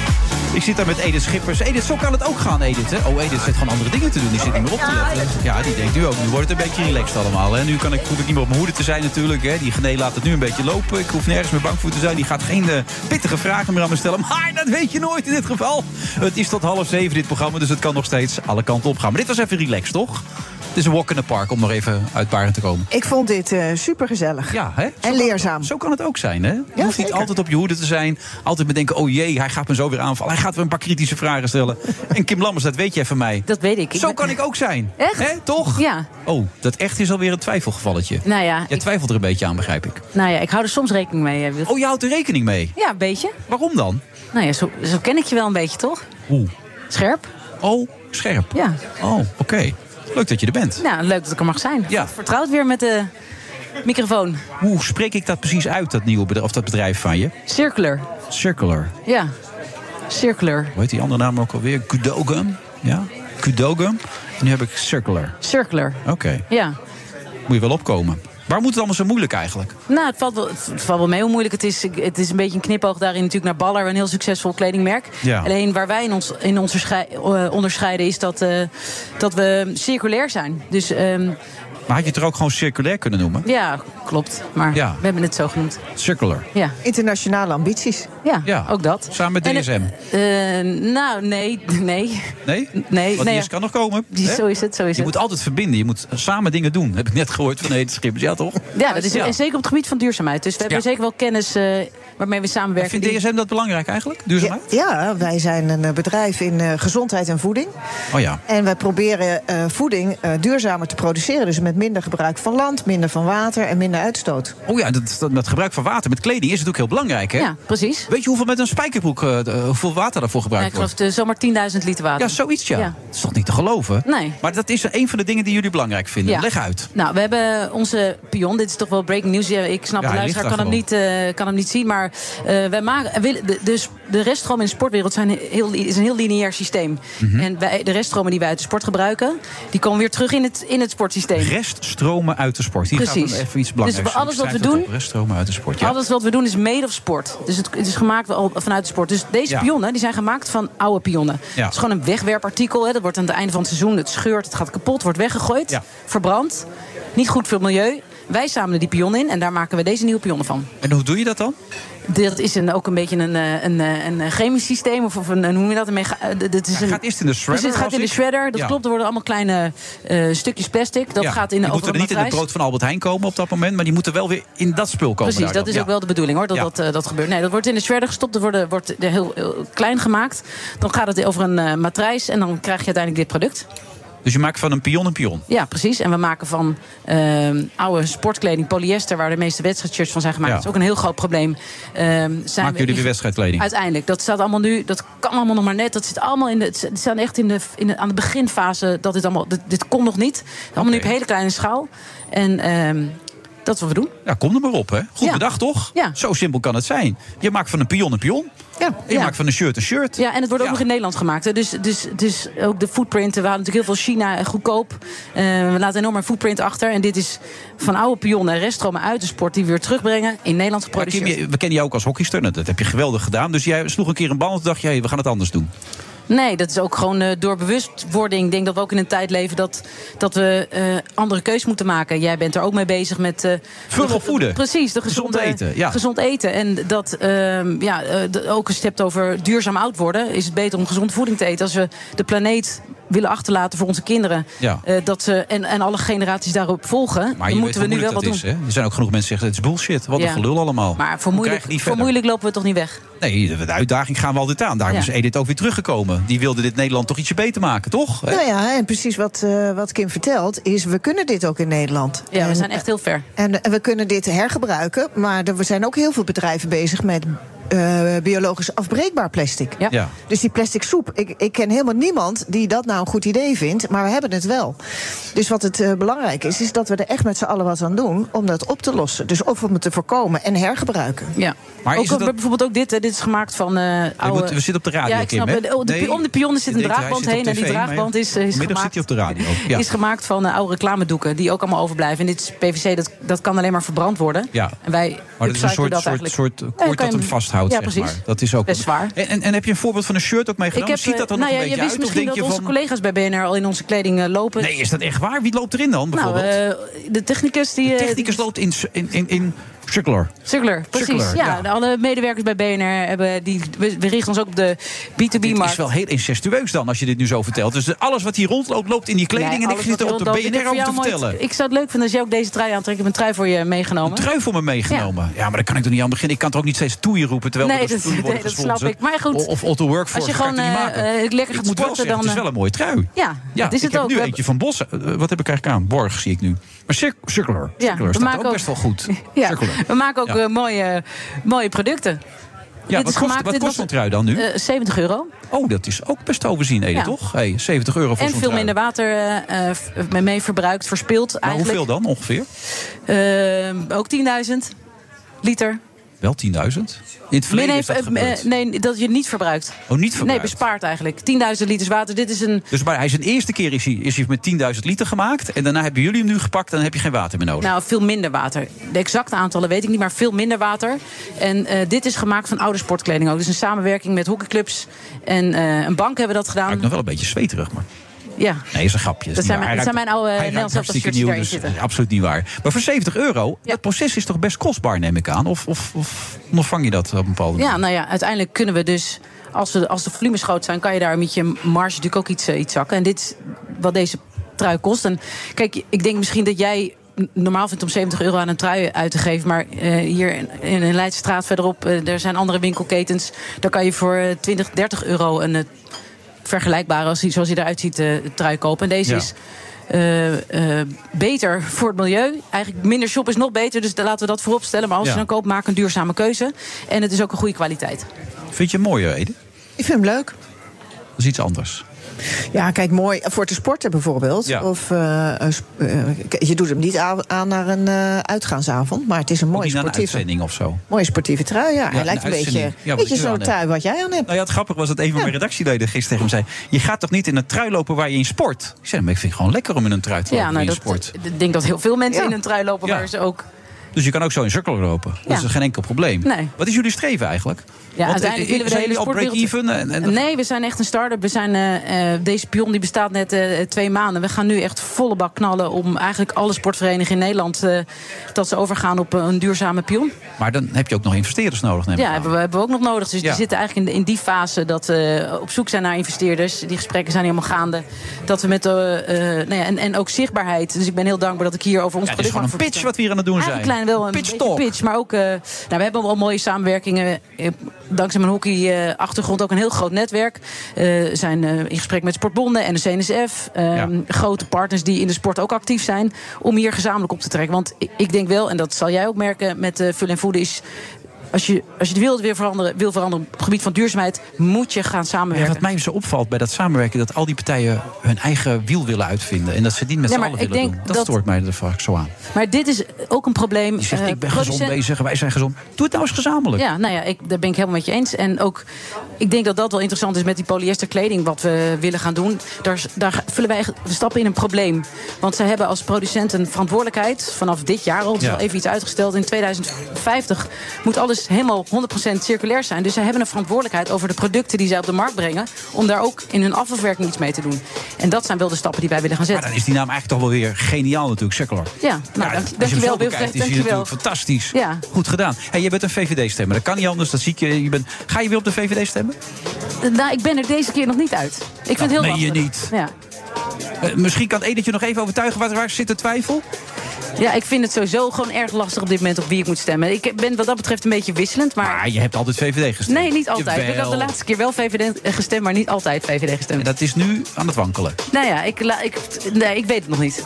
Ik zit daar met Edith Schippers. Edith, zo kan het ook gaan, Edith. Hè? Oh, Edith zit gewoon andere dingen te doen. Die zit niet meer op te letten. Ja, die denkt nu ook. Nu wordt het een beetje relaxed allemaal. Hè? Nu kan ik, hoef ik niet meer op mijn hoede te zijn natuurlijk. Hè? Die Gené laat het nu een beetje lopen. Ik hoef nergens meer bang voor te zijn. Die gaat geen uh, pittige vragen meer aan me stellen. Maar dat weet je nooit in dit geval. Het is tot half zeven dit programma, dus het kan nog steeds alle kanten op gaan. Maar dit was even relaxed, toch? Het is een walk in the park om nog even uit Baarn te komen. Ik vond dit uh, supergezellig. Ja, hè? En zo leerzaam. Kan, zo kan het ook zijn, hè? Je ja, hoeft niet altijd op je hoede te zijn. Altijd bedenken, oh jee, hij gaat me zo weer aanvallen. Hij gaat weer een paar kritische vragen stellen. En Kim Lammers, dat weet jij van mij. Dat weet ik. Zo ik kan ik ook zijn. Echt? Hè, toch? Ja. Oh, dat echt is alweer een twijfelgevalletje. Nou ja. Jij twijfelt er een beetje aan, begrijp ik. Nou ja, ik hou er soms rekening mee. Oh, je houdt er rekening mee? Ja, een beetje. Waarom dan? Nou ja, zo, zo ken ik je wel een beetje, toch? Hoe? Scherp. Oh, scherp. Ja. Oh, oké. Okay. Leuk dat je er bent. Nou, leuk dat ik er mag zijn. Ja. Vertrouwd weer met de microfoon. Hoe spreek ik dat precies uit, dat nieuwe bedrijf, of dat bedrijf van je? Circular. Circular. Ja. Circular. Hoe heet die andere naam ook alweer? Cadogan. Ja. Cadogan. En nu heb ik Circular. Circular. Oké. Okay. Ja. Moet je wel opkomen. Waar moet het allemaal zo moeilijk eigenlijk? Nou, het valt wel, het valt wel mee hoe moeilijk het is. Het is een beetje een knipoog daarin natuurlijk naar Baller, een heel succesvol kledingmerk. Ja. Alleen waar wij in ons in onderscheiden is dat, uh, dat we circulair zijn. Dus... Um, Maar had je het er ook gewoon circulair kunnen noemen? Ja, klopt. Maar ja. we hebben het zo genoemd. Circular. Ja. Internationale ambities. Ja, ja, ook dat. Samen met D S M? En, uh, nou, nee. Nee? Nee? Nee. Want nee, die kan nog komen. Die, zo is het, zo is je het. moet altijd verbinden. Je moet samen dingen doen. Heb ik net gehoord van Edith Schippers. Ja, toch? Ja, dat is ja. zeker op het gebied van duurzaamheid. Dus we hebben ja. zeker wel kennis uh, waarmee we samenwerken. En vindt D S M dat belangrijk eigenlijk? Duurzaamheid? Ja, ja, wij zijn een bedrijf in uh, gezondheid en voeding. Oh ja. En wij proberen uh, voeding uh, duurzamer te produceren. Dus met met minder gebruik van land, minder van water en minder uitstoot. Oh ja, dat, dat, dat gebruik van water met kleding is natuurlijk heel belangrijk, hè? Ja, precies. Weet je hoeveel met een spijkerbroek, uh, hoeveel water daarvoor gebruikt ja, ik wordt? geloof uh, zomaar tienduizend liter water. Ja, zoiets, ja. ja. Dat is toch niet te geloven? Nee. Maar dat is een van de dingen die jullie belangrijk vinden. Ja. Leg uit. Nou, we hebben onze pion. Dit is toch wel breaking news. Ik snap, ja, de luisteraar kan hem, niet, uh, kan hem niet zien. Maar uh, wij maken, de, de, de reststromen in de sportwereld zijn heel, is een heel lineair systeem. Mm-hmm. En wij, de reststromen die wij uit de sport gebruiken, die komen weer terug in het, in het sportsysteem. Reststromen uit de sport. Hier Precies. gaat even iets belangrijks. Dus alles wat we doen, reststromen uit de sport. Ja. Alles wat we doen is made of sport. Dus het, het is gemaakt al vanuit de sport. Dus deze ja. pionnen die zijn gemaakt van oude pionnen. Ja. Het is gewoon een wegwerpartikel. Hè. Dat wordt aan het einde van het seizoen, het scheurt, het gaat kapot, wordt weggegooid, ja. verbrand. Niet goed voor het milieu. Wij zamelen die pionnen in en daar maken we deze nieuwe pionnen van. En hoe doe je dat dan? Dat is een, ook een beetje een, een, een, een chemisch systeem. Of, of een, hoe noem je dat? Een, dat is het gaat eerst in de shredder. Dus het gaat in de shredder. Dat ja. klopt, er worden allemaal kleine uh, stukjes plastic. Dat ja. gaat in de Die moeten er niet in het brood van Albert Heijn komen op dat moment. Maar die moeten wel weer in dat spul komen. Precies, dat is ja. ook wel de bedoeling hoor. Dat, ja. dat, uh, dat gebeurt. Nee, dat wordt in de shredder gestopt. Dat wordt, wordt heel, heel klein gemaakt. Dan gaat het over een uh, matrijs. En dan krijg je uiteindelijk dit product. Dus je maakt van een pion een pion? Ja, precies. En we maken van uh, oude sportkleding, polyester, waar de meeste wedstrijdshirts van zijn gemaakt. Ja. Dat is ook een heel groot probleem. Uh, zijn maken jullie weer wedstrijdkleding? Uiteindelijk. Dat staat allemaal nu, dat kan allemaal nog maar net. Dat zit allemaal in de, het staat echt in de, in de, aan de beginfase dat dit allemaal, dit, dit kon nog niet. Allemaal okay. nu op hele kleine schaal. En uh, dat is wat we doen. Ja, kom er maar op, hè. Goed ja. bedacht, toch? Ja. Zo simpel kan het zijn. Je maakt van een pion een pion. Ja, en je ja. maakt van een shirt een shirt. Ja, en het wordt ook ja. nog in Nederland gemaakt. Hè. Dus, dus, dus ook de footprint. We hadden natuurlijk heel veel China goedkoop. Uh, we laten enorm een footprint achter. En dit is van oude pionnen en reststromen uit de sport die we weer terugbrengen in Nederland geproduceerd. Ja, Kim, we kennen jou ook als hockeyster. Dat heb je geweldig gedaan. Dus jij sloeg een keer een bal en toen dacht je, hey, we gaan het anders doen. Nee, dat is ook gewoon uh, door bewustwording. Ik denk dat we ook in een tijd leven dat, dat we uh, andere keuzes moeten maken. Jij bent er ook mee bezig met... Uh, Vullen voeden. Precies, de gezonde, gezond eten. Ja. Gezond eten. En dat uh, ja, uh, ook als je het hebt over duurzaam oud worden, is het beter om gezonde voeding te eten. Als we de planeet willen achterlaten voor onze kinderen. Ja. Uh, dat ze, en, en alle generaties daarop volgen. Maar dan moeten we nu wel wat is, doen. Hè? Er zijn ook genoeg mensen die zeggen, het is bullshit. Wat ja. een gelul allemaal. Maar voor moeilijk, voor moeilijk lopen we toch niet weg? Nee, de uitdaging gaan we altijd aan. Daarom ja. is Edith ook weer teruggekomen. Die wilde dit Nederland toch ietsje beter maken, toch? Nou ja, en precies wat, uh, wat Kim vertelt, is we kunnen dit ook in Nederland. Ja, en, we zijn echt heel ver. En, en we kunnen dit hergebruiken. Maar er zijn ook heel veel bedrijven bezig met Uh, biologisch afbreekbaar plastic. Ja. Ja. Dus die plastic soep, ik, ik ken helemaal niemand die dat nou een goed idee vindt, maar we hebben het wel. Dus wat het uh, belangrijk is, is dat we er echt met z'n allen wat aan doen om dat op te lossen. Dus of om het te voorkomen en hergebruiken. Ja. Maar ook, dat... bijvoorbeeld ook dit, hè, dit is gemaakt van uh, oude... Moet, we zitten op de radio, ja, ik snap, Kim, de, de, nee, om de pionnen zit een draagband heen. En die draagband is, is, gemaakt, zit hij op de radio. Ja. is gemaakt van uh, oude reclamedoeken die ook allemaal overblijven. En dit is P V C, dat, dat kan alleen maar verbrand worden. Ja. En wij maar dat is een soort, dat soort, soort koord dat hem vasthoudt, ja, zeg precies. maar. Dat is ook best zwaar. En, en, en heb je een voorbeeld van een shirt ook meegenomen? Heb, Ziet dat er nog nou een ja, beetje je uit? wist misschien dat onze van... collega's bij B N R al in onze kleding uh, lopen. Nee, is dat echt waar? Wie loopt erin dan, bijvoorbeeld? Nou, uh, de technicus die... De technicus loopt in, in, in, in Circular. Circular, precies. Circular, ja, ja. Alle medewerkers bij B N R hebben... Die, we, we richten ons ook op de B twee B-markt. Het is wel heel incestueus dan, als je dit nu zo vertelt. Dus alles wat hier rondloopt, loopt in die kleding... Nee, en ik zit er op de B N R over te vertellen. Mooie, ik zou het leuk vinden als jij ook deze trui aantrekt. Ik heb een trui voor je meegenomen. Een trui voor me meegenomen? Ja, ja maar daar kan ik toch niet aan beginnen. Ik kan toch ook niet steeds toeien roepen... terwijl nee, we door stoelen worden nee, dat snap ik. Maar goed, of Otto Workforce, als je gewoon uh, lekker gaat sporten, dan... Het is wel een mooie trui. Ja, ja dat is ik het heb ook. nu eentje van Bos. Uh, wat heb ik eigenlijk aan? Borg zie ik nu. Maar Circular. Circular staat ook best wel goed. Ja, we maken ook mooie, mooie producten. Ja, wat kost, wat kost een trui dan nu? Uh, zeventig euro. Oh, dat is ook best overzien, Ede, ja. toch? Hey, zeventig euro voor en zo'n veel trui. minder water uh, mee verbruikt, verspild maar eigenlijk. Hoeveel dan ongeveer? Uh, ook tienduizend liter. Wel tienduizend? In het verleden nee, is dat gebeurd. Nee, dat je niet verbruikt. Oh, niet verbruikt? Nee, bespaart eigenlijk. tienduizend liters water, dit is een... Dus maar hij is een eerste keer is hij, is hij met tienduizend liter gemaakt... en daarna hebben jullie hem nu gepakt en dan heb je geen water meer nodig. Nou, veel minder water. De exacte aantallen weet ik niet, maar veel minder water. En uh, dit is gemaakt van oude sportkleding ook. Dus een samenwerking met hockeyclubs en uh, een bank hebben we dat gedaan. Maakt nog wel een beetje zweterig, maar... Ja. Nee, is een grapje. Dat, dat zijn, mijn, dat zijn mijn oude Nederlandse t-shirts die daarin zitten. Absoluut niet waar. Maar voor zeventig euro, ja. dat proces is toch best kostbaar, neem ik aan? Of, of, of ondervang je dat op een bepaalde manier? Ja, nou ja, uiteindelijk kunnen we dus... Als, we, als de volumes groot zijn, kan je daar met je marge natuurlijk ook iets, iets zakken. En dit is wat deze trui kost. En kijk, ik denk misschien dat jij... normaal vindt om zeventig euro aan een trui uit te geven. Maar uh, hier in een Leidsestraat verderop... Uh, er zijn andere winkelketens. Daar kan je voor uh, twintig, dertig euro... een uh, vergelijkbare, als die, zoals hij eruit ziet, uh, trui kopen. En deze ja. is uh, uh, beter voor het milieu. Eigenlijk minder shop is nog beter, dus laten we dat voorop stellen. Maar als ja. je dan koopt, maak een duurzame keuze. En het is ook een goede kwaliteit. Vind je het mooi, Ede? Ik vind hem leuk. Dat is iets anders. Ja, kijk, mooi voor te sporten bijvoorbeeld. Ja. Of uh, uh, je doet hem niet aan, aan naar een uh, uitgaansavond, maar het is een mooie sportieve uitzending of zo. Mooie sportieve trui, ja. ja Hij lijkt een beetje, ja, beetje zo'n trui wat jij aan hebt. Nou ja, het grappige was dat een van mijn ja. redactieleden gisteren tegen hem zei: je gaat toch niet in een trui lopen waar je in sport? Ik zei: maar ik vind het gewoon lekker om in een trui te lopen ja, nou, in dat, sport. Ik denk dat heel veel mensen ja. in een trui lopen ja. waar ze ook. Dus je kan ook zo in cirkel lopen. Ja. Dat is geen enkel probleem. Nee. Wat is jullie streven eigenlijk? Ja, uiteindelijk willen we de hele sportwereld... En, en... Nee, we zijn echt een start-up. We zijn, uh, deze pion die bestaat net uh, twee maanden. We gaan nu echt volle bak knallen om eigenlijk alle sportverenigingen in Nederland... Uh, dat ze overgaan op uh, een duurzame pion. Maar dan heb je ook nog investeerders nodig, neem ik Ja, hebben we, hebben we ook nog nodig. Dus ja. die zitten eigenlijk in, in die fase dat we uh, op zoek zijn naar investeerders. Die gesprekken zijn helemaal gaande. Dat we met uh, uh, nou ja, en, en ook zichtbaarheid. Dus ik ben heel dankbaar dat ik hier over ons ja, product... Het is gewoon een pitch wat we hier aan het doen zijn. Een klein wel een pitch beetje pitch. Maar ook, uh, nou, we hebben wel mooie samenwerkingen. Uh, dankzij mijn hockey... Uh, achtergrond ook een heel groot netwerk. We uh, zijn uh, in gesprek met sportbonden en de C N S F. Uh, ja. Grote partners die in de sport ook actief zijn. Om hier gezamenlijk op te trekken. Want ik, ik denk wel, en dat zal jij ook merken met uh, Vul en Voeden... is Als je, als je de wereld wil veranderen, wil veranderen op het gebied van duurzaamheid, moet je gaan samenwerken. Ja, wat mij zo opvalt bij dat samenwerken, dat al die partijen hun eigen wiel willen uitvinden. En dat ze het niet met ja, z'n allen willen doen. Dat, dat stoort mij er vaak zo aan. Maar dit is ook een probleem. Je zegt, uh, ik ben producent... gezond bezig, wij zijn gezond. Doe het nou eens gezamenlijk. Ja, nou ja, ik, daar ben ik helemaal met je eens. En ook, ik denk dat dat wel interessant is met die polyesterkleding wat we willen gaan doen. Daar, daar vullen wij, we stappen in een probleem. Want ze hebben als producent een verantwoordelijkheid vanaf dit jaar al. Het is ja. al even iets uitgesteld. In tweeduizend vijftig moet alles helemaal honderd procent circulair zijn. Dus zij hebben een verantwoordelijkheid over de producten die zij op de markt brengen, om daar ook in hun afvalverwerking iets mee te doen. En dat zijn wel de stappen die wij willen gaan zetten. Maar dan is die naam eigenlijk toch wel weer geniaal natuurlijk, circular. Ja, nou, ja, dank, dankjewel. Dank je is natuurlijk fantastisch. Ja. Goed gedaan. Hey, je bent een V V D-stemmer. Dat kan niet anders. Dat zie ik je. je bent... Ga je weer op de V V D stemmen? Nou, ik ben er deze keer nog niet uit. Ik vind het heel meen lastig. je niet. Ja. Uh, misschien kan Edith je nog even overtuigen. Waar, waar zit de twijfel? Ja, ik vind het sowieso gewoon erg lastig op dit moment op wie ik moet stemmen. Ik ben wat dat betreft een beetje wisselend. Maar, maar je hebt altijd V V D gestemd. Nee, niet altijd. Jawel. Ik heb de laatste keer wel V V D gestemd, maar niet altijd V V D gestemd. En dat is nu aan het wankelen. Nou ja, ik, ik, nee, ik weet het nog niet.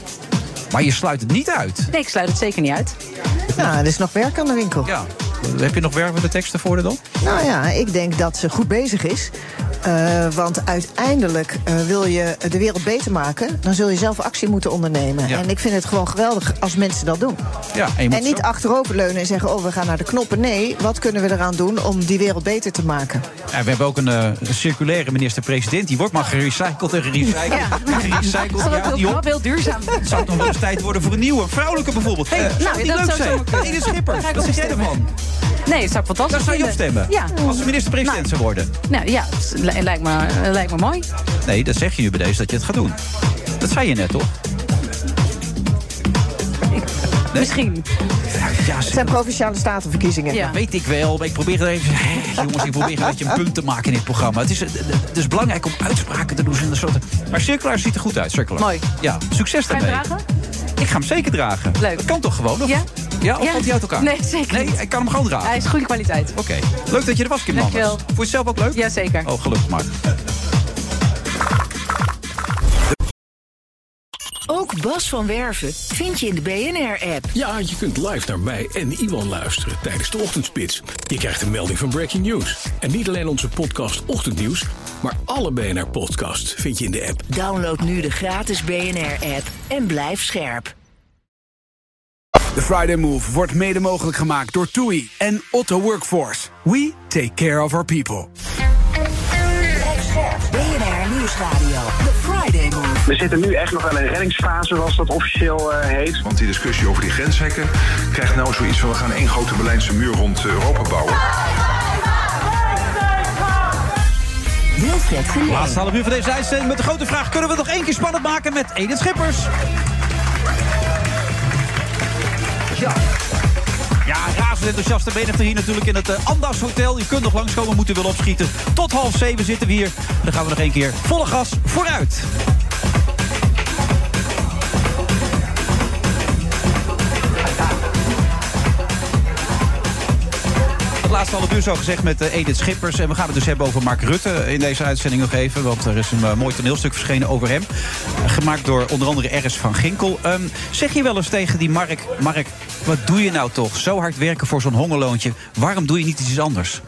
Maar je sluit het niet uit? Nee, ik sluit het zeker niet uit. Nou, er is nog werk aan de winkel. Ja. Heb je nog werkende teksten voor haar dan? Nou ja, ik denk dat ze goed bezig is. Uh, want uiteindelijk uh, wil je de wereld beter maken, dan zul je zelf actie moeten ondernemen. Ja. En ik vind het gewoon geweldig als mensen dat doen. Ja, en, en niet zo... achteroverleunen en zeggen, oh, we gaan naar de knoppen. Nee, wat kunnen we eraan doen om die wereld beter te maken? Ja, we hebben ook een, uh, een circulaire minister-president. Die wordt maar gerecycled en gerecycled. Ja. gerecycled. Dat is ja, ook heel duurzaam. Het zou nog wel eens tijd worden voor een nieuwe, vrouwelijke bijvoorbeeld. Hey, uh, nou, zou die leuk zijn? Edith Schippers, wat zeg jij ervan? Nee, dat zou ik fantastisch Daar zou je op stemmen? Ja. Als ze minister-president nou, zou worden? Nou ja, het lijkt me, lijkt me mooi. Nee, dat zeg je nu bij deze dat je het gaat doen. Dat zei je net, toch? Nee? Misschien. Ja, ja, het zijn provinciale statenverkiezingen. Ja. Dat weet ik wel, maar ik probeer het even... Jongens, ik probeer een beetje een punt te maken in dit programma. Het is, het is belangrijk om uitspraken te doen. Maar Circulair ziet er goed uit, Circulair. Mooi. Ja, succes daarmee. Ga je dragen? Ik ga hem zeker dragen. Leuk. Dat kan toch gewoon? Of? Ja? Ja, of ja. valt hij uit elkaar? Nee, zeker Nee, niet. ik kan hem gewoon dragen. Hij is goede kwaliteit. Oké. Okay. Leuk dat je er was, Kim Manders. Dankjewel. Vond je het zelf ook leuk? Jazeker. Oh, gelukkig maar. Ook Bas van Werven vind je in de B N R-app. Ja, je kunt live naar mij en Iwan luisteren tijdens de ochtendspits. Je krijgt een melding van Breaking News. En niet alleen onze podcast Ochtendnieuws, maar alle B N R-podcasts vind je in de app. Download nu de gratis B N R-app en blijf scherp. De Friday Move wordt mede mogelijk gemaakt door TUI en Otto Workforce. We take care of our people. B N R Nieuwsradio. The Friday Move. We zitten nu echt nog wel in een reddingsfase, zoals dat officieel uh, heet. Want die discussie over die grenshekken krijgt nou zoiets van... we gaan één grote Berlijnse muur rond Europa bouwen. Wilfred Genee. Laatste half uur van deze uitzending met de grote vraag... kunnen we het nog één keer spannend maken met Edith Schippers? Ja. Ja, razend enthousiaste menigte hier natuurlijk in het uh, Andas Hotel. Je kunt nog langskomen, moeten willen opschieten. Tot half zeven zitten we hier. En dan gaan we nog één keer volle gas vooruit. Het laatste half uur zo gezegd met uh, Edith Schippers. En we gaan het dus hebben over Mark Rutte in deze uitzending nog even. Want er is een uh, mooi toneelstuk verschenen over hem. Uh, gemaakt door onder andere R S van Ginkel. Um, zeg je wel eens tegen die Mark... Mark, wat doe je nou toch? Zo hard werken voor zo'n hongerloontje. Waarom doe je niet iets anders?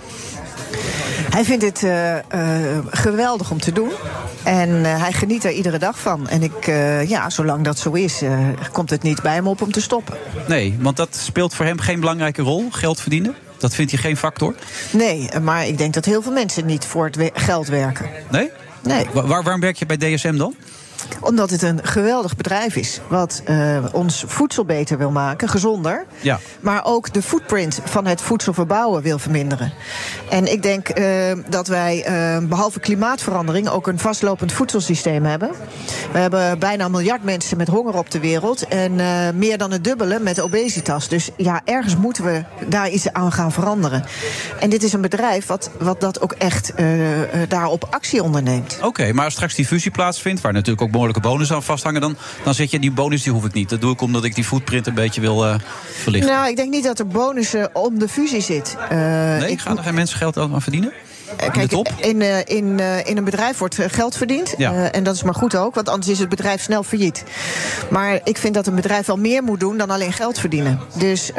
Hij vindt het uh, uh, geweldig om te doen. En uh, hij geniet er iedere dag van. En ik, uh, ja, zolang dat zo is, uh, komt het niet bij hem op om te stoppen. Nee, want dat speelt voor hem geen belangrijke rol, geld verdienen? Dat vindt hij geen factor? Nee, maar ik denk dat heel veel mensen niet voor het we- geld werken. Nee? Nee. Wa- waar, waarom werk je bij D S M dan? Omdat het een geweldig bedrijf is. Wat uh, ons voedsel beter wil maken, gezonder. Ja. Maar ook de footprint van het voedsel verbouwen wil verminderen. En ik denk uh, dat wij uh, behalve klimaatverandering ook een vastlopend voedselsysteem hebben. We hebben bijna een miljard mensen met honger op de wereld. En uh, meer dan het dubbele met obesitas. Dus ja, ergens moeten we daar iets aan gaan veranderen. En dit is een bedrijf wat, wat dat ook echt uh, uh, daarop actie onderneemt. Oké, okay, maar als straks die fusie plaatsvindt, waar natuurlijk ook behoorlijke bonus aan vasthangen, dan, dan zeg je die bonus die hoef ik niet. Dat doe ik omdat ik die footprint een beetje wil uh, verlichten. Nou, ik denk niet dat er bonussen om de fusie zit. Uh, nee, ik, gaan er geen mensen geld aan verdienen? In Kijk, de top? In, uh, in, uh, in een bedrijf wordt geld verdiend. Ja. Uh, en dat is maar goed ook, want anders is het bedrijf snel failliet. Maar ik vind dat een bedrijf wel meer moet doen dan alleen geld verdienen. Dus uh,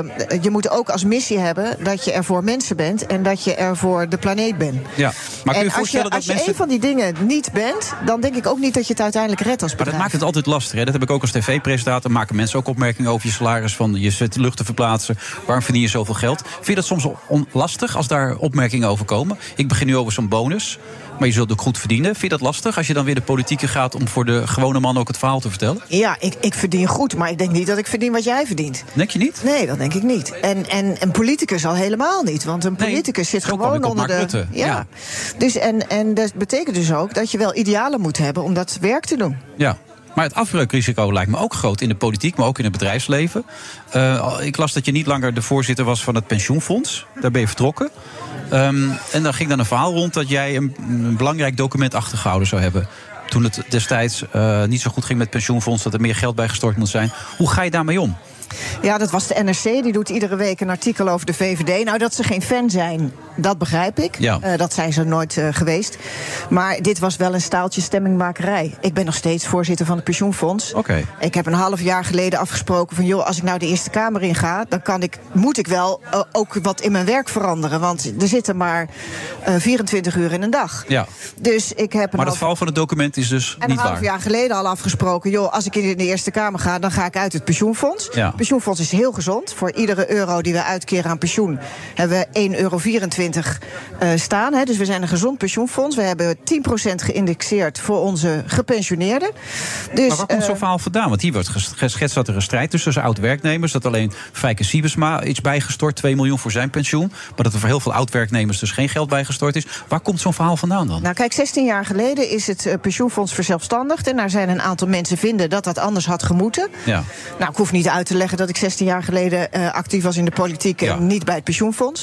je moet ook als missie hebben dat je er voor mensen bent en dat je er voor de planeet bent. Ja. Maar kun je en voorstellen als je, dat als je mensen... een van die dingen niet bent, dan denk ik ook niet dat je het uiteindelijk redt als bedrijf. Maar dat maakt het altijd lastig. Hè? Dat heb ik ook als tv-presentator. Maken mensen ook opmerkingen over je salaris. Van je zit lucht te verplaatsen. Waarom verdien je zoveel geld? Vind je dat soms on- lastig als daar opmerkingen over komen? Ik begin nu over zo'n bonus. Maar je zult ook goed verdienen. Vind je dat lastig als je dan weer de politieke gaat om voor de gewone man ook het verhaal te vertellen? Ja, ik, ik verdien goed, maar ik denk niet dat ik verdien wat jij verdient. Denk je niet? Nee, dat denk ik niet. En, en een politicus al helemaal niet. Want een politicus nee, zit gewoon onder de... Rutte. Ja. ja. Dus en, en dat betekent dus ook dat je wel idealen moet hebben om dat werk te doen. Ja. Maar het afbreukrisico lijkt me ook groot in de politiek, maar ook in het bedrijfsleven. Uh, ik las dat je niet langer de voorzitter was van het pensioenfonds. Daar ben je vertrokken. Um, en dan ging dan een verhaal rond dat jij een, een belangrijk document achtergehouden zou hebben. Toen het destijds uh, niet zo goed ging met het pensioenfonds, dat er meer geld bij gestort moet zijn. Hoe ga je daarmee om? Ja, dat was de N R C. Die doet iedere week een artikel over de V V D. Nou, dat ze geen fan zijn, dat begrijp ik. Ja. Uh, dat zijn ze nooit uh, geweest. Maar dit was wel een staaltje stemmingmakerij. Ik ben nog steeds voorzitter van het pensioenfonds. Okay. Ik heb een half jaar geleden afgesproken van... joh, als ik nou de Eerste Kamer in ga... dan kan ik, moet ik wel uh, ook wat in mijn werk veranderen. Want er zitten maar uh, vierentwintig uur in een dag. Ja. Dus ik heb een maar het half... verhaal van het document is dus en niet een half waar. jaar geleden al afgesproken... joh, als ik in de Eerste Kamer ga, dan ga ik uit het pensioenfonds. Ja. Het pensioenfonds is heel gezond. Voor iedere euro die we uitkeren aan pensioen... hebben we één euro vierentwintig uh, staan. Hè. Dus we zijn een gezond pensioenfonds. We hebben tien procent geïndexeerd voor onze gepensioneerden. Dus, maar waar komt uh, zo'n verhaal vandaan? Want hier wordt geschetst dat er een strijd is tussen oud-werknemers. Dat alleen Fijke Siebesma iets bijgestort, twee miljoen voor zijn pensioen. Maar dat er voor heel veel oud-werknemers dus geen geld bijgestort is. Waar komt zo'n verhaal vandaan dan? Nou kijk, zestien jaar geleden is het uh, pensioenfonds verzelfstandigd. En daar zijn een aantal mensen vinden dat dat anders had gemoeten. Ja. Nou, ik hoef niet uit te leggen dat ik zestien jaar geleden uh, actief was in de politiek... Ja. en niet bij het pensioenfonds.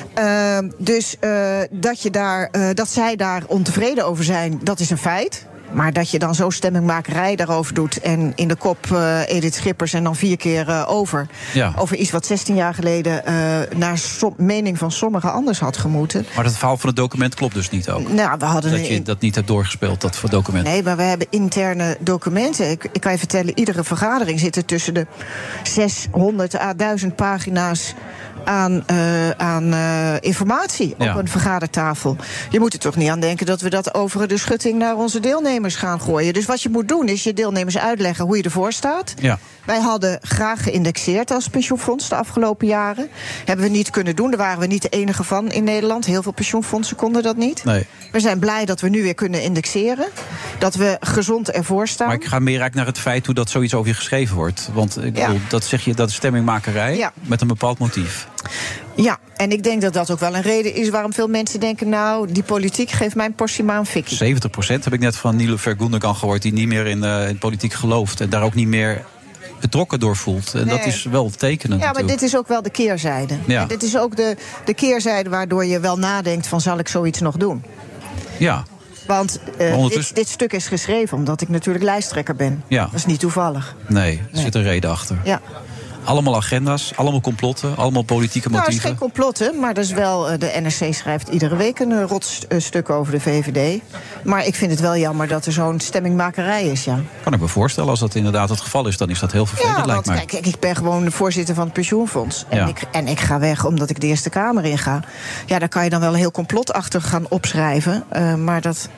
Uh, dus uh, dat, je daar, uh, dat zij daar ontevreden over zijn, dat is een feit. Maar dat je dan zo stemmingmakerij daarover doet... en in de kop uh, Edith Schippers en dan vier keer uh, over... Ja. over iets wat zestien jaar geleden... Uh, naar som- mening van sommigen anders had gemoeten. Maar het verhaal van het document klopt dus niet ook? Nou, we hadden dat je een... dat niet hebt doorgespeeld, dat voor document? Nee, maar we hebben interne documenten. Ik, ik kan je vertellen, iedere vergadering zit er tussen de zeshonderd à duizend pagina's... aan, uh, aan uh, informatie op ja. een vergadertafel. Je moet er toch niet aan denken dat we dat over de schutting naar onze deelnemers gaan gooien. Dus wat je moet doen is je deelnemers uitleggen hoe je ervoor staat. Ja. Wij hadden graag geïndexeerd als pensioenfonds de afgelopen jaren. Hebben we niet kunnen doen. Daar waren we niet de enige van in Nederland. Heel veel pensioenfondsen konden dat niet. Nee. We zijn blij dat we nu weer kunnen indexeren. Dat we gezond ervoor staan. Maar ik ga meer eigenlijk naar het feit hoe dat zoiets over je geschreven wordt. Want ik bedoel, ja. dat zeg je, dat is stemmingmakerij ja. met een bepaald motief. Ja, en ik denk dat dat ook wel een reden is waarom veel mensen denken... nou, die politiek geeft mijn portie maar een fikkie. zeventig procent heb ik net van Nilofer Gundogan gehoord... die niet meer in, uh, in politiek gelooft en daar ook niet meer betrokken door voelt. En nee. dat is wel tekenend. Ja, maar natuurlijk. dit is ook wel de keerzijde. Ja. Dit is ook de, de keerzijde waardoor je wel nadenkt van... zal ik zoiets nog doen? Ja. Want uh, ondertussen... dit, dit stuk is geschreven omdat ik natuurlijk lijsttrekker ben. Ja. Dat is niet toevallig. Nee, er nee. zit een reden achter. Ja. Allemaal agenda's, allemaal complotten, allemaal politieke Nou, het motieven. is geen complotten, maar dat is wel, uh, de N R C schrijft iedere week een uh, rotstuk over de V V D. Maar ik vind het wel jammer dat er zo'n stemmingmakerij is, ja. Kan ik me voorstellen, als dat inderdaad het geval is, dan is dat heel vervelend, Ja, lijkt want mij. kijk, ik ben gewoon de voorzitter van het pensioenfonds. En, Ja. ik, en ik ga weg omdat ik de Eerste Kamer inga. Ja, daar kan je dan wel een heel complot achter gaan opschrijven. Uh, maar dat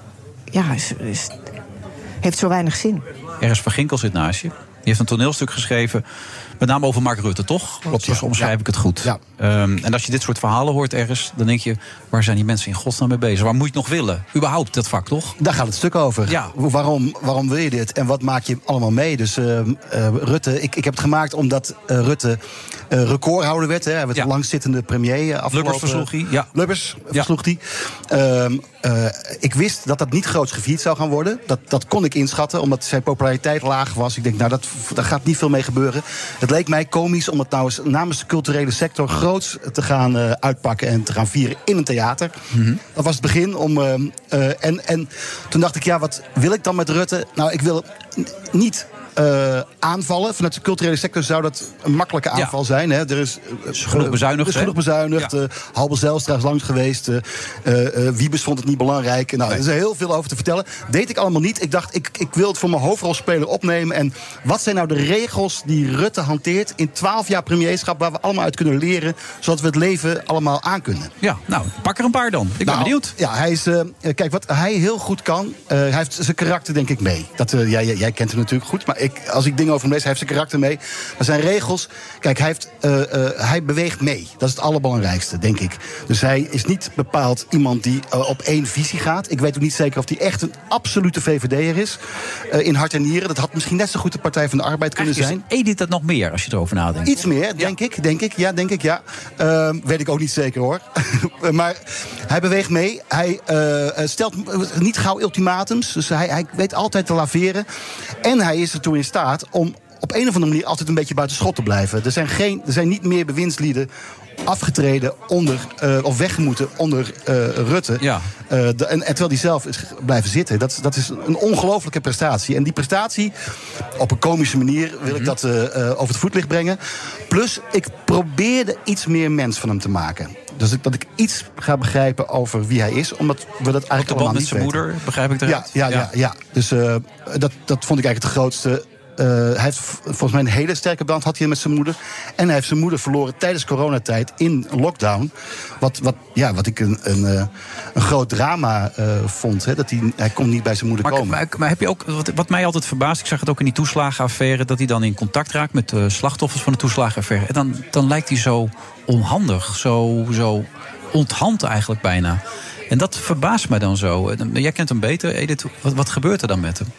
ja, is, is, heeft zo weinig zin. Ernst van Ginkel zit naast je. Die heeft een toneelstuk geschreven, met name over Mark Rutte, toch? Klopt, Zo ja. omschrijf Ja. ik het goed. Ja. Um, en als je dit soort verhalen hoort ergens, dan denk je, waar zijn die mensen in godsnaam mee bezig? Waar moet je het nog willen? Überhaupt, dat vak, toch? Daar gaat het stuk over. Ja. Waarom, waarom wil je dit en wat maak je allemaal mee? Dus uh, uh, Rutte, ik, ik heb het gemaakt omdat uh, Rutte uh, recordhouder werd. Hè. Hij werd Ja. de langzittende premier. Uh, afgelopen- Lubbers versloeg hij, ja. Lubbers Ja. versloeg hij. Um, uh, ik wist dat dat niet groots gevierd zou gaan worden. Dat, dat kon ik inschatten, omdat zijn populariteit laag was. Ik denk, nou, dat, daar gaat niet veel mee gebeuren. Het leek mij komisch om het nou eens namens de culturele sector groots te gaan uh, uitpakken en te gaan vieren in een theater. Mm-hmm. Dat was het begin. Om, uh, uh, en, en toen dacht ik, ja, wat wil ik dan met Rutte? Nou, ik wil n- niet Uh, aanvallen. Vanuit de culturele sector zou dat een makkelijke aanval ja. zijn. Hè. Er is, uh, is genoeg bezuinigd. Er is genoeg bezuinigd. Ja. Uh, Halbe Zijlstra is langs geweest. Uh, uh, Wiebes vond het niet belangrijk. Nou, nee. Er is heel veel over te vertellen. Deed ik allemaal niet. Ik dacht, ik, ik wil het voor mijn hoofdrolspeler opnemen. En wat zijn nou de regels die Rutte hanteert in twaalf jaar premierschap, waar we allemaal uit kunnen leren, zodat we het leven allemaal aankunnen? Ja, nou, pak er een paar dan. Ik ben nou, benieuwd. Ja, hij is, uh, kijk, wat hij heel goed kan, uh, hij heeft zijn karakter denk ik mee. Dat, uh, jij, jij kent hem natuurlijk goed, maar ik, als ik dingen over hem lees, hij heeft zijn karakter mee. Maar zijn regels, kijk, hij, heeft, uh, uh, hij beweegt mee. Dat is het allerbelangrijkste, denk ik. Dus hij is niet bepaald iemand die uh, op één visie gaat. Ik weet ook niet zeker of hij echt een absolute V V D'er is. Uh, in hart en nieren. Dat had misschien net zo goed de Partij van de Arbeid kunnen zijn. Edith dat nog meer, als je erover nadenkt? Iets meer, denk ja. ik. Denk ik, ja, denk ik, ja. Uh, weet ik ook niet zeker, hoor. Maar hij beweegt mee. Hij uh, stelt niet gauw ultimatums. Dus hij, hij weet altijd te laveren. En hij is ertoe in staat om op een of andere manier altijd een beetje buiten schot te blijven. Er zijn, geen, er zijn niet meer bewindslieden afgetreden onder, uh, of weggemoeten onder uh, Rutte. Ja. Uh, de, en, en terwijl hij zelf is blijven zitten. Dat, dat is een ongelofelijke prestatie. En die prestatie, op een komische manier, wil mm-hmm. ik dat uh, uh, over het voetlicht brengen. Plus, ik probeerde iets meer mens van hem te maken. Dus ik, dat ik iets ga begrijpen over wie hij is. Omdat we dat eigenlijk allemaal niet weten. Met zijn moeder, begrijp ik eruit? Ja, ja, ja. ja, ja. Dus uh, dat, dat vond ik eigenlijk het grootste. Uh, hij heeft volgens mij een hele sterke band had hij met zijn moeder. En hij heeft zijn moeder verloren tijdens coronatijd in lockdown. Wat, wat, ja, wat ik een, een, een groot drama uh, vond. Hè, dat hij, hij kon niet bij zijn moeder maar, komen. Maar, maar heb je ook, wat, wat mij altijd verbaast, ik zag het ook in die toeslagenaffaire, dat hij dan in contact raakt met de slachtoffers van de toeslagenaffaire. En dan, dan lijkt hij zo onhandig, zo, zo onthand eigenlijk bijna. En dat verbaast mij dan zo. Jij kent hem beter, Edith. Wat, wat gebeurt er dan met hem?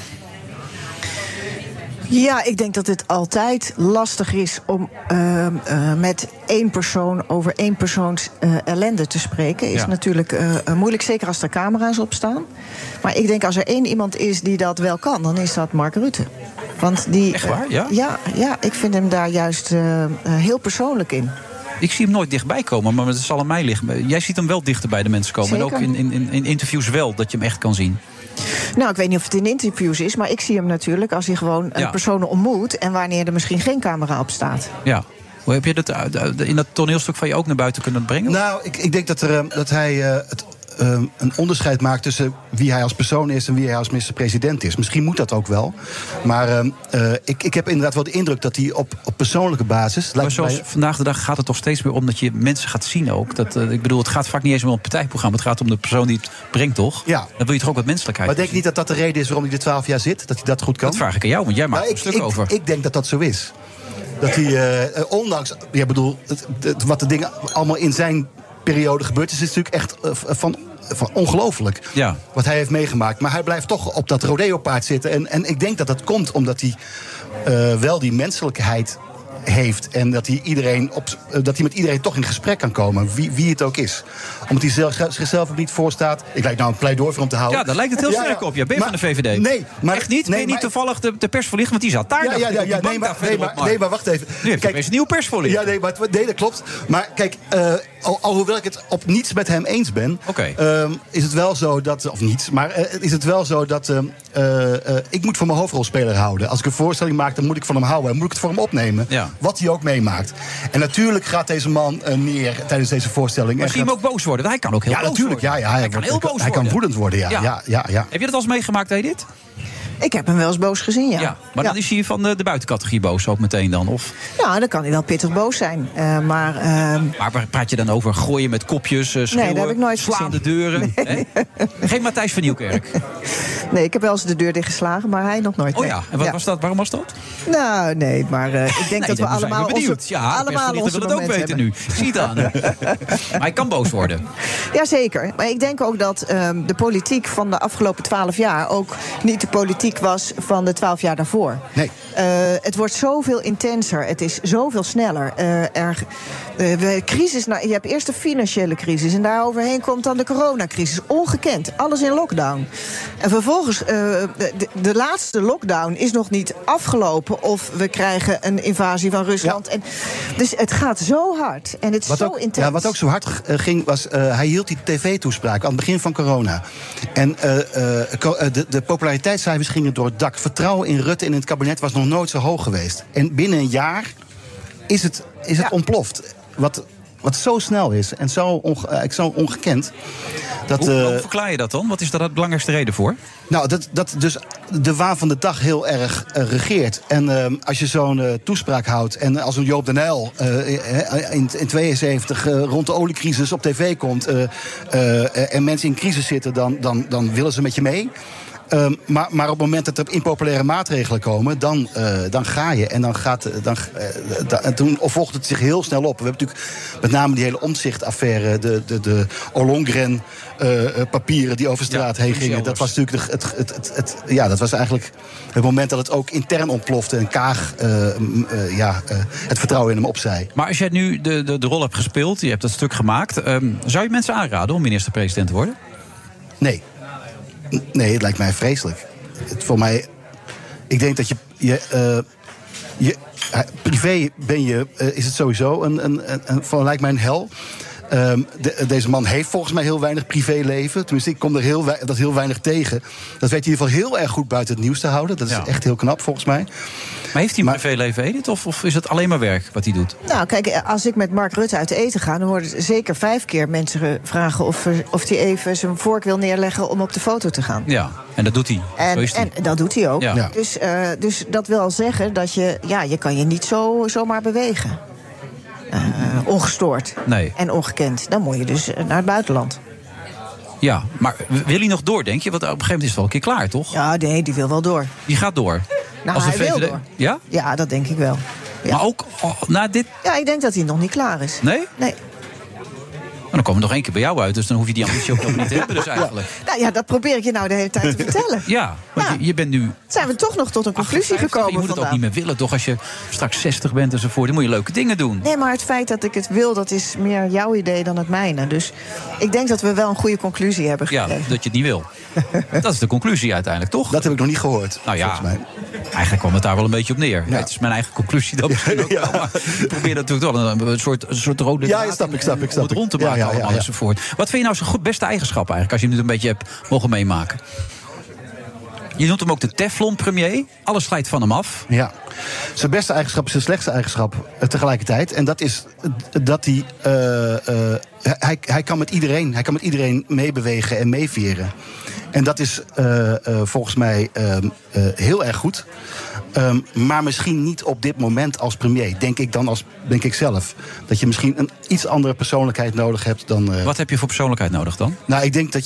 Ja, ik denk dat het altijd lastig is om uh, uh, met één persoon over één persoons uh, ellende te spreken. Is ja. natuurlijk uh, moeilijk, zeker als er camera's op staan. Maar ik denk als er één iemand is die dat wel kan, dan is dat Mark Rutte. Want die, Echt waar, ja? Uh, ja, ja, ik vind hem daar juist uh, uh, heel persoonlijk in. Ik zie hem nooit dichtbij komen, maar het zal aan mij liggen. Jij ziet hem wel dichter bij de mensen komen. Zeker. En ook in, in, in interviews wel, dat je hem echt kan zien. Nou, ik weet niet of het in interviews is, maar ik zie hem natuurlijk als hij gewoon ja. personen ontmoet en wanneer er misschien geen camera op staat. Ja. Hoe heb je dat in dat toneelstuk van je ook naar buiten kunnen brengen? Nou, ik, ik denk dat, er, dat hij uh, het, uh, een onderscheid maakt tussen wie hij als persoon is en wie hij als minister-president is. Misschien moet dat ook wel. Maar uh, uh, ik, ik heb inderdaad wel de indruk dat hij op, op persoonlijke basis... Maar zoals bij... vandaag de dag gaat het toch steeds meer om dat je mensen gaat zien ook. Dat, uh, ik bedoel, het gaat vaak niet eens om een partijprogramma. Het gaat om de persoon die het brengt, toch? Ja. Dan wil je toch ook wat menselijkheid. Maar denk je niet dat dat de reden is waarom hij er twaalf jaar zit? Dat hij dat goed kan? Dat vraag ik aan jou, want jij maakt er een ik, stuk ik, over. Ik denk dat dat zo is. Dat hij, uh, ondanks... Ja, bedoel, het, het, wat de dingen allemaal in zijn periode gebeurd is, is natuurlijk echt uh, van... Van ongelooflijk ja. wat hij heeft meegemaakt. Maar hij blijft toch op dat rodeo-paard zitten. En, en ik denk dat dat komt omdat hij uh, wel die menselijkheid heeft. En dat hij, iedereen op, dat hij met iedereen toch in gesprek kan komen. Wie, wie het ook is. Omdat hij zelf, zichzelf ook niet voorstaat. Ik lijkt nou een pleidooi voor hem te houden. Ja, daar lijkt het heel ja, sterk op. Ja, ben je maar, van de V V D? Nee. Maar, echt niet? Nee, ben je niet maar, toevallig de, de persverlicht? Want die zat daar. Ja, ja, ja, ja nee, maar, nee, maar, nee, maar wacht even. Nu heb je Kijk, een nieuw persverlicht. Ja, nee, maar, nee, dat klopt. Maar kijk, uh, al, alhoewel ik het op niets met hem eens ben... Okay. Uh, is het wel zo dat... Of niets, maar uh, is het wel zo dat... Uh, uh, uh, ik moet van mijn hoofdrolspeler houden. Als ik een voorstelling maak, dan moet ik van hem houden. Dan moet ik het voor hem opnemen. Ja. Wat hij ook meemaakt. En natuurlijk gaat deze man uh, neer tijdens deze voorstelling. Maar zie je hem ook boos worden? Hij kan ook heel ja, boos natuurlijk, worden. Ja, ja, hij, hij kan wordt, heel boos hij worden. kan woedend worden, ja. Ja. Ja, ja, ja. Heb je dat al eens meegemaakt, Edith? Ik heb hem wel eens boos gezien, ja. ja maar ja. dan is hij van de, de buitencategorie boos ook meteen dan? Of? Ja, dan kan hij wel pittig boos zijn. Uh, maar, uh... maar waar praat je dan over? Gooien met kopjes, uh, schreeuwen, nee, dat heb ik nooit slaan gezien. de deuren? Nee. Geen Matthijs van Nieuwkerk? Nee, ik heb wel eens de deur dichtgeslagen, maar hij nog nooit. Oh ja, en wat ja. was dat? Waarom was dat? Nou, nee, maar uh, ik denk nee, dat we allemaal onze, ja, allemaal onze willen het ook weten hebben. Nu. Zie het aan. Maar hij kan boos worden. Jazeker. Maar ik denk ook dat um, de politiek van de afgelopen twaalf jaar... ook niet de politiek was van de twaalf jaar daarvoor. Nee. Uh, het wordt zoveel intenser. Het is zoveel sneller. Uh, er, uh, we, crisis, nou, je hebt eerst de financiële crisis... en daaroverheen komt dan de coronacrisis. Ongekend. Alles in lockdown. En vervolgens, uh, de, de laatste lockdown is nog niet afgelopen... of we krijgen een invasie van Rusland. Ja. En, dus het gaat zo hard. En het is wat zo ook, intens. Ja, wat ook zo hard uh, ging, was... Uh, hij hield die tv-toespraak aan het begin van corona. En uh, uh, de, de populariteitscijfers gingen door het dak. Vertrouwen in Rutte en in het kabinet was nog nooit zo hoog geweest. En binnen een jaar is het, is het ja. ontploft. Wat... Wat zo snel is en zo, onge, zo ongekend. Dat, hoe, uh, hoe verklaar je dat dan? Wat is daar de belangrijkste reden voor? Nou, dat, dat dus de waan van de dag heel erg uh, regeert. En uh, als je zo'n uh, toespraak houdt... en als een Joop den Uyl uh, in, in tweeënzeventig uh, rond de oliecrisis op tv komt... Uh, uh, en mensen in crisis zitten, dan, dan, dan willen ze met je mee... Um, maar, maar op het moment dat er impopulaire maatregelen komen... dan, uh, dan ga je. En dan gaat, dan, uh, da, en toen volgt het zich heel snel op. We hebben natuurlijk met name die hele Omtzigt-affaire... de, de, de Ollongren uh, papieren die over straat ja, heen gingen. Dat was natuurlijk het, het, het, het, ja, dat was eigenlijk het moment dat het ook intern ontplofte... en Kaag uh, uh, ja, uh, het vertrouwen in hem opzij. Maar als jij nu de, de, de rol hebt gespeeld, je hebt dat stuk gemaakt... Um, zou je mensen aanraden om minister-president te worden? Nee. Nee, het lijkt mij vreselijk. Het, voor mij, ik denk dat je, je, uh, je privé ben je, uh, is het sowieso een, een, een, een van lijkt mij een hel. Um, de, deze man heeft volgens mij heel weinig privéleven. Tenminste, ik kom er heel, dat heel weinig tegen. Dat weet je in ieder geval heel erg goed buiten het nieuws te houden. Dat is ja. echt heel knap volgens mij. Maar heeft hij een privéleven, Edith? Of, of is het alleen maar werk wat hij doet? Nou, kijk, als ik met Mark Rutte uit eten ga... dan worden zeker vijf keer mensen vragen of, of hij even zijn vork wil neerleggen... om op de foto te gaan. Ja, en dat doet hij. En, zo is hij. en dat doet hij ook. Ja. Dus, uh, dus dat wil zeggen dat je... ja, je kan je niet zo, zomaar bewegen. Uh, ongestoord nee. en ongekend. Dan moet je dus naar het buitenland. Ja, maar wil hij nog door, denk je? Want op een gegeven moment is het wel een keer klaar, toch? Ja, nee, die wil wel door. Die gaat door? Nou, Als hij de V V D... wil door. Ja? Ja, dat denk ik wel. Ja. Maar ook oh, na dit... Ja, ik denk dat hij nog niet klaar is. Nee? Nee. Maar dan komen we nog één keer bij jou uit, dus dan hoef je die ambitie ook nog niet te hebben, dus eigenlijk. Ja. Nou ja, dat probeer ik je nou de hele tijd te vertellen. Ja, want ja. Je, je bent nu... Zijn we toch nog tot een conclusie gekomen? Je moet het ook niet meer willen, toch? Als je straks zestig bent enzovoort, dan moet je leuke dingen doen. Nee, maar het feit dat ik het wil, dat is meer jouw idee dan het mijne. Dus ik denk dat we wel een goede conclusie hebben gekregen. Ja, dat je het niet wil. Dat is de conclusie uiteindelijk, toch? Dat heb ik nog niet gehoord, nou ja, volgens mij. Eigenlijk kwam het daar wel een beetje op neer. Ja. Het is mijn eigen conclusie dan misschien ook ja. wel. Maar ik probeer natuurlijk wel een, een, soort, een soort rode ja, snap ik, snap ik, snap om het rond te maken ja, ja, ja, ja. enzovoort. Wat vind je nou zijn goed beste eigenschap eigenlijk, als je hem nu een beetje hebt mogen meemaken? Je noemt hem ook de Teflon-premier. Alles glijdt van hem af. Ja. Zijn beste eigenschap is zijn slechtste eigenschap tegelijkertijd. En dat is dat hij, uh, uh, hij... Hij kan met iedereen, hij kan met iedereen meebewegen en meeveren. En dat is uh, uh, volgens mij uh, uh, heel erg goed. Um, maar misschien niet op dit moment als premier. Denk ik dan als, denk ik zelf. Dat je misschien een iets andere persoonlijkheid nodig hebt dan... Uh... Wat heb je voor persoonlijkheid nodig dan? Nou, ik denk dat je...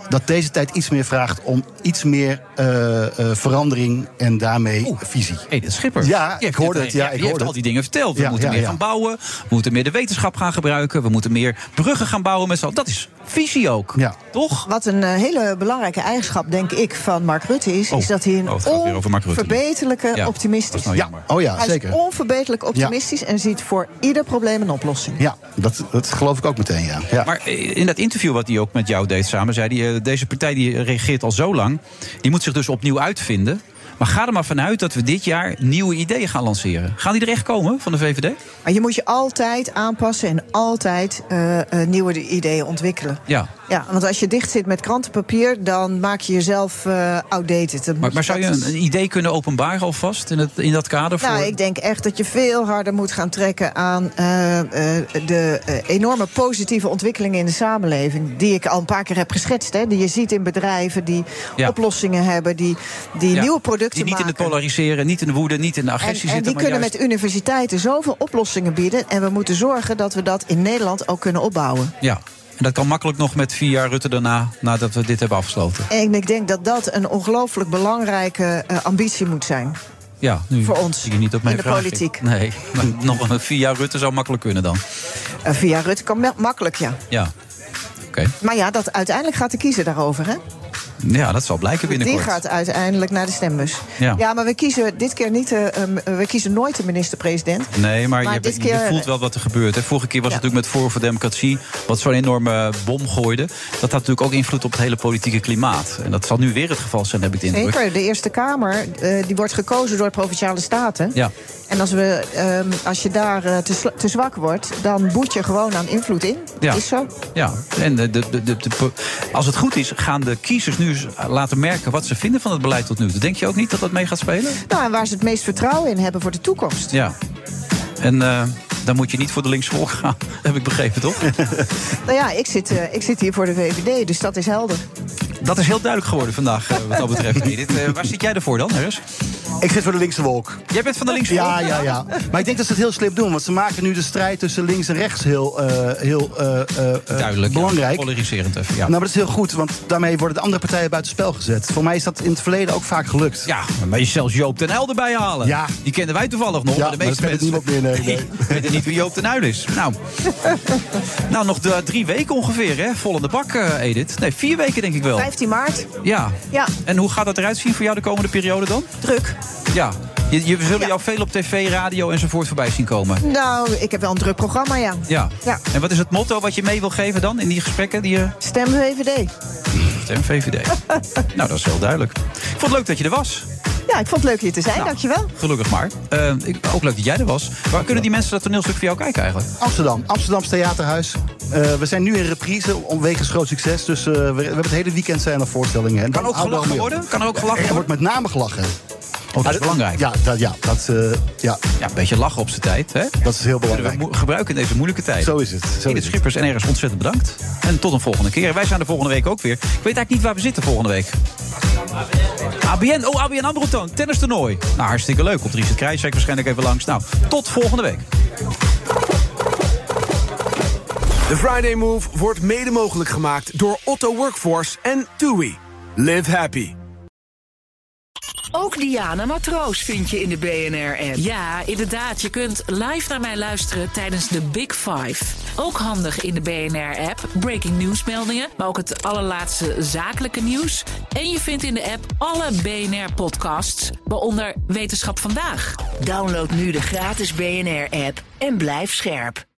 dat deze tijd iets meer vraagt om iets meer uh, uh, verandering en daarmee Oeh. visie. Edith Schipper. Ja, ik hoorde het. Ja, je ik hebt hoorde al die dingen verteld. We ja, moeten ja, meer ja. gaan bouwen. We moeten meer de wetenschap gaan gebruiken. We moeten meer bruggen gaan bouwen met z'n allen. Dat is visie ook. Ja. Toch? Wat een uh, hele belangrijke eigenschap, denk ik, van Mark Rutte is... Oh. is dat hij een oh, onverbeterlijke ja, optimist is. Nou ja. Oh ja, hij zeker. is onverbeterlijk optimistisch ja. en ziet voor ieder probleem een oplossing. Ja, dat, dat geloof ik ook meteen, ja. ja. Maar in dat interview wat hij ook met jou deed samen... zei hij, uh, deze partij die regeert al zo lang... die moet zich dus opnieuw uitvinden... Maar ga er maar vanuit dat we dit jaar nieuwe ideeën gaan lanceren. Gaan die er echt komen van de V V D? Maar je moet je altijd aanpassen en altijd uh, uh, nieuwe ideeën ontwikkelen. Ja. Ja, want als je dicht zit met krantenpapier, dan maak je jezelf uh, outdated. Maar, maar zou je een, een idee kunnen openbaren alvast in, het, in dat kader? Voor... Nou, ik denk echt dat je veel harder moet gaan trekken aan uh, uh, de uh, enorme positieve ontwikkelingen in de samenleving. Die ik al een paar keer heb geschetst. Hè, die je ziet in bedrijven die ja. oplossingen hebben, die, die ja. nieuwe producten die niet maken. in het polariseren, niet in de woede, niet in de agressie en, zitten. En die maar kunnen juist... met universiteiten zoveel oplossingen bieden. En we moeten zorgen dat we dat in Nederland ook kunnen opbouwen. Ja. En dat kan makkelijk nog met vier jaar Rutte daarna, nadat we dit hebben afgesloten. En ik denk dat dat een ongelooflijk belangrijke uh, ambitie moet zijn. Ja, nu voor ons zie je niet op mijn in de vraag. politiek. Nee, maar nog een vier jaar Rutte zou makkelijk kunnen dan. Uh, vier jaar Rutte kan makkelijk, ja. Ja, oké. Okay. Maar ja, dat, uiteindelijk gaat de kiezer daarover, hè? Ja, dat zal blijken binnenkort. Die gaat uiteindelijk naar de stembus. Ja, ja maar we kiezen dit keer niet. Uh, um, we kiezen nooit de minister-president. Nee, maar, maar je, dit je, keer... je voelt wel wat er gebeurt. Hè. Vorige keer was ja. het natuurlijk met Forum voor Democratie, wat zo'n enorme bom gooide. Dat had natuurlijk ook invloed op het hele politieke klimaat. En dat zal nu weer het geval zijn, heb ik de indruk. Zeker. De Eerste Kamer uh, die wordt gekozen door de Provinciale Staten. Ja. En als, we, um, als je daar uh, te, te zwak wordt, dan boet je gewoon aan invloed in. Ja. Is zo. Ja, en de, de, de, de, de, als het goed is, gaan de kiezers nu laten merken wat ze vinden van het beleid tot nu toe. Denk je ook niet dat dat mee gaat spelen? Nou, en waar ze het meest vertrouwen in hebben voor de toekomst. Ja. En uh, dan moet je niet voor de linkse volk gaan, heb ik begrepen, toch? Nou ja, ik zit, uh, ik zit hier voor de V V D, dus dat is helder. Dat is heel duidelijk geworden vandaag, uh, wat dat betreft. Edith. Uh, waar zit jij ervoor dan, Harris? Ik zit voor de linkse wolk. Jij bent van de linkse wolk? Ja, ja, ja. Maar ik denk dat ze het heel slim doen. Want ze maken nu de strijd tussen links en rechts heel, uh, heel uh, uh, duidelijk, belangrijk. Ja, polariserend even, ja. Nou, maar dat is heel goed, want daarmee worden de andere partijen buitenspel gezet. Voor mij is dat in het verleden ook vaak gelukt. Ja, maar je zelfs Joop den Uyl erbij halen. Ja. Die kenden wij toevallig nog. Ja, maar de meeste maar mensen niemand meer, nee, nee. weten niet wie Joop den Uyl is. Nou, nou nog de, drie weken ongeveer, hè? Vol in de bak, uh, Edith. Nee, vier weken denk ik wel. vijftien maart. Ja. ja. En hoe gaat dat eruit zien voor jou de komende periode dan? Druk. Ja. Je, je, we zullen ja. jou veel op tv, radio enzovoort voorbij zien komen. Nou, ik heb wel een druk programma, ja. Ja. ja. En wat is het motto wat je mee wil geven dan in die gesprekken? Die je... Stem V V D. Stem V V D. Nou, dat is heel duidelijk. Ik vond het leuk dat je er was. Ja, ik vond het leuk hier te zijn, nou, dankjewel. Gelukkig maar. Uh, ik, ook leuk dat jij er was. Waar kunnen die mensen dat toneelstuk voor jou kijken eigenlijk? Amsterdam. Amsterdams Theaterhuis. Uh, we zijn nu in reprise, wegens groot succes. Dus uh, we, we hebben het hele weekend zijn er voorstellingen. En kan ook gelachen worden? Kan er ook gelachen er worden? wordt met name gelachen. Oh, dat is belangrijk. Ja, dat, ja, dat, uh, ja. ja, een beetje lachen op zijn tijd. Hè? Dat is heel belangrijk. We gebruiken in deze moeilijke tijd. Zo is het. Zo Edith Schippers en ergens ontzettend bedankt. En tot een volgende keer. Wij zijn de volgende week ook weer. Ik weet eigenlijk niet waar we zitten volgende week. A B N, oh, A B N AMRO toon, tennistoernooi. Nou, hartstikke leuk. Op Richard Krijswijk waarschijnlijk even langs. Nou, tot volgende week. De Friday Move wordt mede mogelijk gemaakt door Otto Workforce en TUI. Live happy. Ook Diana Matroos vind je in de B N R-app. Ja, inderdaad. Je kunt live naar mij luisteren tijdens de Big Five. Ook handig in de B N R-app. Breaking nieuwsmeldingen, maar ook het allerlaatste zakelijke nieuws. En je vindt in de app alle B N R-podcasts, waaronder Wetenschap Vandaag. Download nu de gratis B N R-app en blijf scherp.